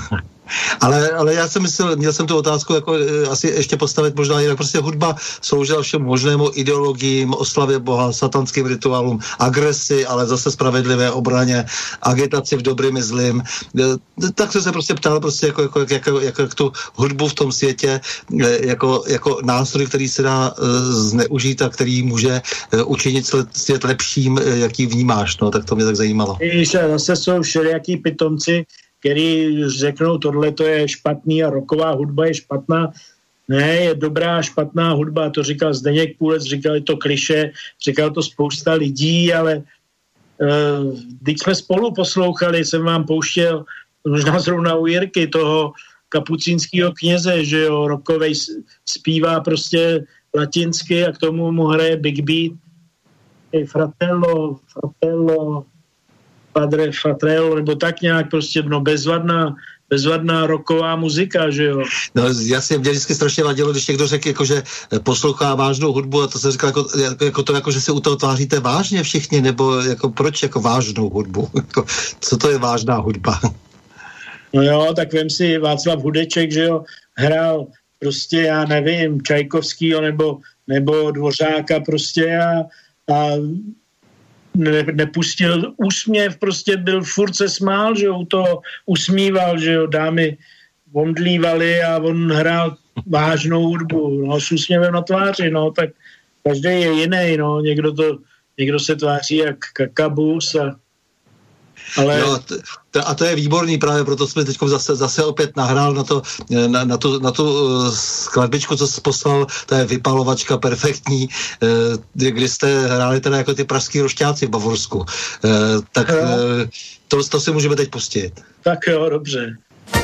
ale, ale já jsem myslel, měl jsem tu otázku jako asi ještě postavit možná jinak. Prostě hudba sloužila všem možnému ideologiím, oslavě Boha, satanským rituálům, agresi, ale zase spravedlivé obraně, agitaci v dobrým i zlým. Tak jsem se prostě ptal prostě jako, jako, jako, jako, jako tu hudbu v tom světě jako, jako nástroj, který se dá zneužít a který může učinit svět lepším, jaký vnímáš. No, tak to mě tak zajímalo. Víš, zase jsou všelijaký pitomci, který řeknou, tohle to je špatný a rocková hudba je špatná. Ne, je dobrá špatná hudba, to říkal Zdeněk Půlec, říkali to kliše, říkal to spousta lidí, ale uh, když jsme spolu poslouchali, jsem vám pouštěl možná zrovna u Jirky toho kapucínského kněze, že jo, rockovej zpívá prostě latinsky a k tomu mu hraje Big Beat. Hey, fratello, fratello, padre fratello, nebo tak nějak prostě, no bezvadná, bezvadná rocková muzika, že jo. No jasně, mě vždycky strašně vadilo, když někdo řekl, jako, že poslouchá vážnou hudbu a to se říká jako, jako, jako to, jako, že se u toho tváříte vážně všichni, nebo jako proč jako vážnou hudbu? Jako, co to je vážná hudba? No jo, tak vem si Václav Hudeček, že jo, hrál prostě, já nevím, Čajkovskýho nebo, nebo Dvořáka prostě a, a ne, nepustil úsměv, prostě byl furt se smál, že jo, to usmíval, že jo, dámy omdlívaly a on hrál vážnou hudbu, no, s úsměvem na tváři, no, tak každý je jiný, no, někdo to, někdo se tváří jak kakabus a Ale... Jo, t- t- a to je výborný, právě proto jsme teď zase, zase opět nahrál na, to, na, na, tu, na tu uh, skladbičku, co jsi poslal, to je vypalovačka perfektní, uh, kdy jste hráli teda jako ty pražský rošťáci v Bavorsku. Uh, tak uh, to, to si můžeme teď pustit. Tak jo, dobře.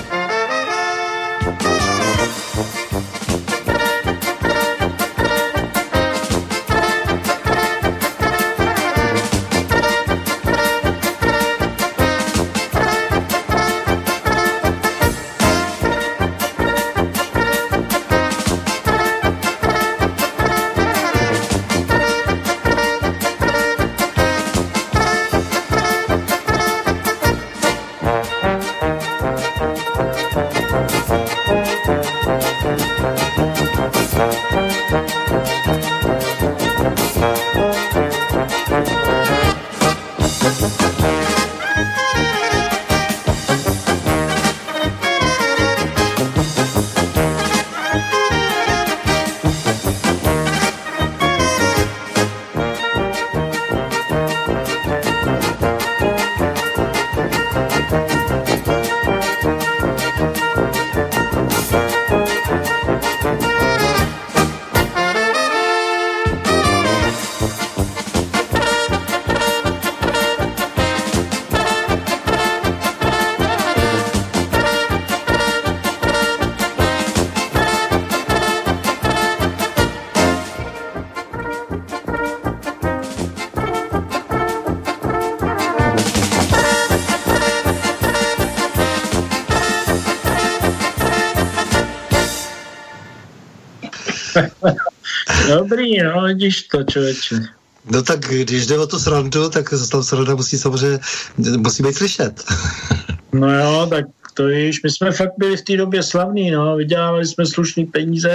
Dobrý, no, vidíš to, člověče. No tak když jde o tu srandu, tak tam sranda musí samozřejmě, musí být slyšet. No jo, tak to víš, my jsme fakt byli v té době slavní, no, vydělávali jsme slušný peníze,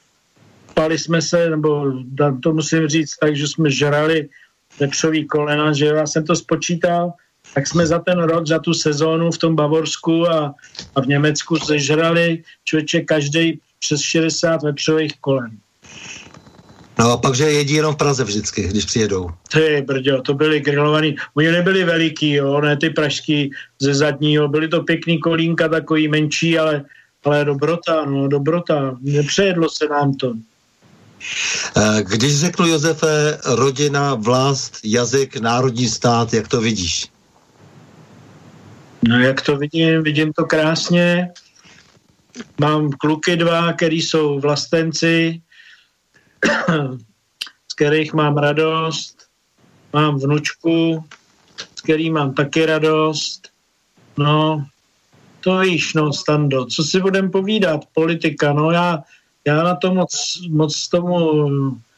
pali jsme se, nebo to musím říct tak, že jsme žrali vepřový kolena, že já jsem to spočítal, tak jsme za ten rok, za tu sezónu v tom Bavorsku a, a v Německu zežrali člověče každej přes šedesát vepřových kolen. No a pak, že jedí jenom v Praze vždycky, když přijedou. Ty brďo, to byly grilovaný. Oni nebyli veliký, jo, ne ty pražský ze zadního. Byly to pěkný kolínka, takový menší, ale, ale dobrota, no, dobrota. Nepřejedlo se nám to. Když řeknu, Josefe, rodina, vlast, jazyk, národní stát, jak to vidíš? No jak to vidím, vidím to krásně. Mám kluky dva, který jsou vlastenci, z kterých mám radost. Mám vnučku, z který mám taky radost. No, to víš, no, Stando, co si budem povídat, politika, no já, já na to moc, moc tomu,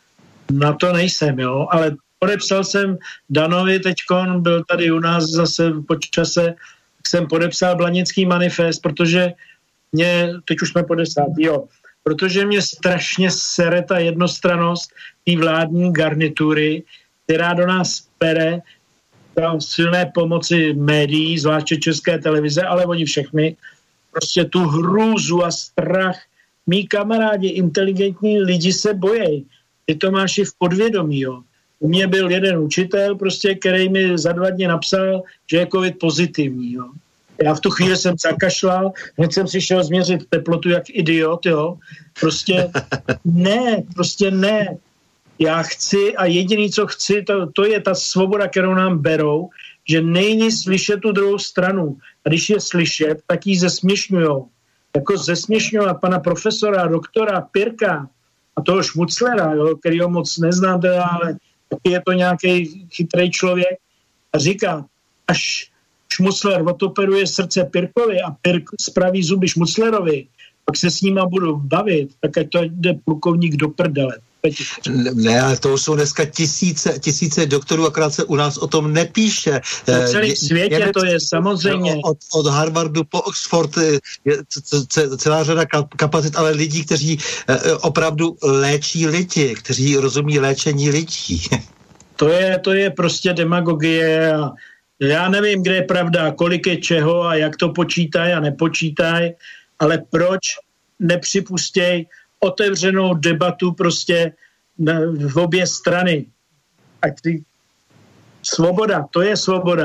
na to nejsem, jo, ale podepsal jsem Danovi teďkon, byl tady u nás zase po čase, tak jsem podepsal Blanický manifest, protože mě, teď už jsme po desátý, jo, protože mě strašně sere ta jednostrannost té vládní garnitury, která do nás pere silné pomoci médií, zvláště České televize, ale oni všechny, prostě tu hrůzu a strach. Mí kamarádi, inteligentní lidi se bojejí. Ty to máš i v podvědomí, jo. U mě byl jeden učitel, prostě, který mi za dva dny napsal, že je covid pozitivní, jo. Já v tu chvíli jsem zakašlal, hned jsem si šel změřit teplotu jak idiot, jo. Prostě ne, prostě ne. Já chci a jediný, co chci, to, to je ta svoboda, kterou nám berou, že nejní slyšet tu druhou stranu. A když je slyšet, tak ji zesměšňujou. Jako zesměšňovat pana profesora, doktora Pirka a toho Šmuclera, jo, který ho moc neznám teda, ale je to nějaký chytrý člověk a říká, až Šmucler odoperuje srdce Pirkovi a Pirk spraví zuby Šmuclerovi, pak se s nima budu bavit, tak ať to jde plukovník do prdele. Ne, ale to jsou dneska tisíce, tisíce doktorů, akorát se u nás o tom nepíše. Na celém světě je, to je samozřejmě. Od, od Harvardu po Oxford je celá řada kapacit, ale lidí, kteří opravdu léčí lidi, kteří rozumí léčení lidí. To je, to je prostě demagogie a já nevím, kde je pravda, kolik je čeho a jak to počítají a nepočítají, ale proč nepřipustěj otevřenou debatu prostě na, v obě strany. Ať ty, svoboda, to je svoboda.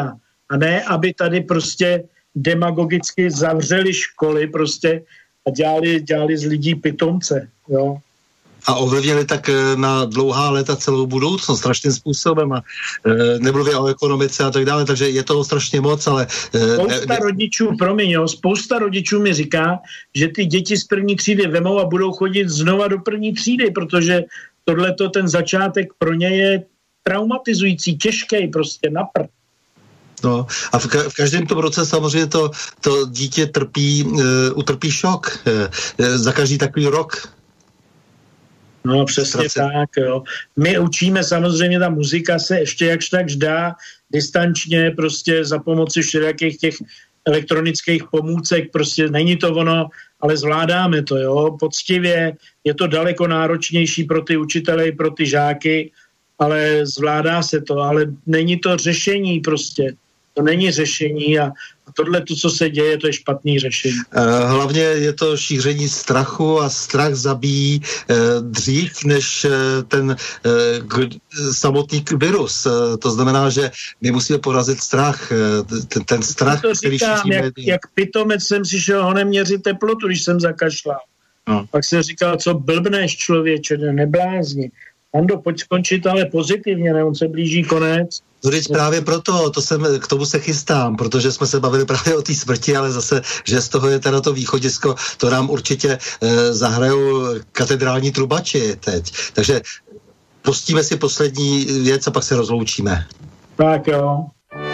a ne, aby tady prostě demagogicky zavřeli školy prostě a dělali, dělali z lidí pitomce, jo. A ovlivnili tak na dlouhá léta celou budoucnost strašným způsobem a e, nemluvě o ekonomice a tak dále, takže je toho strašně moc, ale... E, spousta ne, rodičů, promiň, jo, spousta rodičů mi říká, že ty děti z první třídy vemou a budou chodit znova do první třídy, protože tohleto, ten začátek pro ně je traumatizující, těžký prostě napr. No a v, ka- v každém tom roce samozřejmě to, to dítě trpí, e, utrpí šok e, za každý takový rok. No přesně tak, jo. My učíme samozřejmě, ta muzika se ještě jakž tak dá distančně prostě za pomoci všelijakých těch elektronických pomůcek, prostě není to ono, ale zvládáme to, jo, poctivě, je to daleko náročnější pro ty učitele, pro ty žáky, ale zvládá se to, ale není to řešení prostě. To není řešení a tohle, to, co se děje, to je špatný řešení. Hlavně je to šíření strachu a strach zabíjí eh, dřív než eh, ten eh, k, samotný virus. Eh, to znamená, že my musíme porazit strach. Eh, ten, ten strach, to který říkám, šíříme... Jak, jak pitomec jsem si šel honem měřit teplotu, když jsem zakašlal. No. Pak jsem říkal, co blbneš člověče, neblázni. Ando, pojď skončit ale pozitivně, ne? On se blíží konec. No teď právě proto, to jsem, k tomu se chystám, protože jsme se bavili právě o té smrti, ale zase, že z toho je teda to východisko, to nám určitě eh, zahrajou katedrální trubači teď. Takže pustíme si poslední věc a pak se rozloučíme. Tak jo.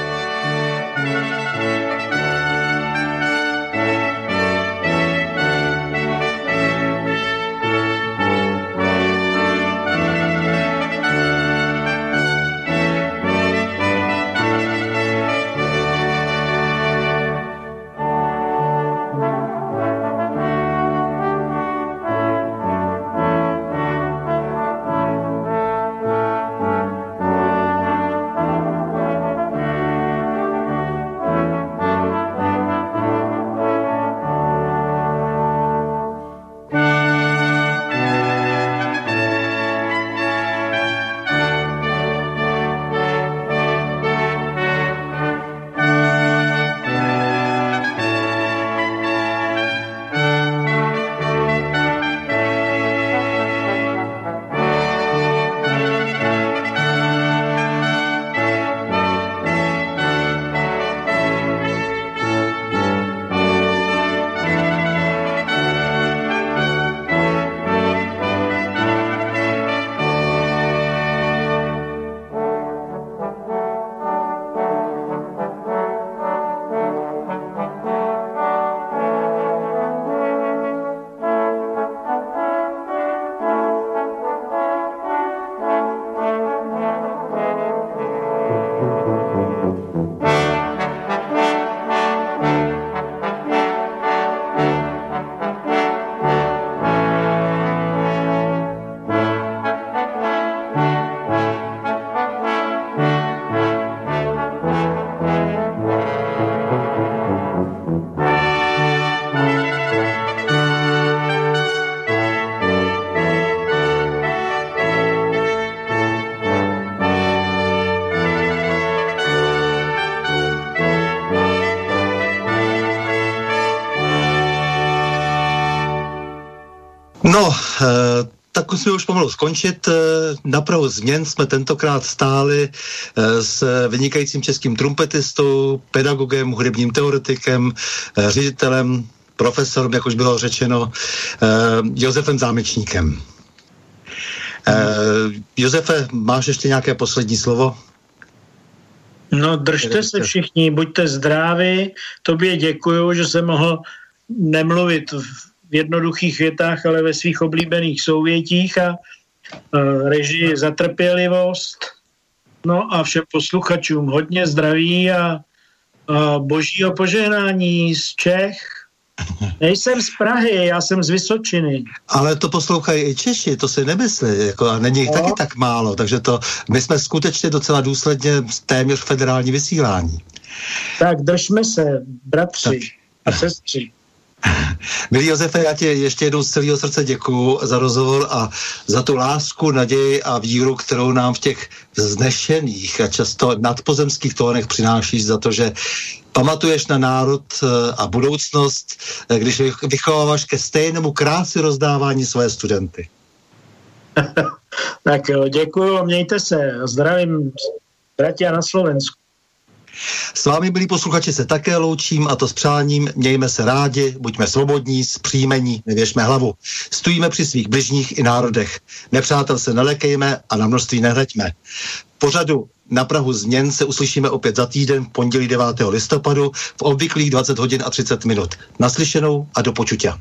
No, tak musíme už pomalu skončit. Na prahu změn jsme tentokrát stáli s vynikajícím českým trumpetistou, pedagogem, hudebním teoretikem, ředitelem, profesorem, jak už bylo řečeno, Josefem Zámečníkem. Josefe, máš ještě nějaké poslední slovo? No, držte se všichni, buďte zdraví. Tobě děkuju, že jsem mohl nemluvit v v jednoduchých větách, ale ve svých oblíbených souvětích a uh, režii za trpělivost. No a všem posluchačům hodně zdraví a, a božího požehnání z Čech. Nejsem z Prahy, já jsem z Vysočiny. Ale to poslouchají i Češi, to si nemyslí, jako, a není jich no. taky tak málo, takže to, my jsme skutečně docela důsledně téměř federální vysílání. Tak držme se, bratři tak. a sestři. Milý Josefe, já ti ještě jednou z celého srdce děkuju za rozhovor a za tu lásku, naději a víru, kterou nám v těch vznešených a často nadpozemských tónech přinášíš, za to, že pamatuješ na národ a budoucnost, když vychováváš ke stejnému krásy rozdávání své studenty. Tak jo, děkuju, mějte se. Zdravím bratia na Slovensku. S vámi, milí posluchači, se také loučím, a to s přáním: mějme se rádi, buďme svobodní, zpříjmení, nevěšme hlavu. Stojíme při svých bližních i národech. Nepřátel se nelekejme a na množství nehleďme. Pořadu Na prahu změn se uslyšíme opět za týden v pondělí devátého listopadu v obvyklých dvacet hodin a třicet minut. Naslyšenou a do počutia.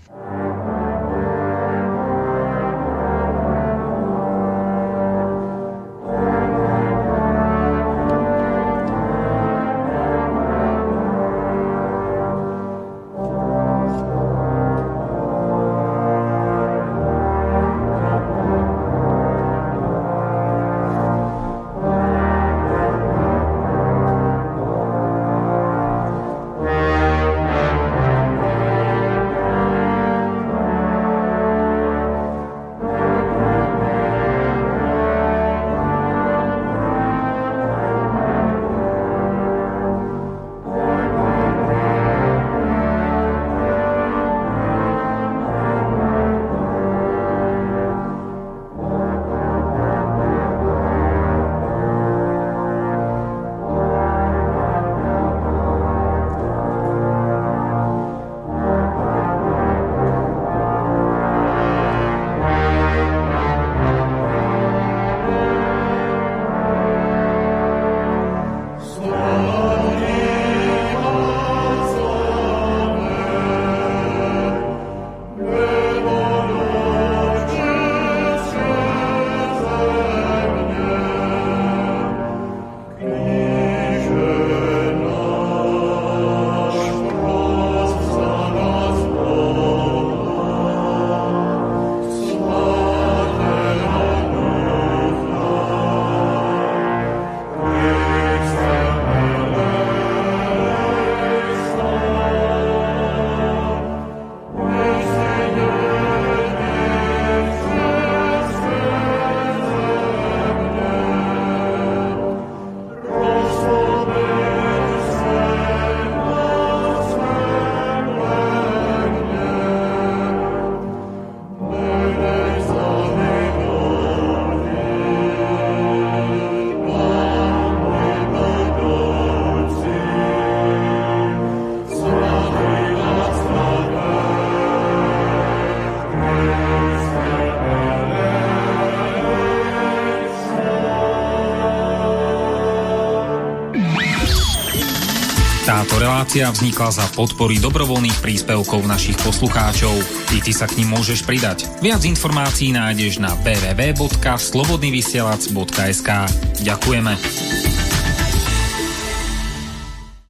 Táto relácia vznikla za podpory dobrovoľných príspevkov našich poslucháčov. I ty sa k nim môžeš pridať. Viac informácií nájdeš na w w w bodka slobodnyvysielac bodka es ka. Ďakujeme.